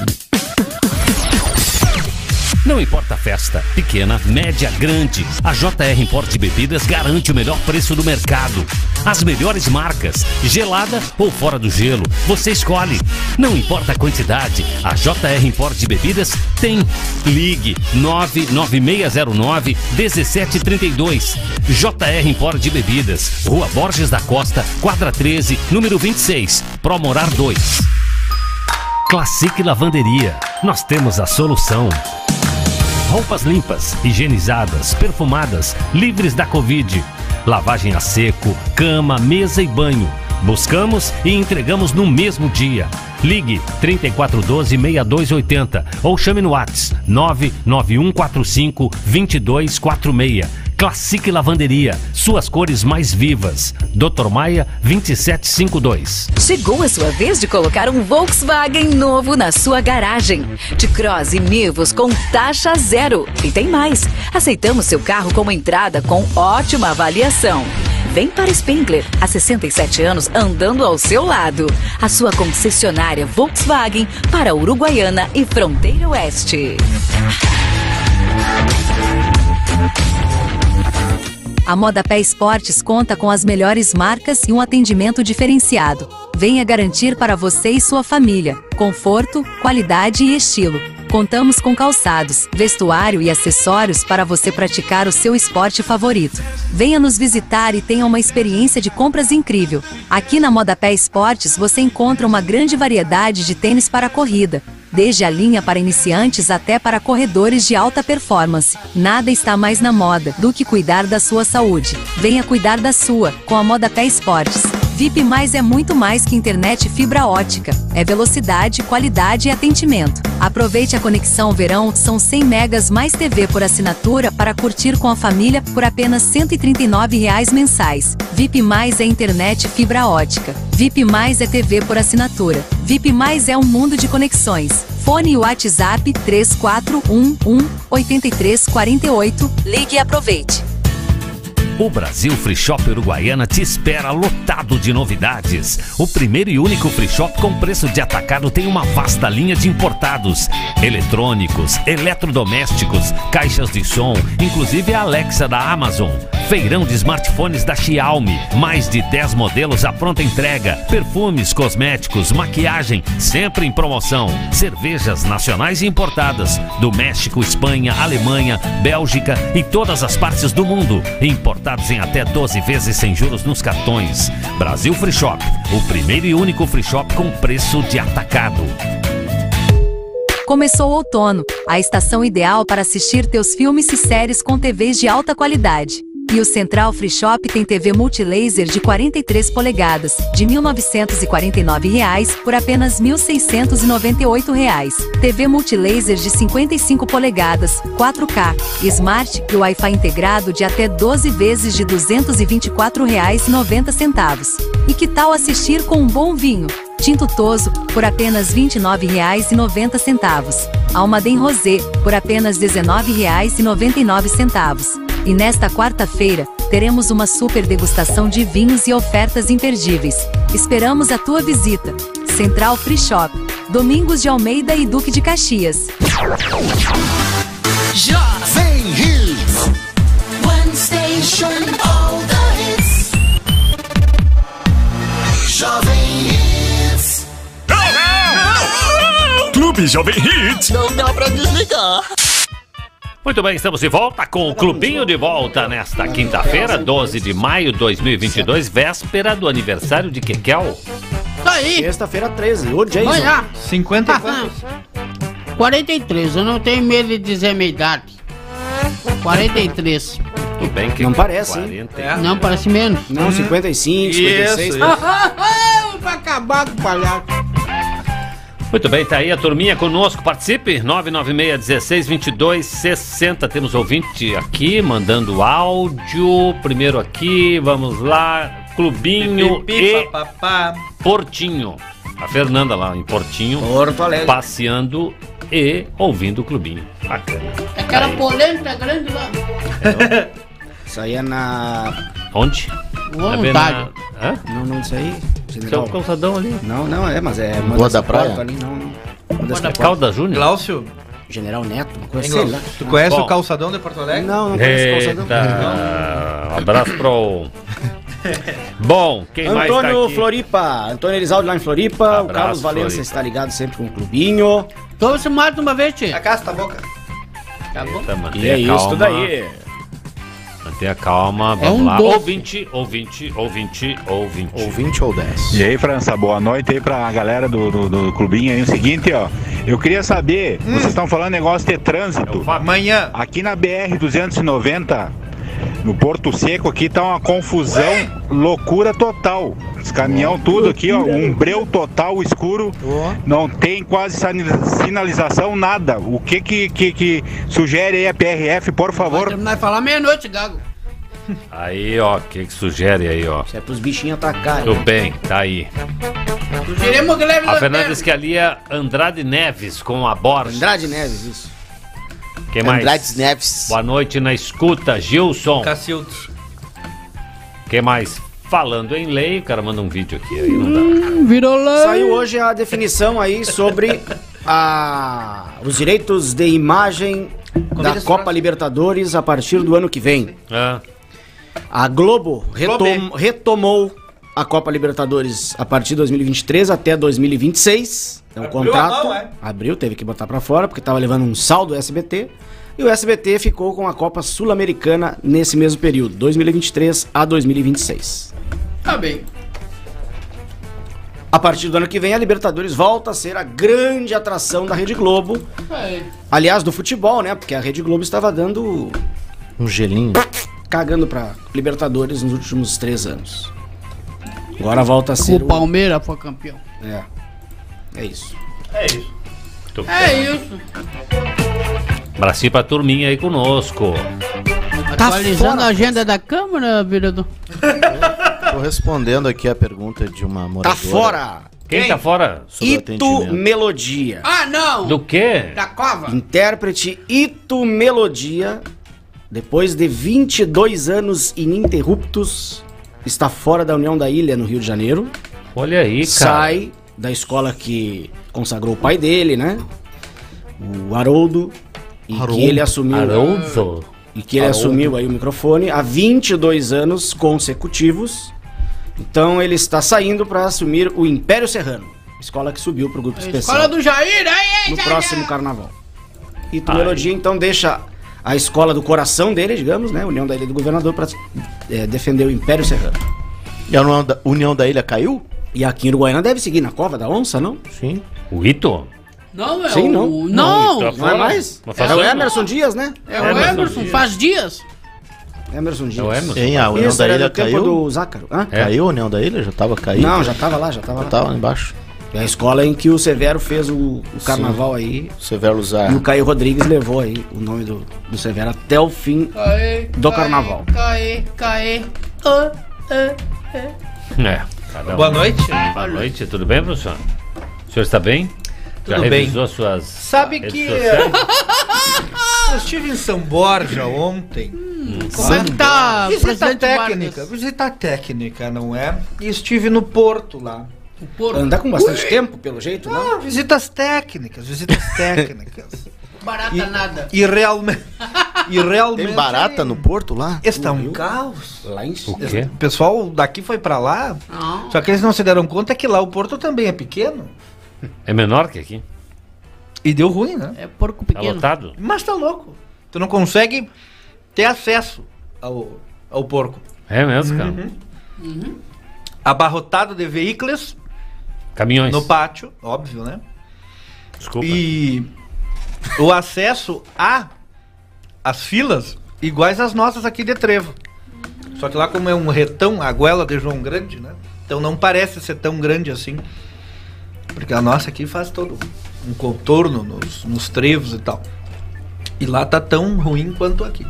Não importa a festa, pequena, média, grande, a J R Import Bebidas garante o melhor preço do mercado. As melhores marcas, gelada ou fora do gelo, você escolhe. Não importa a quantidade, a J R Import Bebidas tem. Ligue nove nove seis zero nove, um sete três dois. J R Import Bebidas, Rua Borges da Costa, quadra treze, número vinte e seis, Pro Morar dois. Classic Lavanderia, nós temos a solução. Roupas limpas, higienizadas, perfumadas, livres da Covid. Lavagem a seco, cama, mesa e banho. Buscamos e entregamos no mesmo dia. Ligue trinta e quatro doze, sessenta e dois oitenta ou chame no WhatsApp nove nove um quatro cinco, dois dois quatro seis. Classic Lavanderia, suas cores mais vivas. doutor Maia, vinte e sete cinquenta e dois. Chegou a sua vez de colocar um Volkswagen novo na sua garagem. T-Cross e Nivus com taxa zero. E tem mais. Aceitamos seu carro como entrada com ótima avaliação. Vem para Spengler, há sessenta e sete anos andando ao seu lado. A sua concessionária Volkswagen para Uruguaiana e Fronteira Oeste. A Moda Pé Esportes conta com as melhores marcas e um atendimento diferenciado. Venha garantir para você e sua família conforto, qualidade e estilo. Contamos com calçados, vestuário e acessórios para você praticar o seu esporte favorito. Venha nos visitar e tenha uma experiência de compras incrível. Aqui na Moda Pé Esportes você encontra uma grande variedade de tênis para corrida, desde a linha para iniciantes até para corredores de alta performance. Nada está mais na moda do que cuidar da sua saúde. Venha cuidar da sua com a Moda Pé Esportes. V I P Mais é muito mais que internet fibra ótica. É velocidade, qualidade e atendimento. Aproveite a conexão verão, são cem megas mais T V por assinatura para curtir com a família por apenas cento e trinta e nove reais mensais. V I P Mais é internet fibra ótica. V I P Mais é T V por assinatura. V I P Mais é um mundo de conexões. Fone e WhatsApp três quatro um um, oito três quatro oito. Ligue e aproveite. O Brasil Free Shop Uruguaiana te espera lotado de novidades. O primeiro e único free shop com preço de atacado tem uma vasta linha de importados, eletrônicos, eletrodomésticos, caixas de som, inclusive a Alexa da Amazon. Feirão de smartphones da Xiaomi, mais de dez modelos à pronta entrega, perfumes, cosméticos, maquiagem, sempre em promoção. Cervejas nacionais e importadas, do México, Espanha, Alemanha, Bélgica e todas as partes do mundo. Importados em até doze vezes sem juros nos cartões. Brasil Free Shop, o primeiro e único free shop com preço de atacado. Começou o outono, a estação ideal para assistir teus filmes e séries com T Vs de alta qualidade. E o Central Free Shop tem T V Multilaser de quarenta e três polegadas, de mil novecentos e quarenta e nove reais por apenas mil seiscentos e noventa e oito reais. T V Multilaser de cinquenta e cinco polegadas, quatro K, Smart e Wi-Fi integrado de até doze vezes de duzentos e vinte e quatro reais e noventa centavos. E que tal assistir com um bom vinho? Tinto Toso, por apenas vinte e nove reais e noventa centavos. Almaden Rosé, por apenas dezenove reais e noventa e nove centavos. E nesta quarta-feira, teremos uma super degustação de vinhos e ofertas imperdíveis. Esperamos a tua visita. Central Free Shop, Domingos de Almeida e Duque de Caxias. Jovem Hits. One station, all the hits. Jovem Hits. Clube Jovem Hits. Não dá pra desligar. Muito bem, estamos de volta com o Clubinho de Volta nesta quinta-feira, doze de maio de dois mil e vinte e dois, véspera do aniversário de Kekel. Tá aí. Sexta-feira treze, o Jason. Olha. cinquenta e quantos? quarenta e três, eu não tenho medo de dizer a minha idade. quarenta e três. Tudo bem que Não parece, quarenta... hein? Não, parece menos. Não, cinquenta e cinco, cinquenta e seis. Isso, pra acabar com o palhaço. Muito bem, tá aí a turminha conosco, participe, nove nove seis, um seis, dois dois seis zero, temos ouvinte aqui, mandando áudio, primeiro aqui, vamos lá, Clubinho Pi, pi, pi, e pa, pa, pa. Portinho, a Fernanda lá em Portinho, Porto Alegre, passeando e ouvindo o Clubinho, bacana. Aquela polenta grande lá. Isso aí é na... Onde? Vontade. Na... Hã? Não, não, isso aí... Isso é o calçadão ali. Não, não, é, mas é... Rua da Praia? Ali, não, não. Rua da Calda Júnior? Glaucio? General Neto, uma coisa Hein, assim. Glaucio? Tu conhece Bom. o calçadão de Porto Alegre? Não, não conheço o calçadão. Eita, um abraço pro... Bom, quem mais tá Antônio aqui? Floripa, Antônio Elisaldo lá em Floripa, Abraço, o Carlos Valença Floripa. está ligado sempre com o Clubinho. Então você mata uma vez, tia. A casta a boca. Acabou. Eita, mantenha E é isso, calma. tudo aí. Mantenha calma, É vamos um lá. doce. Ouvinte, ouvinte, ouvinte, ouvinte. Ou vinte ou dez. E aí, França, boa noite aí pra galera do, do, do clubinho aí. O seguinte, ó, eu queria saber, vocês estão falando negócio de trânsito. Amanhã. Aqui na B R duzentos e noventa, no Porto Seco, aqui tá uma confusão, loucura total. Os caminhão tudo aqui, ó, um breu total escuro, não tem quase sani- sinalização, nada. O que que, que, que sugere aí a P R F, por favor? Terminar de falar meia-noite, Gago. Aí, ó, o que que sugere aí, ó? Isso é pros bichinhos atacarem. Tudo bem, tá aí. Sugerimos que leve A lanterna. Fernanda disse que ali é Andrade Neves com a Borges. Andrade Neves, isso. Quem mais? Andrade Neves. Boa noite na escuta, Gilson. Cacildos. Quem mais? Falando em lei, o cara manda um vídeo aqui, aí não dá. Hum, virou lá. Saiu hoje a definição aí sobre a, os direitos de imagem da Copa Libertadores a partir do ano que vem. Ah, A Globo retom- Globo. retomou a Copa Libertadores a partir de dois mil e vinte e três até dois mil e vinte e seis. É um Abriu contrato. a mão, é? Abriu, teve que botar pra fora, porque tava levando um saldo do S B T. E o S B T ficou com a Copa Sul-Americana nesse mesmo período, dois mil e vinte e três a dois mil e vinte e seis. Tá bem. A partir do ano que vem, a Libertadores volta a ser a grande atração da Rede Globo. Aí. Aliás, do futebol, né? Porque a Rede Globo estava dando... Um gelinho. Cagando pra Libertadores nos últimos três anos. Agora volta a ser O Palmeiras foi campeão. É. É isso. É isso. Tô É isso. Bracinho pra turminha aí conosco. Tá Atualizando fora. a agenda da Câmara, vereador. Tô respondendo aqui a pergunta de uma moradora. Tá fora! Quem tá fora? Sobre Itu atendimento. Melodia. Ah, não! Do quê? Da cova? Intérprete Itu Melodia, depois de vinte e dois anos ininterruptos, está fora da União da Ilha, no Rio de Janeiro. Olha aí, cara. Sai da escola que consagrou o pai dele, né? O Haroldo. E Haroldo? que ele assumiu. Haroldo? E que ele Haroldo. assumiu aí o microfone há vinte e dois anos consecutivos. Então ele está saindo para assumir o Império Serrano, escola que subiu pro grupo especial Escola do Jair, aí, no Jair. próximo carnaval. E tu Ai. Melodia então deixa a escola do coração dele, digamos, né, União da Ilha do Governador, para defender o Império Serrano. E a União da, União da Ilha caiu? E aqui em Uruguaiana deve seguir na Cova da Onça, não? Sim. O Ito? Não, é Sim, o... não. Não! Não, Não é fora. mais? Mas É faz o ano. Emerson Dias, né? É o Emerson Emerson, Dias. faz dias. Emerson Dias. É o Emerson. Hein, a União Isso, da era Ilha do tempo caiu? do Zácaro. Hã? É. Caiu a União da Ilha? Já tava caído? Não, já tava lá, já tava Já lá. tava lá embaixo. É a escola em que o Severo fez o, o carnaval aí. Severo Luzar. E o Caio Rodrigues levou aí o nome do, do Severo até o fim Caê, do caê, carnaval. Caê, caê. Ah, ah, ah. É. cada um. Boa noite. Boa noite, tudo bem, professor? O senhor está bem? Já Tudo bem. revisou suas Sabe redes que sociais? eu estive em São Borja ontem. Como é que tá, Visita presidente técnica, Vargas? visita técnica, não é? E estive no Porto lá. O porco. Anda com bastante tempo, pelo jeito, não? Ah, visitas técnicas, visitas técnicas. Barata E, nada. e realmente. E realmente. Tem barata no Porto lá? Está um caos. Lá em O cima. quê? O pessoal daqui foi pra lá. Não. Só que eles não se deram conta que lá o Porto também é pequeno. É menor que aqui? E deu ruim, né? É porco Tá pequeno. lotado? Mas tá louco. Tu não consegue ter acesso ao, ao porco. É mesmo, cara? Uhum. Abarrotado de veículos Caminhões. no pátio, óbvio, né? Desculpa. E o acesso a as filas iguais às nossas aqui de Trevo. Só que lá como é um retão, a goela de João Grande, né? Então não parece ser tão grande assim. Porque a nossa aqui faz todo um contorno nos, nos trevos e tal. E lá tá tão ruim quanto aqui.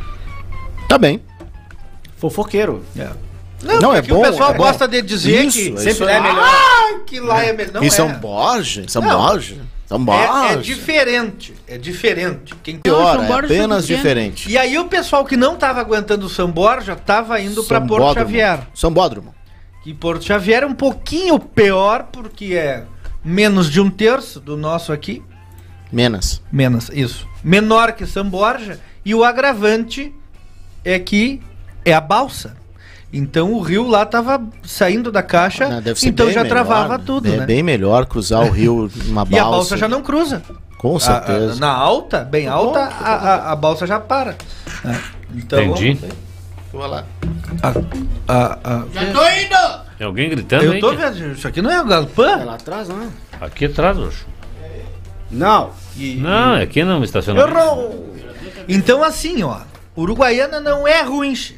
Tá bem. Fofoqueiro. É. Não, é porque bom, o pessoal é bom. gosta de dizer Isso, que isso sempre é é melhor. Ah, que lá é melhor. Não em é. São Borja? São Não. Borja? São Borja? É, é diferente. É diferente. Quem Pior, São é Borja apenas são diferente. E aí o pessoal que não tava aguentando o São Borja tava indo pra Porto Bódromo. Xavier. São Bódromo. E Porto Xavier é um pouquinho pior, porque é menos de um terço do nosso aqui. Menos. Menos, isso. Menor que São Borja. E o agravante é que é a balsa. Então o rio lá tava saindo da caixa, Ah, deve ser então bem já melhor, travava né? tudo, É né? bem melhor cruzar o rio numa balsa. E a balsa já não cruza. Com certeza. A- a- na alta, bem alta, a, a, a balsa já para. né? Então, Entendi. Vai lá. A, a, a, Já tô indo! Tem alguém gritando eu aí? tô vendo, isso aqui não é o galpão? É lá atrás, não é? Aqui atrás, Oxo. Não. E- Não, é aqui não, estacionamento. Errou! Então assim, ó, Uruguaiana não é ruim. che.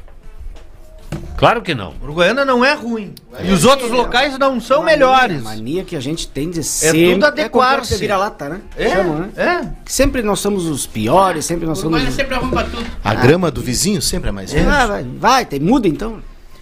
Claro que não. Uruguaiana não é ruim. E os outros locais não são melhores. Mania que a gente tem de É sempre... tudo adequar-se. É vira-lata, né? É, Chamam, né? é. Que sempre nós somos os piores, sempre nós somos... Uruguaiana sempre arruma tudo. A grama do vizinho sempre é mais verde. Ah, vai, vai, tem, muda então.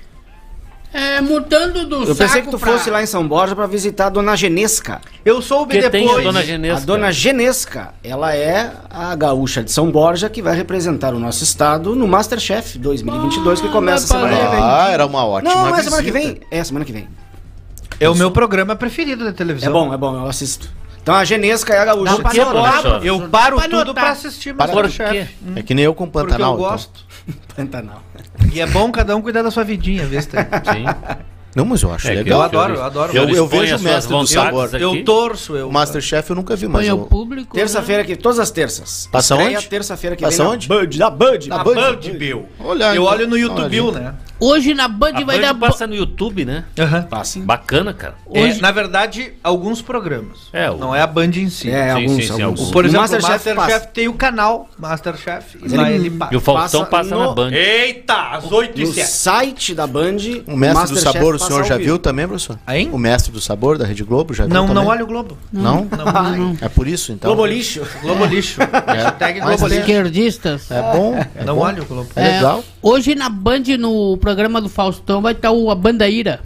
É, mudando do Eu pensei saco que tu pra- fosse lá em São Borja pra visitar a Dona Genesca. Eu soube Que tem depois. a Dona A Genesca. Dona Genesca, ela é a gaúcha de São Borja que vai representar o nosso estado no Masterchef dois mil e vinte e dois, que começa vai semana que vem. Ah, era uma ótima Não, não é visita. semana que vem. É semana que vem. É o meu programa preferido da É televisão. bom, é bom, eu assisto. Então a Genesca é a gaúcha Dá de pra São anotar, Borja. professor? Eu paro Pra tudo anotar. pra assistir Para- Masterchef. É que nem eu com o Porque Pantanal. eu então. gosto. Pantanal. E é bom cada um cuidar da sua vidinha, vê se tem. Sim. Não, mas eu acho É que legal. Eu adoro, eu adoro. Eu, eu Expõe vejo o as suas Mestre do vontades Sabor. aqui. Eu torço, eu. O Masterchef eu nunca vi, mas Põe o eu... público. Terça-feira aqui, todas as terças. Passa Estreia onde? terça-feira que Passa vem. onde? Na Band, na Band. Na Na Band, Band. Bill. Olha, Eu então. olho no YouTube, Olha. né? Hoje na Band A vai Band dar. passa no YouTube, né? Aham. Passa. Bacana, cara. É, Hoje- na verdade, alguns programas. É, o- Não é a Band em si. É, Sim, alguns, sim, sim, alguns. alguns. Por O exemplo, Masterchef o Masterchef passa. tem o canal Masterchef e Mas lá ele- ele passa. E o Faustão Passa passa na no- Band. Eita, às oito e No sete. site da Band, O Mestre do Masterchef Sabor, o passa senhor ao já vivo. viu também, professor? Hein? O Mestre do Sabor da Rede Globo já viu Não, também? não olha o Globo. Não? Não, É por isso, então? Globo lixo. Globo lixo. Hashtag Mas Globo tem- lixo. Esquerdistas. É bom? É Não bom? olha o Globo. É legal? Hoje na Band, no programa do Faustão, vai estar o, a Bandaíra.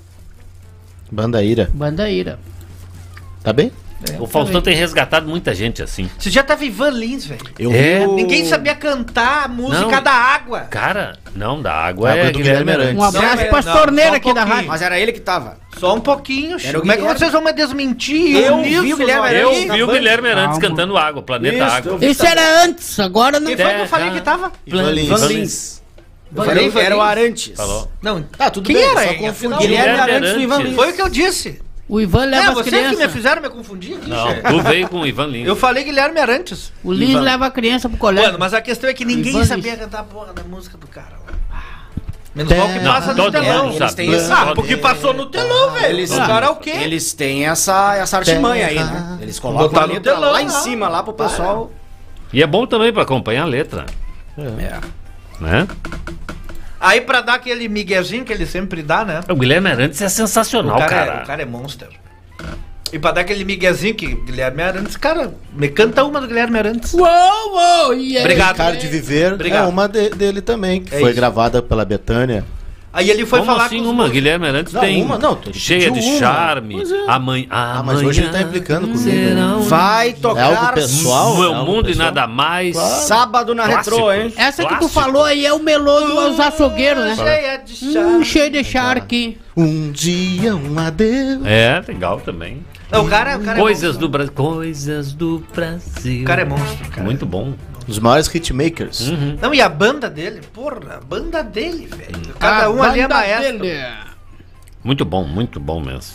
Bandaíra. Bandaíra. Tá bem? O Faustão tem resgatado muita gente assim. Você já tava Ivan Lins, velho. Eu É. vi o... Ninguém sabia cantar a música Não. da água. Cara, não, da água Água é do Guilherme Guilherme Arantes. Um abraço Não, para as não, só torneiras um aqui da pouquinho. rádio. Mas era ele que tava. Só um pouquinho, Era Chico. o Como é que Guilherme. vocês vão me desmentir? Eu nisso, vi o Guilherme nós- Eu Arantes vi o Band. Guilherme Arantes Calma. cantando Água, Planeta Isso, Água. eu vi. Isso era antes, agora não. Quem foi que eu falei que tava? Ivan Lins. Van Lins. Eu falei Ivan Era o Lins. Arantes. Falou. Não, Ah, tudo quem bem, era? só hein? confundi. Afinal, Guilherme Guilherme Arantes do Ivan Arantes. Lins. Foi o que eu disse. O Ivan leva É, as vocês que me crianças. fizeram me confundir aqui, Não, chefe. tu veio com o Ivan Lins. Eu falei Guilherme Arantes. O Lins leva a criança pro colégio. Mano, mas a questão é que ninguém Ivan sabia Lins. cantar a porra da música do cara. Menos mal que Não, passa no todo telão. mundo Eles sabe. têm esse- Ah, porque passou no telão, velho. Eles, O cara é o quê? eles têm essa, essa artimanha aí, né? Eles colocam Botar a no letra telão, lá em não. cima, lá pro pessoal. E é bom também pra acompanhar a letra, É. né? Aí pra dar aquele miguezinho que ele sempre dá, né? O Guilherme Arantes é sensacional, o, cara cara. É, o cara é monster. E pra dar aquele miguezinho que Guilherme Arantes, cara, me canta uma do Guilherme Arantes. Uou, uou, e aí? Obrigado. Ricardo de Viver Obrigado. é uma de- dele também, que É foi isso. gravada pela Betânia. Aí ele foi Como falar assim com os uma? músicos. Guilherme Arantes Não, tem uma não, tu cheia de pediu uma. charme. Pois é. Amanhã, Ah, mas hoje ele tá implicando comigo. será um- Vai É tocar algo pessoal? Meu é algo mundo e pessoal? nada mais. sábado na Clássicos. Retrô, hein? Essa que tu Clássico. falou aí é o melô dos açougueiros, né? Cheia de charme. Hum, cheio de charque. Um dia, um adeus. É, legal também. Não, o cara, o cara Coisas é monstro. do Brasil. Coisas do Brasil. O cara é monstro, cara. Muito bom. Os maiores hitmakers. Uhum. Não, e a banda dele? Porra, a banda dele, velho. Cada A um ali é banda maestro. dele. Muito bom, muito bom mesmo.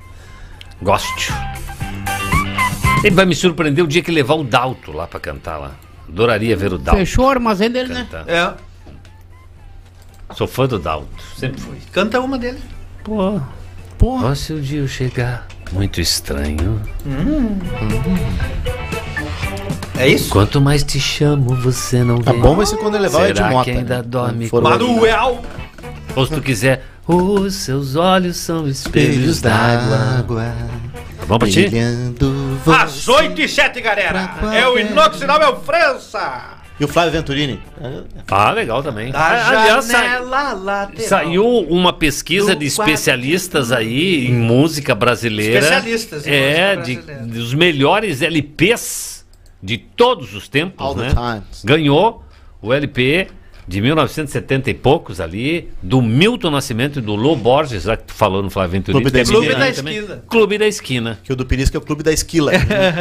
Gosto. Ele vai me surpreender o dia que levar o Dalto lá pra cantar lá. Adoraria ver o Dalto Fechou o armazém dele, né? cantar. É, Sou fã do Dalto, sempre fui. canta uma dele. Pô, Porra. ó, se o dia eu chegar muito estranho. É isso? Quanto mais te chamo, você não Tá vem. bom vai ser quando ele levar o Ed Será Mota. que ainda né? dorme For- Manuel! Ou se tu quiser, os seus olhos são espelhos d'água. Vamos pra ti? Brilhando Às oito e sete, galera! É o inoxidável França! E o Flávio Venturini? Ah, legal também. Da Ah, aliás, sa- janela lateral. saiu uma pesquisa Do de quarto. especialistas aí em música brasileira. Especialistas em É, música de, brasileira. dos melhores L Ps de todos os tempos, All the né? times. Ganhou o L P de mil novecentos e setenta e poucos ali, do Milton Nascimento e do Lô Borges, já que tu falou no Flávio Venturini. Clube da que é Clube mineiro da também. Esquina. Clube da Esquina. Que o do Pirisca é o Clube da Esquila.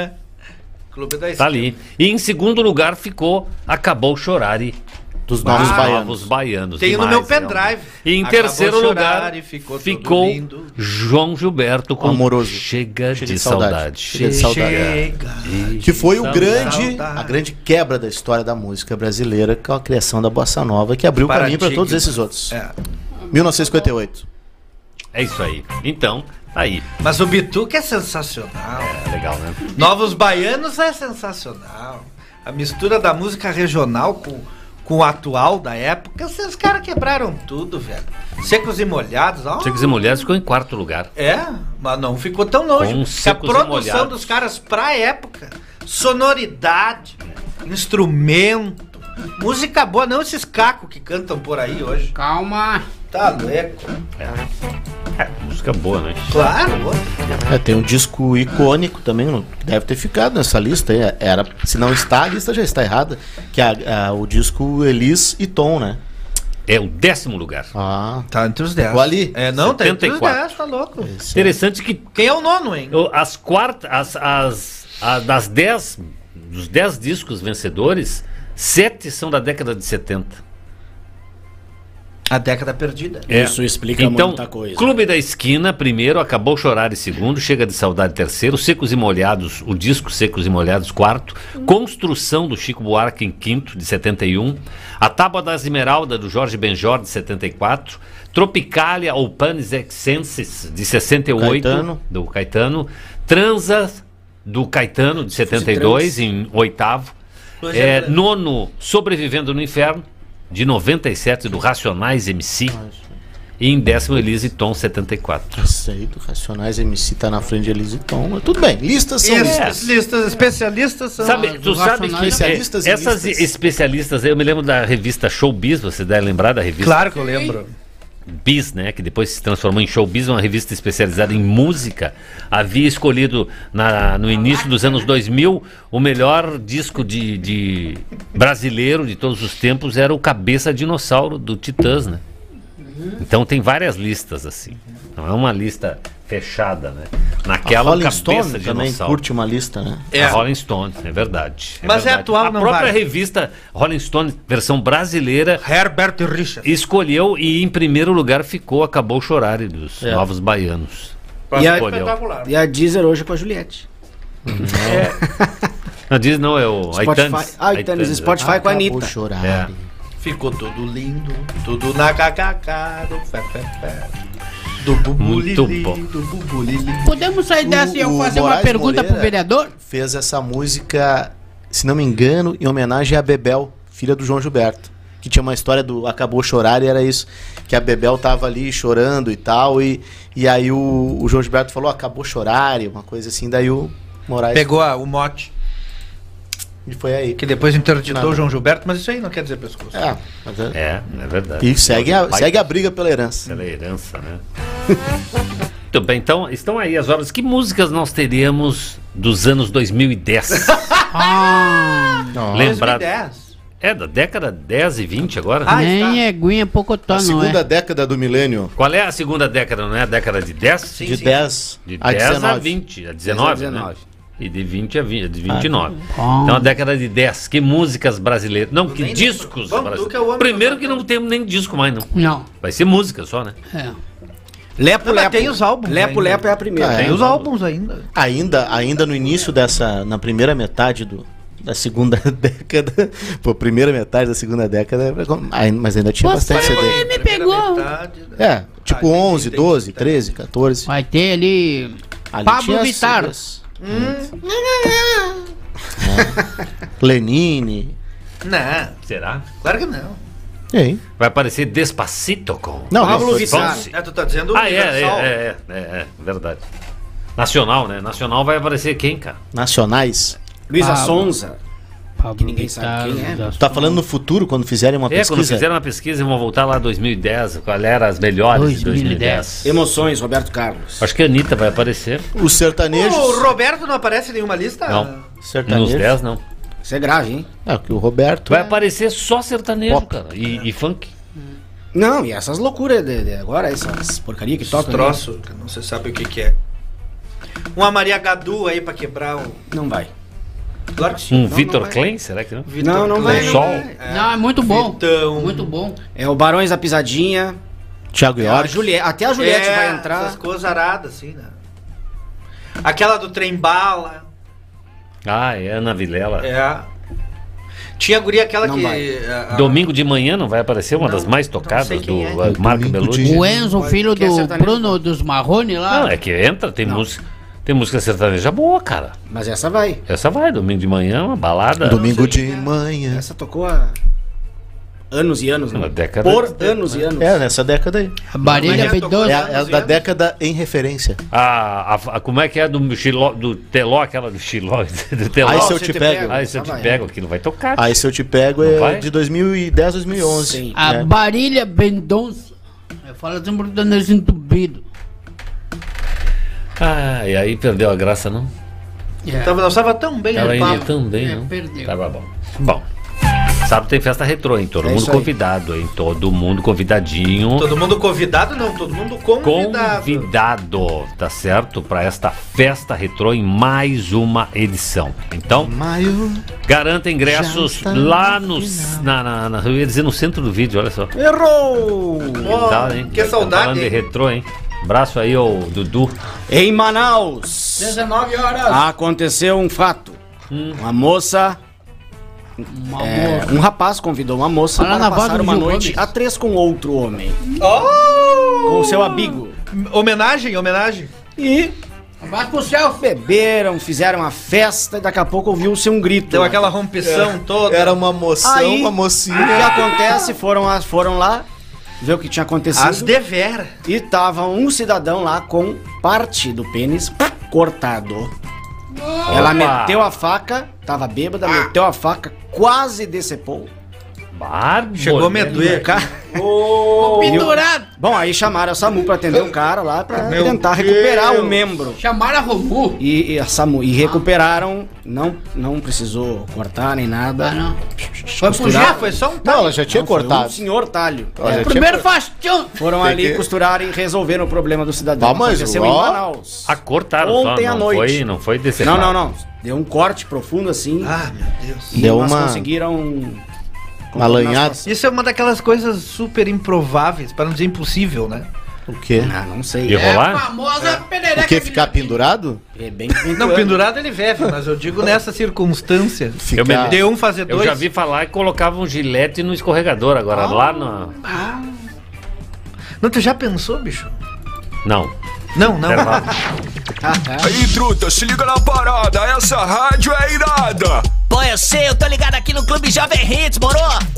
Clube da Tá Esquina. ali. E em segundo lugar ficou Acabou Chorare. Dos novos Ah, baianos. Novos Baianos. Tem no demais, meu realmente. pendrive. E em Acabou terceiro Chorar lugar e ficou ficou, tudo lindo. João Gilberto com Amoroso. Chega, Chega de, de Saudade. Saudade. Chega de Saudade. Chega. Que foi o Saudade. grande, Saudade. a grande quebra da história da música brasileira, com a criação da Bossa Nova, que abriu o caminho para Paradigma. todos esses outros. É. mil novecentos e cinquenta e oito. É isso aí. Então, tá aí. Mas o Bituca é sensacional. É legal, né? Novos Baianos é sensacional. A mistura da música regional com, com o atual da época, esses caras quebraram tudo, velho. Secos e Molhados, ó. Secos e Molhados ficou em quarto lugar. É, mas não ficou tão longe. Com Porque a Secos e produção Molhados. dos caras pra época, sonoridade, instrumento, música boa, não esses cacos que cantam por aí hoje. Calma. Tá louco. É, música boa, né? Claro. É, tem um disco icônico também, no- que deve ter ficado nessa lista aí. Era, se não está, a lista já está errada. Que é a- a- o disco Elis e Tom, né? É o décimo lugar. Ah, Tá entre os dez. O Ali? É, não, tá entre os setenta e quatro. dez, tá louco. Interessante que Quem é o nono, hein? eu- as quartas, as, as, as- das dez, dos dez discos vencedores, sete são da década de setenta. A década perdida. É. Isso explica então, muita coisa. Clube da Esquina, primeiro, Acabou Chorar em segundo, Chega de Saudade terceiro, Secos e Molhados, o disco Secos e Molhados quarto, Construção do Chico Buarque em quinto, de setenta e um, A Tábua das Esmeralda do Jorge Benjor, de setenta e quatro, Tropicália ou Panis Excensis, de sessenta e oito, Caetano. do Caetano, Transa do Caetano, de setenta e dois, em oitavo, Pois é, é, né? nono, Sobrevivendo no Inferno, de noventa e sete, do Racionais M C. E em décimo, Elise Tom, setenta e quatro. Isso aí do Racionais M C tá na frente de Elise Tom. Mas tudo bem, listas são Isso, listas. listas especialistas são. Sabe, as tu sabe que Especialistas é, e essas listas. especialistas, eu me lembro da revista Showbiz, você deve lembrar da revista Claro que eu lembro. Biz, né, que depois se transformou em Showbiz, uma revista especializada em música. Havia escolhido na, no início dos anos dois mil o melhor disco de, de brasileiro de todos os tempos era o Cabeça Dinossauro do Titãs, né? Então tem várias listas assim. Não é uma lista fechada, né? Naquela a Rolling Cabeça Stone também Dinossauro. curte uma lista, né? É. A Rolling Stone, é verdade. Mas é verdade. atual, A não própria vale. revista Rolling Stone, versão brasileira, Herbert Richards. escolheu e em primeiro lugar ficou Acabou Chorar dos É. Novos Baianos. E a, Escolheu. Espetacular. e a Deezer hoje é com a Juliette. Não diz não, é o Spotify. iTunes. Ah, iTunes, Spotify com a Acabou Anitta. chorar. É. Ficou tudo lindo, tudo na kkk, do fé, fé, fé. Do bubu Muito lili, bom. do bubu lili. Podemos sair dessa e eu O- o fazer uma Moraes pergunta Moreira pro vereador? Fez essa música, se não me engano, em homenagem à Bebel, filha do João Gilberto. Que tinha uma história do Acabou Chorar e era isso. Que a Bebel tava ali chorando e tal. E, e aí o, o João Gilberto falou, acabou chorar, e uma coisa assim. Daí o Moraes... Pegou a- o mote, E foi aí. que depois interditou Não. o João Gilberto, mas isso aí não quer dizer pescoço. É, mas é- É, é verdade. E segue a, Pai- segue a briga pela herança. Pela herança, né? Muito bem, então estão aí as horas. Que músicas nós teríamos dos anos dois mil e dez? Ah, Lembrado. dois mil e dez. É, da década dez e vinte agora? Ah, nem está. é guinha pocotó, A não segunda é? década do milênio, Qual é a segunda década, não é? A década de dez? Sim, de sim. dez De a dez a dezenove. vinte, a dezenove, né? dezenove. E de vinte a vinte, de vinte e nove. bom. Então a década de dez. Que músicas brasileiras? Não, que nem discos lembro. Vamos, tu que é o brasileiros. homem Primeiro do que não temos nem disco mais, não. Não. Vai ser música só, né? É. Lepo, Não, mas Lepo. tem os álbuns Lepo, ainda. Lepo é a primeira. Ah, Tem é. os álbuns ainda. Ainda, ainda no início dessa, na primeira metade do, da segunda década, pô, primeira metade da segunda década, ai, mas ainda tinha Você bastante C D. me pegou. Metade, né? É, tipo Ah, tem- onze, tem- doze, tem- treze, quatorze. Vai ter ali Ali Pablo tinha Vittar. C Ds. Lenine. Não, Será? claro que não. E aí? Vai aparecer Despacito com... Não, Pablo não, Vittar. Fonse. É, tu tá dizendo Ah, é, é, Universal. é, é, é, é, verdade. Nacional, né? Nacional vai aparecer quem, cara? nacionais. Luísa Pablo. Sonza. Pablo Que ninguém Vittar, sabe quem é. da- Tu tá falando no futuro, quando fizerem uma É, quando pesquisa? fizeram uma pesquisa, vão voltar lá em dois mil e dez, qual era as melhores de dois mil e dez. Emoções, Roberto Carlos. Acho que a Anitta vai aparecer. Os sertanejos. O Roberto não aparece em nenhuma lista? Não. Sertanejos. Nos dez, não. Isso é grave, hein? É, que o Roberto. Vai é- aparecer só sertanejo, Pop. cara. E, e funk. Não, e essas loucuras de, de agora, essas porcaria que Esses tocam. troços, que não se sabe o que que é. Uma Maria Gadu aí pra quebrar o... Não vai. Claro que sim. Um Não, Vitor não vai. Klein, será que não? Vitor Não, não vai. Klein. Sol. Não, é muito bom. Vitão. Muito bom. É o Barões da Pisadinha. Thiago A York. Juliette, até a Juliette É, vai entrar. essas coisas aradas, assim, né? Aquela do Trem Bala. Ah, é Ana Vilela. É. Tinha a guria aquela Não que... vai. a- a- Domingo de manhã não vai aparecer uma Não, das mais não tocadas sei do quem é. uh, Marco Domingo Belucci? de- O Enzo, filho Que é do sertanejo. Bruno dos Marrone lá. Não, é que entra, tem música, tem música sertaneja boa, cara. Mas essa vai. Essa vai, domingo de manhã, uma balada. Domingo sei de quem é. manhã. Essa tocou há anos e anos, Uma né? década Por de- anos e anos. É, nessa década aí. A Barilha Mas B já doze. É, a- é a da década em referência. A, a- a- como é que é do, Xiló, do Teló, aquela do Xiló? Do Teló. Aí se eu te pego. Aí se eu te Essa vai. pego, aqui não vai tocar. Aí se eu te pego Não é vai? de dois mil e dez, dois mil e onze. Sim. A É. Barilha Mendonça. Eu falo sempre do nariz entupido. Ah, e aí perdeu a graça, não? É. Tava, nós tava tão bem Ela no ainda papo. tão bem, É, não? perdeu. Tava bom. Bom, Sábado tem festa retrô, hein? Todo É mundo isso aí. convidado, hein? Todo mundo convidadinho. Todo mundo convidado, não, todo mundo convidado. Convidado, tá certo? Para esta festa retrô em mais uma edição. Então, Maio. garanta ingressos Já está lá no no, na, na, na, eu ia dizer no centro do vídeo, olha só. Errou! Tá, hein? que Tá saudade, falando de hein? retrô, hein? Abraço aí, ô Dudu. Em Manaus, dezenove horas. aconteceu um fato. Uma moça. Uma é, moça. um rapaz convidou uma moça Fala para na voz passar do uma Gil noite Gomes. a três com outro homem. Oh! Com seu amigo. Homenagem, homenagem. E Vai pro céu. beberam, fizeram uma festa e daqui a pouco ouviu-se um grito. Deu aquela rompição toda. Era uma moção, Aí, uma o mocinha. que acontece? Foram, as- foram lá ver o que tinha acontecido. As devera. E tava um cidadão lá com parte do pênis cortado. Ela Opa. meteu a faca, tava bêbada, meteu a faca, quase decepou. Bárbaro. Chegou a me doer. Pendurado. Bom, aí chamaram a SAMU pra atender um cara lá pra Meu tentar recuperar Deus. o membro. Chamaram a Romu. E, e a SAMU e recuperaram, não, não precisou cortar nem nada. Ah, não. Foi pro Costurar. Gil. Foi só um Não, ela já tinha Não, foi cortado. um senhor talho. Ela É, já Primeiro tinha... faz tchum. foram Tem ali que- costurar e resolveram o problema do cidadão. Ah, mas, Aconteceu ó. em Manaus. Ah, cortaram Ontem só, à não noite. foi, não foi desse Não, não, não. Deu um corte profundo assim. Ah, meu Deus. E Deu mas uma- conseguiram. Uma lanhada. Isso é uma daquelas coisas super improváveis, para não dizer impossível, né? O quê? Ah, não sei. E É rolar? a famosa perereca. O quê? de Ficar Japim. pendurado? É bem Não, pendurado ele vive, mas eu digo nessa circunstância. Ficar... Eu me De um fazer Eu dois. já vi falar que colocavam um gilete no escorregador agora, lá no... Ah. Não, tu já pensou, bicho? Não. Não, não. Intervalo. Aí, truta, se liga na parada, essa rádio é irada. Pô, eu sei, eu tô ligado aqui no Clube Jovem Hits, moro?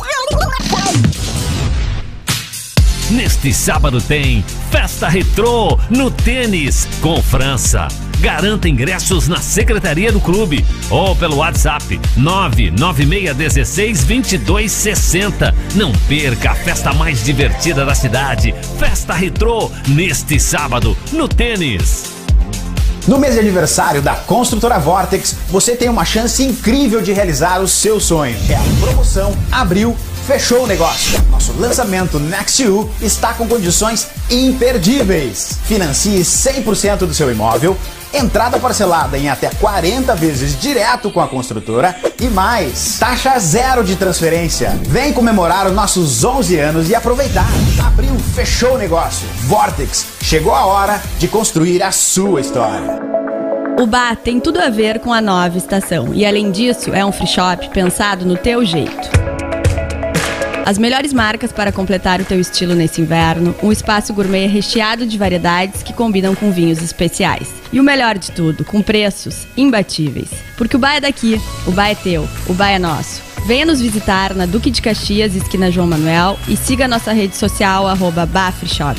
Neste sábado tem Festa Retrô no Tênis com França. Garanta ingressos na secretaria do clube ou pelo WhatsApp nove nove seis um seis dois seis zero. Não perca a festa mais divertida da cidade. Festa Retrô neste sábado no Tênis. No mês de aniversário da Construtora Vortex, você tem uma chance incrível de realizar o seu sonho. É a promoção Abril Fechou o Negócio. Nosso lançamento Next U está com condições imperdíveis. Financie cem por cento do seu imóvel, entrada parcelada em até quarenta vezes direto com a construtora e mais, taxa zero de transferência. Vem comemorar os nossos onze anos e aproveitar. Abril Fechou o Negócio. Vortex, chegou a hora de construir a sua história. O bar tem tudo a ver com a nova estação e, além disso, é um free shop pensado no teu jeito. As melhores marcas para completar o teu estilo nesse inverno, um espaço gourmet recheado de variedades que combinam com vinhos especiais. E o melhor de tudo, com preços imbatíveis. Porque o bar é daqui, o bar é teu, o bar é nosso. Venha nos visitar na Duque de Caxias, esquina João Manuel, e siga a nossa rede social, arroba Bar Free Shop.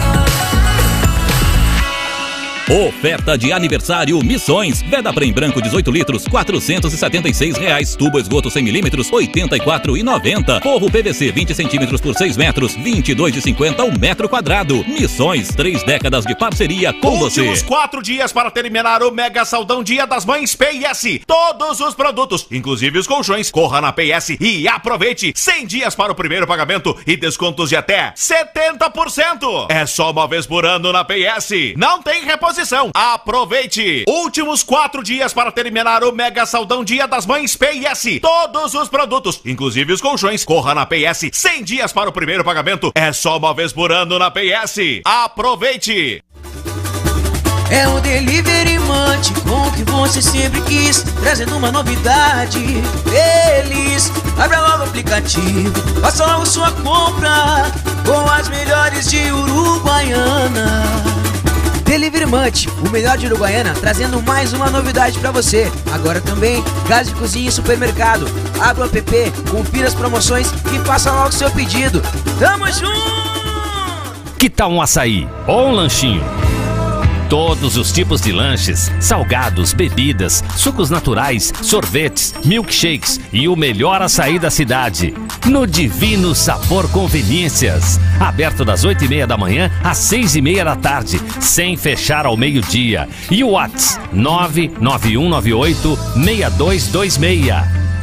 Oferta de aniversário Missões. Veda Prem branco dezoito litros, quatrocentos e setenta e seis reais. Tubo esgoto cem milímetros, oitenta e quatro e noventa. Forro P V C vinte centímetros por seis metros, vinte e dois e cinquenta o metro quadrado. Missões, três décadas de parceria com você. Últimos quatro dias para terminar o Mega Saldão Dia das Mães P S. Todos os produtos, inclusive os colchões, corra na P S e aproveite. cem dias para o primeiro pagamento e descontos de até setenta por cento. É só uma vez por ano na P S. Não tem reposição. Aproveite! Últimos quatro dias para terminar o Mega Saldão Dia das Mães P S. Todos os produtos, inclusive os colchões, corra na P S. cem dias para o primeiro pagamento. É só uma vez por ano na P S. Aproveite! É o Delivery Munch com o que você sempre quis, trazendo uma novidade feliz. Abra logo o aplicativo, faça logo sua compra com as melhores de Uruguaiana. Delivery Munch, o melhor de Uruguaiana, trazendo mais uma novidade pra você. Agora também, gás de cozinha e supermercado. Abra o app, confira as promoções e faça logo seu pedido. Tamo junto! Que tal um açaí ou um lanchinho? Todos os tipos de lanches, salgados, bebidas, sucos naturais, sorvetes, milkshakes e o melhor açaí da cidade. No Divino Sabor Conveniências. Aberto das oito e meia da manhã às seis e meia da tarde, sem fechar ao meio-dia. E o WhatsApp nove nove um nove oito seis dois dois seis.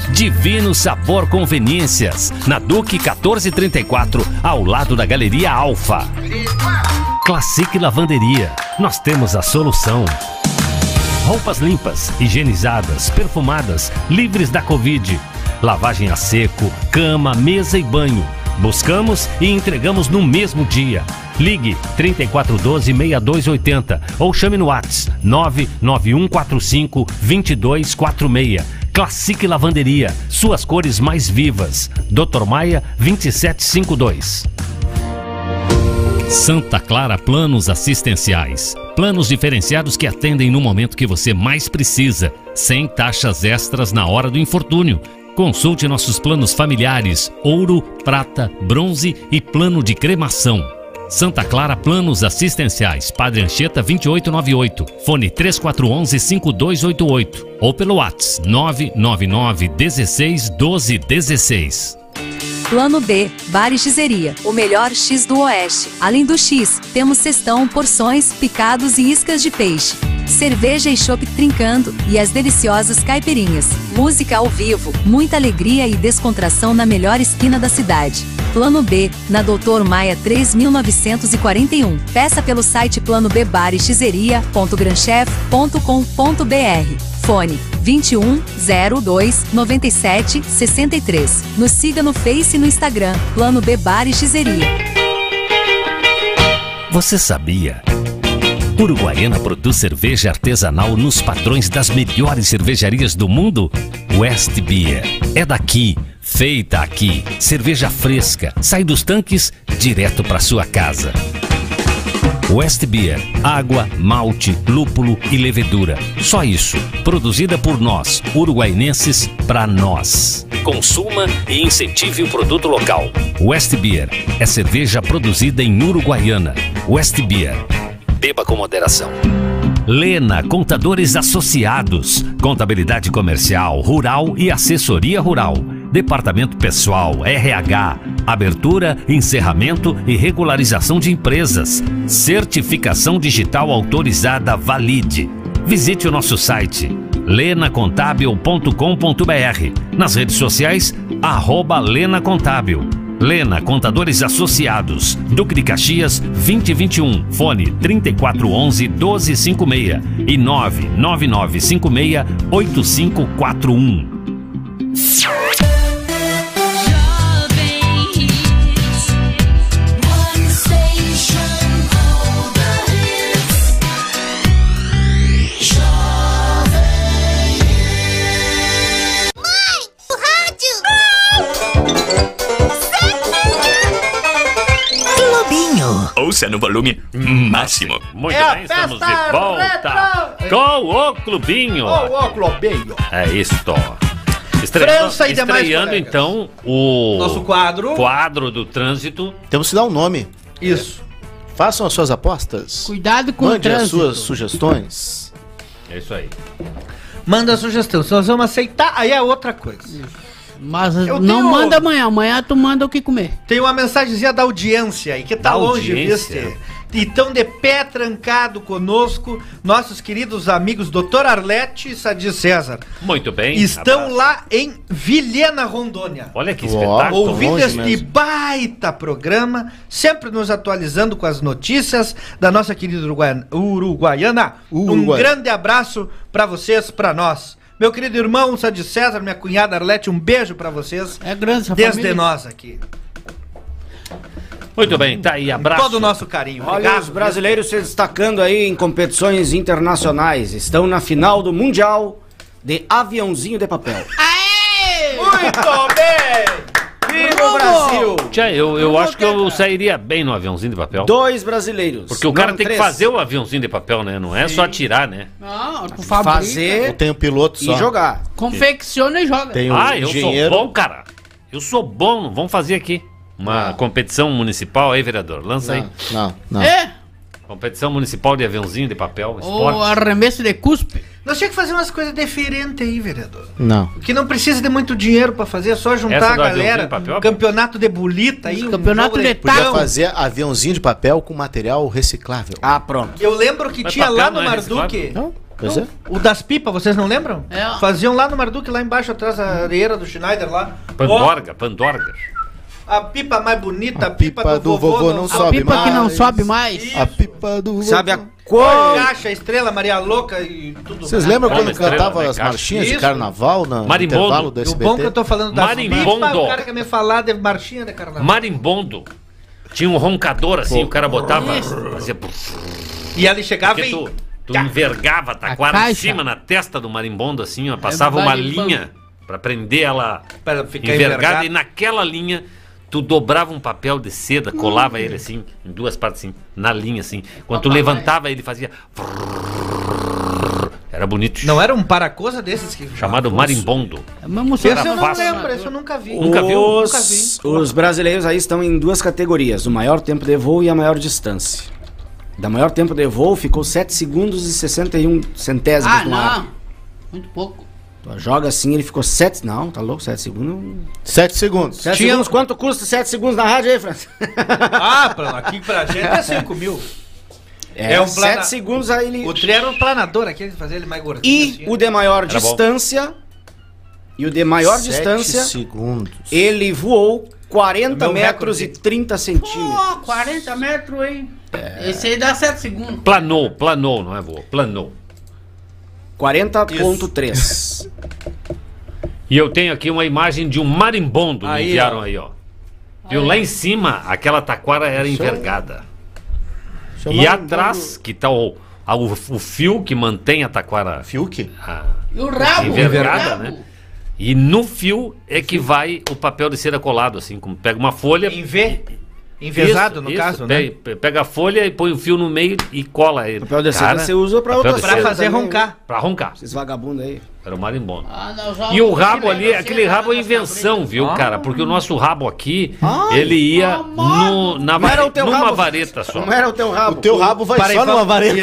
Divino Sabor Conveniências, na Duque quatorze trinta e quatro, ao lado da Galeria Alfa. Classic Lavanderia, nós temos a solução. Roupas limpas, higienizadas, perfumadas, livres da Covid. Lavagem a seco, cama, mesa e banho. Buscamos e entregamos no mesmo dia. Ligue trinta e quatro doze, sessenta e dois oitenta ou chame no WhatsApp nove nove um quatro cinco, dois dois quatro seis. Classic Lavanderia, suas cores mais vivas. doutor Maia, vinte e sete cinquenta e dois. Santa Clara Planos Assistenciais. Planos diferenciados que atendem no momento que você mais precisa, sem taxas extras na hora do infortúnio. Consulte nossos planos familiares, ouro, prata, bronze e plano de cremação. Santa Clara Planos Assistenciais, Padre Anchieta vinte e oito noventa e oito, fone três quatro um um, cinco dois oito oito ou pelo WhatsApp nove nove nove dezesseis doze dezesseis. Plano B, Bar e Xeria, o melhor X do Oeste. Além do X, temos cestão, porções, picados e iscas de peixe. Cerveja e chopp trincando e as deliciosas caipirinhas. Música ao vivo, muita alegria e descontração na melhor esquina da cidade. Plano B, na doutor Maia três mil novecentos e quarenta e um. Peça pelo site plano b bar e xeria ponto granchef ponto com ponto br. Fone vinte e um, zero dois, noventa e sete, sessenta e três. Nos siga no Face e no Instagram, Plano B Bar e Xeria. Você sabia? Uruguaiana produz cerveja artesanal nos padrões das melhores cervejarias do mundo? West Beer. É daqui, feita aqui. Cerveja fresca, sai dos tanques, direto para sua casa. West Beer, água, malte, lúpulo e levedura. Só isso. Produzida por nós, uruguaienses, para nós. Consuma e incentive o produto local. West Beer é cerveja produzida em Uruguaiana. West Beer. Beba com moderação. Lena Contadores Associados. Contabilidade comercial, rural e assessoria rural. Departamento Pessoal, R H, abertura, encerramento e regularização de empresas. Certificação digital autorizada Valide. Visite o nosso site lena contábil ponto com ponto br. Nas redes sociais, arroba Lena Contábil. Lena Contadores Associados, Duque de Caxias vinte e vinte e um, fone trinta e quatro onze, doze cinquenta e seis e nove nove nove cinco seis, oito cinco quatro um. Ouça no volume máximo. Muito É a bem, estamos de festa volta retro. com o Clubinho. Ô, ô, Clubinho. É isso. Estreando, França e demais estreando colegas. então o Nosso quadro. quadro do trânsito. Temos que dar um nome. Isso. Façam as suas apostas. Cuidado com o Mande as trânsito. suas sugestões. É isso aí. Manda a sugestão. Se nós vamos aceitar, aí é outra coisa. Mas Eu não tenho- manda amanhã, amanhã tu manda o que comer. Tem uma mensagenzinha da audiência aí, que tá Da longe, audiência? viste? E tão de pé trancado conosco, nossos queridos amigos doutor Arlete e Sadi César. Muito bem. Estão abraço. lá em Vilhena, Rondônia. Olha que Ó, espetáculo. Ouvindo longe este mesmo. baita programa, sempre nos atualizando com as notícias da nossa querida Uruguaiana. Uruguaiana. Um Uruguai. grande abraço pra vocês, pra nós. Meu querido irmão Sadi César, minha cunhada Arlete, um beijo pra vocês. É grande essa Desde família. nós aqui. Muito bem, tá aí, abraço. Todo o nosso carinho. Olha Obrigado. os brasileiros se destacando aí em competições internacionais. Estão na final do Mundial de Aviãozinho de Papel. Muito bem! Viva o Brasil! Tia, eu, eu acho que eu sairia bem no aviãozinho de papel. Dois brasileiros. Porque o cara Não, tem três. que fazer o aviãozinho de papel, né? Não é só atirar, né? Não, tu fabrica, Fazer Eu tenho piloto e só. jogar. confecciona e joga. Tenho Ah, eu engenheiro. sou bom, cara. Eu sou bom. Vamos fazer aqui uma competição municipal aí, vereador. Lança aí. Não, não. É? Competição municipal de aviãozinho de papel, Ou esporte. arremesso de cuspe. Nós tínhamos que fazer umas coisas diferentes aí, vereador. Não. Que não precisa de muito dinheiro pra fazer, é só juntar Essa a do aviãozinho galera. de papel? Campeonato de bolita aí. um Campeonato jogo de Podia taco. fazer aviãozinho de papel com material reciclável. Ah, pronto. Eu lembro que Mas tinha papel lá no não é Marduque. reciclável? Pois é. O das pipas, vocês não lembram? É. Faziam lá no Marduk, lá embaixo, atrás da areeira do Schneider lá. Pandorga, Pandorga. A pipa mais bonita, a pipa, pipa do, do vovô não A sobe pipa que não mais. sobe mais. A pipa do... Sabe a Qual? Caixa, Estrela, Maria Louca e tudo. Vocês lembram Ah, quando estrela, cantava né, as caixa? marchinhas de Isso. carnaval no Marimbondo. intervalo do E o S B bom que T? eu tô falando das Marimbondo. pipas, o cara quer me falar de marchinha de carnaval. Marimbondo. Tinha um roncador assim, o cara botava. Fazia. E ela chegava Porque e... tu, tu envergava a taquara A em caixa. cima na testa do marimbondo, assim, ó. Passava uma marimbondo. linha pra prender ela Pra ficar envergada. envergada. E naquela linha, tu dobrava um papel de seda, colava ele assim, em duas partes assim, na linha assim. Quando tu levantava, ele fazia. Era bonito. Não era um paracosa desses que... Chamado marimbondo. É mesmo Esse Era eu não fácil. lembro, esse eu nunca vi. Nunca viu? Os, Nunca vi. os brasileiros aí estão em duas categorias, o maior tempo de voo e a maior distância. Da maior tempo de voo ficou sete segundos e sessenta e um centésimos Ah, no ar. não. Muito pouco. Tu joga assim, ele ficou sete... Não, tá louco? sete segundos... Sete segundos. sete Tinha- segundos, quanto custa sete segundos na rádio aí, França? Ah, pra, aqui pra gente é cinco mil. É, É um sete plana- segundos aí ele... O tri era um planador aqui, fazer ele mais gordinho. E assim. o de maior Era bom. distância... E o de maior Sete distância... segundos. Ele voou quarenta Meu metros recorde. e trinta centímetros. Pô, quarenta metros, hein? Esse aí dá sete segundos. Planou, planou, não é voo, planou. quarenta ponto três. E eu tenho aqui uma imagem de um marimbondo, me Aí, enviaram ó. aí, ó. Viu? Lá em cima, aquela taquara era envergada. Deixa eu E mandar- atrás, que tá o, a- o, o fio que mantém a taquara Fiuk? a- E o rabo? envergada, o rabo. né? E no fio é que vai o papel de cera colado, assim, como pega uma folha. Em V? Envezado, Isso, no isso, caso, né? pe- Pega a folha e põe o fio no meio e cola ele. Papel de seda Cara, você usa pra papel outras de Pra seda fazer também, roncar. Pra roncar. Esses vagabundos aí. Era o marimbondo. Ah, não, já E o não rabo se ali, lembra, aquele você rabo é lembra invenção, dessa viu, Ah. cara? Porque o nosso rabo aqui, Ai, ele ia no, na Como era vare- o teu numa rabo? vareta só. Como era o teu rabo? O teu rabo vai Para só aí, numa vamos- vareta.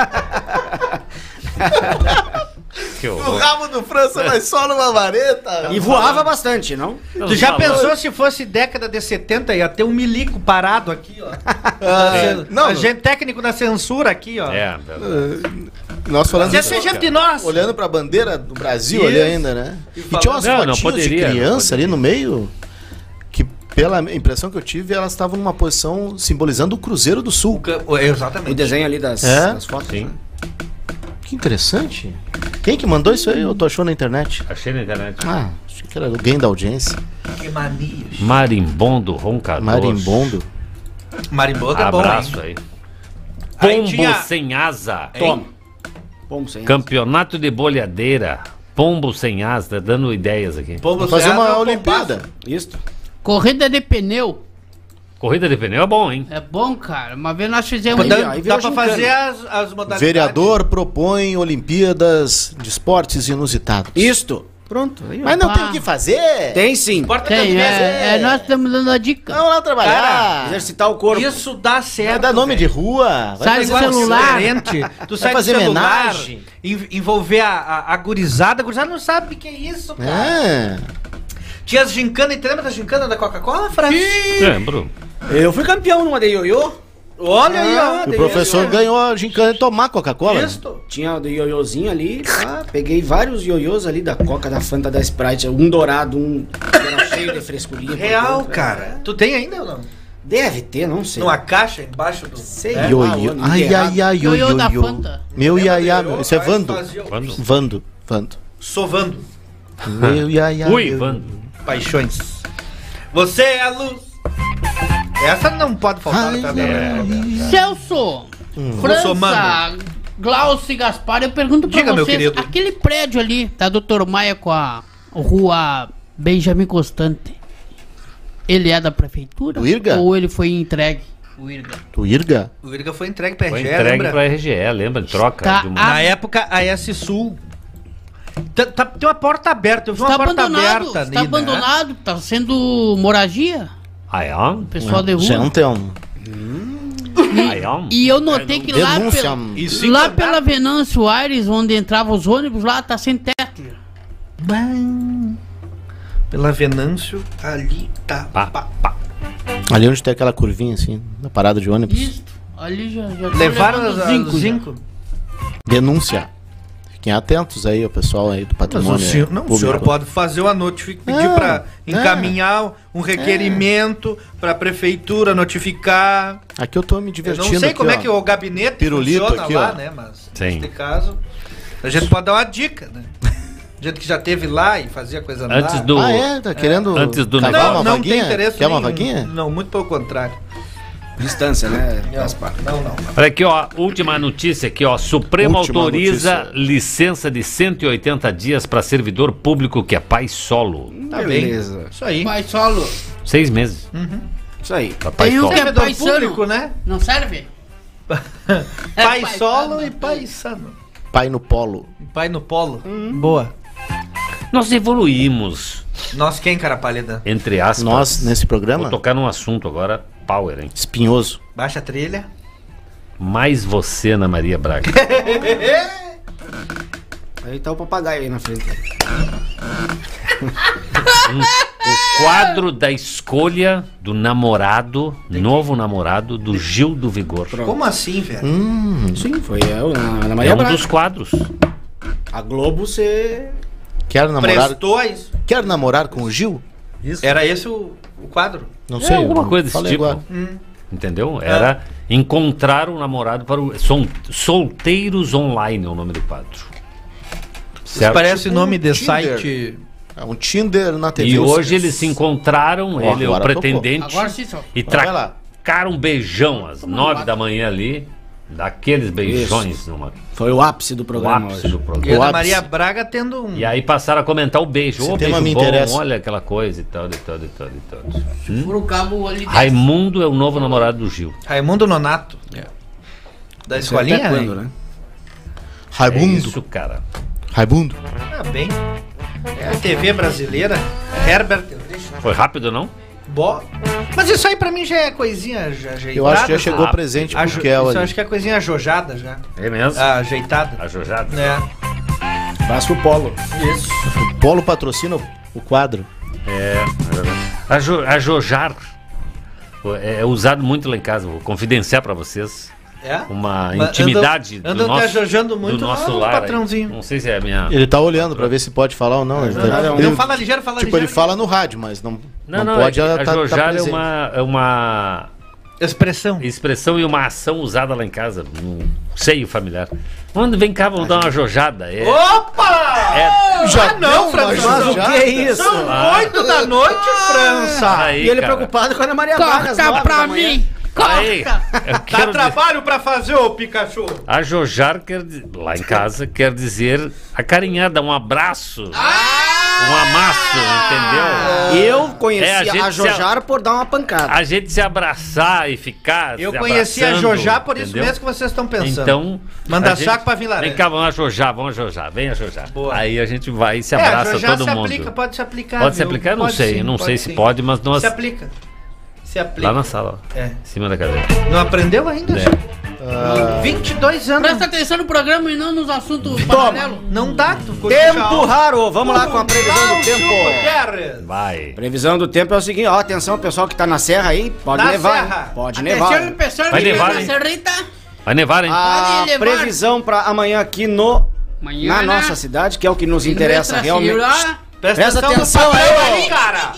Que O horror. rabo do França vai só numa vareta. E voava bastante, não? Tu já Falando. pensou se fosse década de setenta, ia ter um milico parado aqui, ó. É. Não, a gente técnico da censura aqui, ó. É, verdade. Nós falando Você é gente de nós. olhando pra bandeira do Brasil Isso. ali ainda, né? E E tinha umas Não, não fotinhas poderia, de não criança ali no meio que, pela impressão que eu tive, elas estavam numa posição simbolizando o Cruzeiro do Sul. O- Exatamente. O desenho ali das, É? das fotos. Sim. né? Que interessante. Quem que mandou isso aí? Eu tô achando na internet. Achei na internet. Ah, achei que era alguém da audiência. Que mania. Marimbondo roncador. Marimbondo. Marimbondo é bom, Abraço hein? aí. Aí Pombo tinha- sem asa. Toma. Pombo sem asa. Campeonato de bolhadeira. Pombo sem asa. Tá dando ideias aqui. Pombo Vamos fazer Ceasa é uma um Olimpíada. Isso. Corrida de pneu. Corrida de pneu é bom, hein? É bom, cara. Uma vez nós fizemos... Dá, Aí- aí dá virou pra gincana. fazer as, as modalidades. Vereador propõe Olimpíadas de esportes inusitados. Isto. Pronto. Aí, ó. Mas não Ah. tem o que fazer. Tem sim. Importa Tem, que é, é, nós estamos dando a dica. Vamos lá trabalhar. Cara, Exercitar o corpo. Isso dá certo. Vai dar nome velho. de rua. Vai Sai fazer do celular. Diferente. Tu sai fazer do celular, homenagem. en- envolver a, a, a gurizada. A gurizada não sabe o que é isso, cara. É. Tinha as gincanas, e tu lembra da gincana da Coca-Cola, Fran? Lembro. Eu fui campeão numa de ioiô. Olha aí, ó. O professor ganhou a gincana de tomar Coca-Cola. Isso. Tinha o de ioiôzinho ali. Ah, peguei vários ioiôs ali da Coca, da Fanta, da Sprite. Um dourado, um que era cheio de frescurinha. por Real, dentro. cara. Tu tem ainda ou não? Deve ter, não sei. Numa caixa embaixo do... Sei É? lá, Ioiô. onde Ai, errado. ai, ai, Ioiô ioiô. da ioiô. Fanta. Meu Lembra iaiá, do ioiô? isso é Aí Vando. fazia o- Quando? Vando, Vando. Sovando. Meu iaiá. Ui, meu- Vando. Paixões. Você é a luz. Essa não pode faltar Ai, na tabela. Celso, França, Russomano. Glaucio e Gaspar, eu pergunto pra Diga, meu vocês, querido. aquele prédio ali, da doutor Maia com a rua Benjamin Constante, ele é da prefeitura? Do Irga? Ou ele foi entregue? O Irga. O Irga? O Irga foi entregue pra Foi R G E, entregue lembra? pra R G E, lembra? Em troca. Tá de uma- Na época, a S Sul. Tá- tá- tem uma porta aberta. Eu vi Está uma porta abandonado, aberta está ali, né? abandonado, tá sendo moragia. Ah, é? O pessoal de rua. Gente, é um... Ah, é? E eu notei que lá, Denúncia. pela, E cinco lá andares. pela Venâncio Aires, onde entravam os ônibus, lá tá sem teto. Bam. Pela Venâncio, ali tá. Pá, pá. pá. Ali onde tem aquela curvinha assim, na parada de ônibus. Isso, ali já, já tô Levaram levando as- zinco os já. zinco. Denúncia. Fiquem atentos aí, o pessoal aí do Mas patrimônio. o senhor, não, o público. senhor pode fazer uma notificação, pedir Ah, para ah, encaminhar um requerimento para a prefeitura notificar. Aqui eu tô me Eu divertindo. não sei aqui, como ó. é que o gabinete Pirulito funciona aqui, lá, ó. né? Mas Sim. nesse caso, a gente pode dar uma dica, né? Gente que já teve lá e fazia coisa lá. Antes do- Ah, é? Tá querendo Antes do cavar negócio. Não, uma não vaguinha? tem interesse Quer uma nenhum. vaguinha? Não, muito pelo contrário. Distância, né? Não, não. Olha aqui, ó, última notícia aqui, ó. Supremo Última autoriza notícia. licença de cento e oitenta dias para servidor público que é pai solo. Tá Beleza. bem. Isso aí. Pai solo. Seis meses. Isso aí. Pra pai Tem um solo. que é Servidor paisano. público, né? Não serve? Pai pai solo sano. e pai sano. Pai no polo. Pai no polo. Boa. Nós evoluímos, Nós quem, cara pálida? entre aspas. Nós, nesse programa, Vou tocar num assunto agora, power, hein? espinhoso. Baixa a trilha. Mais você, Ana Maria Braga. Aí tá o papagaio aí na frente. Um- o quadro da escolha do namorado, novo namorado, do Gil do Vigor. Como assim, velho? Hum, Sim, foi eu, na, na É Maria um Braga. dos quadros. A Globo você... quero namorar. Prestou a isso. Quero namorar com o Gil? Isso. Era esse o, o quadro? Não É sei. alguma eu coisa desse falei tipo. agora. Hum. Entendeu? Era encontrar um namorado para o. Sol, Solteiros Online é o nome do quadro. Isso parece Tipo nome de Tinder. site. É um Tinder na T V. E hoje vocês. eles se encontraram, Ó, ele e o agora pretendente, Agora sim, só. e Vai lá. tracaram um beijão às nove da manhã ali, daqueles beijões numa, Foi o ápice do o programa ápice hoje. do E programa. Ana ápice. Maria Braga tendo um. E aí passaram a comentar o beijo. Esse Ô, tema beijo me bom, interessa. olha aquela coisa e tal, e tal, e tal, e tal. Por o cabo ali. Raimundo é o novo namorado do Gil. Raimundo Nonato. Da escolinha? Até quando, né? né? É Raimundo. isso, cara. Raimundo. Ah, bem. É a T V brasileira. Herbert. Foi rápido, não? Bo... Mas isso aí pra mim já é coisinha já ajeitada. Eu acho que já chegou Ah, presente pro Ajo... Kel Isso ali. eu acho que é coisinha ajojada já. É mesmo? Ah, ajeitada. Ajojado. É. Vasco Polo. Isso. O Polo patrocina o- o quadro. É. Ajo, ajojar é, é usado muito lá em casa. Vou confidenciar pra vocês. É? Uma Mas intimidade andam- do andam nosso, te ajojando muito do nosso lá no lar. aí. patrãozinho. Não sei se é a minha... Ele tá olhando pra ver se pode falar ou não. Ele tá- Não, ele- não fala ligeiro, fala Tipo, ligeiro. ele fala no rádio, mas não, Não, não, não, pode é que ah, tá- tá ajojar é presente. uma, é uma Expressão. expressão e uma ação usada lá em casa, no seio familiar. Quando vem cá, vamos dar uma jojada. É, Opa! é, Já não, França. Mas o que é isso? São Ah. oito da noite, França. aí, E ele cara. preocupado com a Ana Maria Braga. às Corta nove pra da manhã. mim! Aí, Corta! eu Dá quero dizer- trabalho pra fazer, ô Pikachu. ajojar quer di- lá em casa quer dizer acarinhar, dar um abraço, Ah! um amasso, entendeu? Eu É, a conhecia gente a se Jojar por dar uma pancada. A gente se abraçar e ficar Eu se conheci a abraçando, Jojá por isso entendeu? mesmo que vocês estão pensando. Então, Manda a gente- saco pra vir laranja. Vem cá, vamos ajojar, vamos ajojar, vem ajojar. Boa. Aí a gente vai e se É, abraça Jojá todo se mundo. aplica, pode se aplicar. Pode se viu? aplicar? Não Pode sei, sim, não pode sei se sim. pode, mas nós... Se aplica. Se aplica. Lá na sala, ó, É. em cima da cadeira. Não aprendeu ainda? É. Ah, vinte e dois anos. Presta atenção no programa e não nos assuntos Toma. paralelos. Não dá, tu ficou Tempo raro. Vamos lá com a previsão do Cláudio tempo. Gutierrez. Vai. Previsão do tempo é o seguinte, ó, atenção, pessoal que tá na serra aí, pode Na nevar. serra. hein? Pode Atenção, nevar. pessoal Vai que nevar, tá na hein? Serrita. Vai nevar, hein? A Pode levar. previsão pra amanhã aqui no Amanhã, na né? nossa cidade, que é o que nos interessa Letra realmente. Senhora. Presta no atenção papel aí, aí, cara.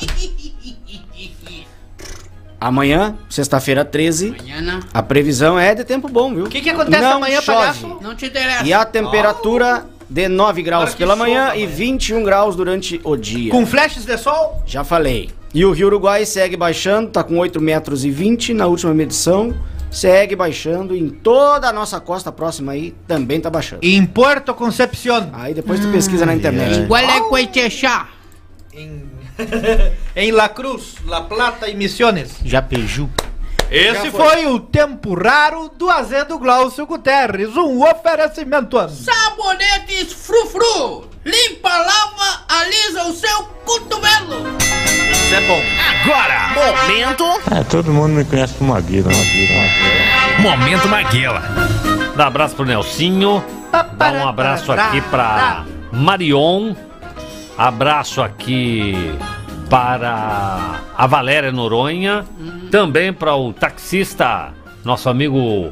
Amanhã, sexta-feira treze, Amanhã, né? a previsão é de tempo bom, viu? O que que acontece Não amanhã, chove. palhaço? Não te interessa. E a temperatura de nove graus Agora que pela chova manhã e amanhã. vinte e um graus durante o dia. Com flashes de sol? Já falei. E o Rio Uruguai segue baixando, tá com oito metros e vinte na última medição. Segue baixando em toda a nossa costa próxima aí, também tá baixando. Em Porto Concepción. Aí depois tu pesquisa na internet. Qual é Coitechá? Em... em La Cruz, La Plata e Misiones. Japeju. Esse Já foi. foi. o tempo raro do azedo Glaucio Guterres. Um oferecimento. Sabonetes frufru. Limpa, lava, alisa o seu cotovelo. Isso é bom. Agora, momento. É, todo mundo me conhece como Maguila. Momento Maguila. Dá um abraço pro Nelsinho. Dá um abraço aqui pra Marion. Abraço aqui para a Valéria Noronha. Também para o taxista, nosso amigo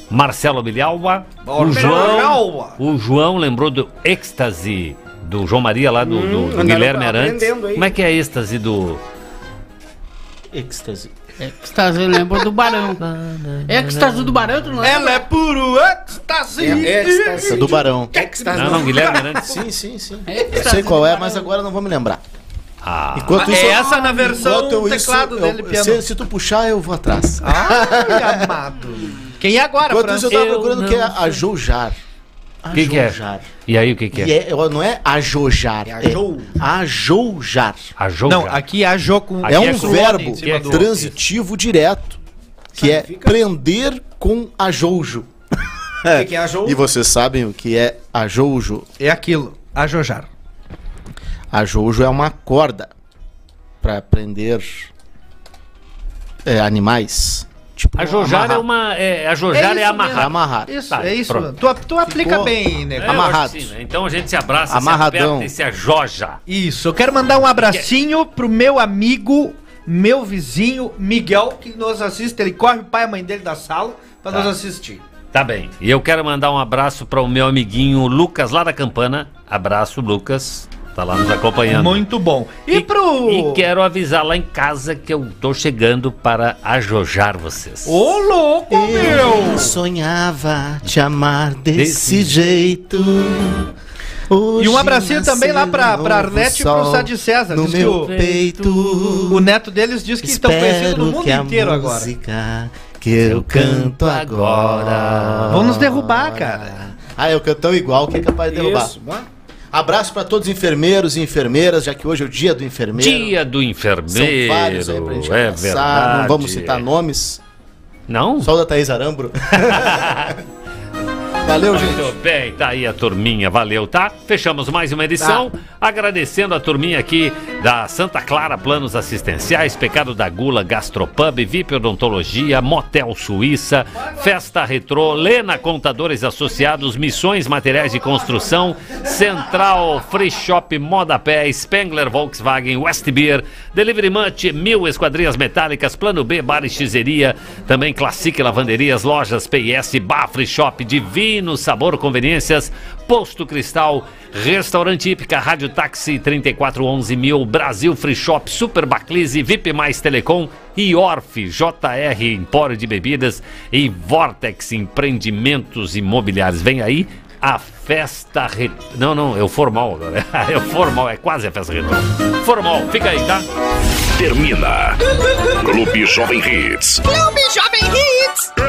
Marcelo Bilhalva. O Marcelo João, Bilhalva. o João lembrou do êxtase do João Maria lá do, Hum, do- do andaram Guilherme Arantes. aprendendo aí. Como é que é êxtase do... Êxtase. Êxtase, eu lembro do Barão. Êxtase do Barão, tu não lembra? Ela é puro êxtase. É, êxtase. Essa é do Barão. Êxtase. Não, não, Guilherme Arantes. Sim, sim, sim. Êxtase Eu sei qual do é, Barão. mas agora não vou me lembrar. Ah, Enquanto É isso, essa na versão enquanto teclado isso, dele, eu- piano. se, se tu puxar, eu vou atrás. Ai, amado. Quem é agora, Enquanto Fran? isso, eu tava Eu procurando o não que é ajojar. O que, que é? Ajojar. E aí, o que, que E é? é, não é ajojar, é ajou. ajoujar. A jogo. Não, aqui é ajou com... Aqui É é um com verbo em cima do- transitivo direto, que é prender com ajoujo. O que que é ajou? E vocês sabem o que é ajoujo? É aquilo, ajojar. Ajoujo é uma corda para prender é, animais. Tipo, Ajojar amarrar. é uma. É, ajojar é, isso amarrar. mesmo. Amarrar. Isso, Tá, é isso. pronto. Tu, tu aplica Ficou- bem, né? É, eu acho Amarrados. que sim, né? Então a gente se abraça, Amarradão. se aperta e se ajoja. Isso, eu quero mandar um abracinho pro meu amigo, meu vizinho, Miguel, que nos assiste. Ele corre o pai e a mãe dele da sala pra Tá. nos assistir. Tá bem. E eu quero mandar um abraço para o meu amiguinho Lucas lá da Campana. Abraço, Lucas. Tá lá nos acompanhando. Muito bom. E, pro... E quero avisar lá em casa que eu tô chegando para ajojar vocês. Ô, louco, meu! Eu sonhava te amar desse, Desse jeito. E um abracinho Hoje também lá pra, nasceu pra um novo Arnete e pro sol Sade César. no Diz que meu o, peito. o neto deles diz que estão conhecidos no mundo que a inteiro agora. música que eu canto agora. Vão nos derrubar, cara. Ah, eu canto tão igual que é capaz de derrubar. Isso, bom. Abraço pra todos os enfermeiros e enfermeiras, já que hoje é o dia do enfermeiro. Dia do São enfermeiro. vários aí pra gente é abraçar. verdade. Não vamos citar nomes. Não? Só o da Thaís Arambro. Valeu, gente. Muito bem, tá aí a turminha, valeu, tá? Fechamos mais uma edição, agradecendo a turminha aqui da Santa Clara Planos Assistenciais, Pecado da Gula, Gastropub, V I P Odontologia, Motel Suíça, Festa Retrô, Lena Contadores Associados, Missões Materiais de Construção, Central Free Shop Moda Pé, Spengler Volkswagen, West Beer, Delivery Munch, Mil Esquadrias Metálicas, Plano B, Bar e Xizeria, também Classic Lavanderias, Lojas P S, Bar Free Shop, Divino Sabor Conveniências, Posto Cristal, Restaurante Hípica, Rádio Táxi trinta e quatro onze mil, Brasil Free Shop, Super Baclise, V I P Mais Telecom, Iorf, J R Empório de Bebidas e Vortex Empreendimentos Imobiliários. Vem aí a festa... Re... Não, não, é o formal agora. É o formal, é quase a festa retrô. Formal, fica aí, tá? Termina. Clube Jovem Hits. Clube Jovem Hits.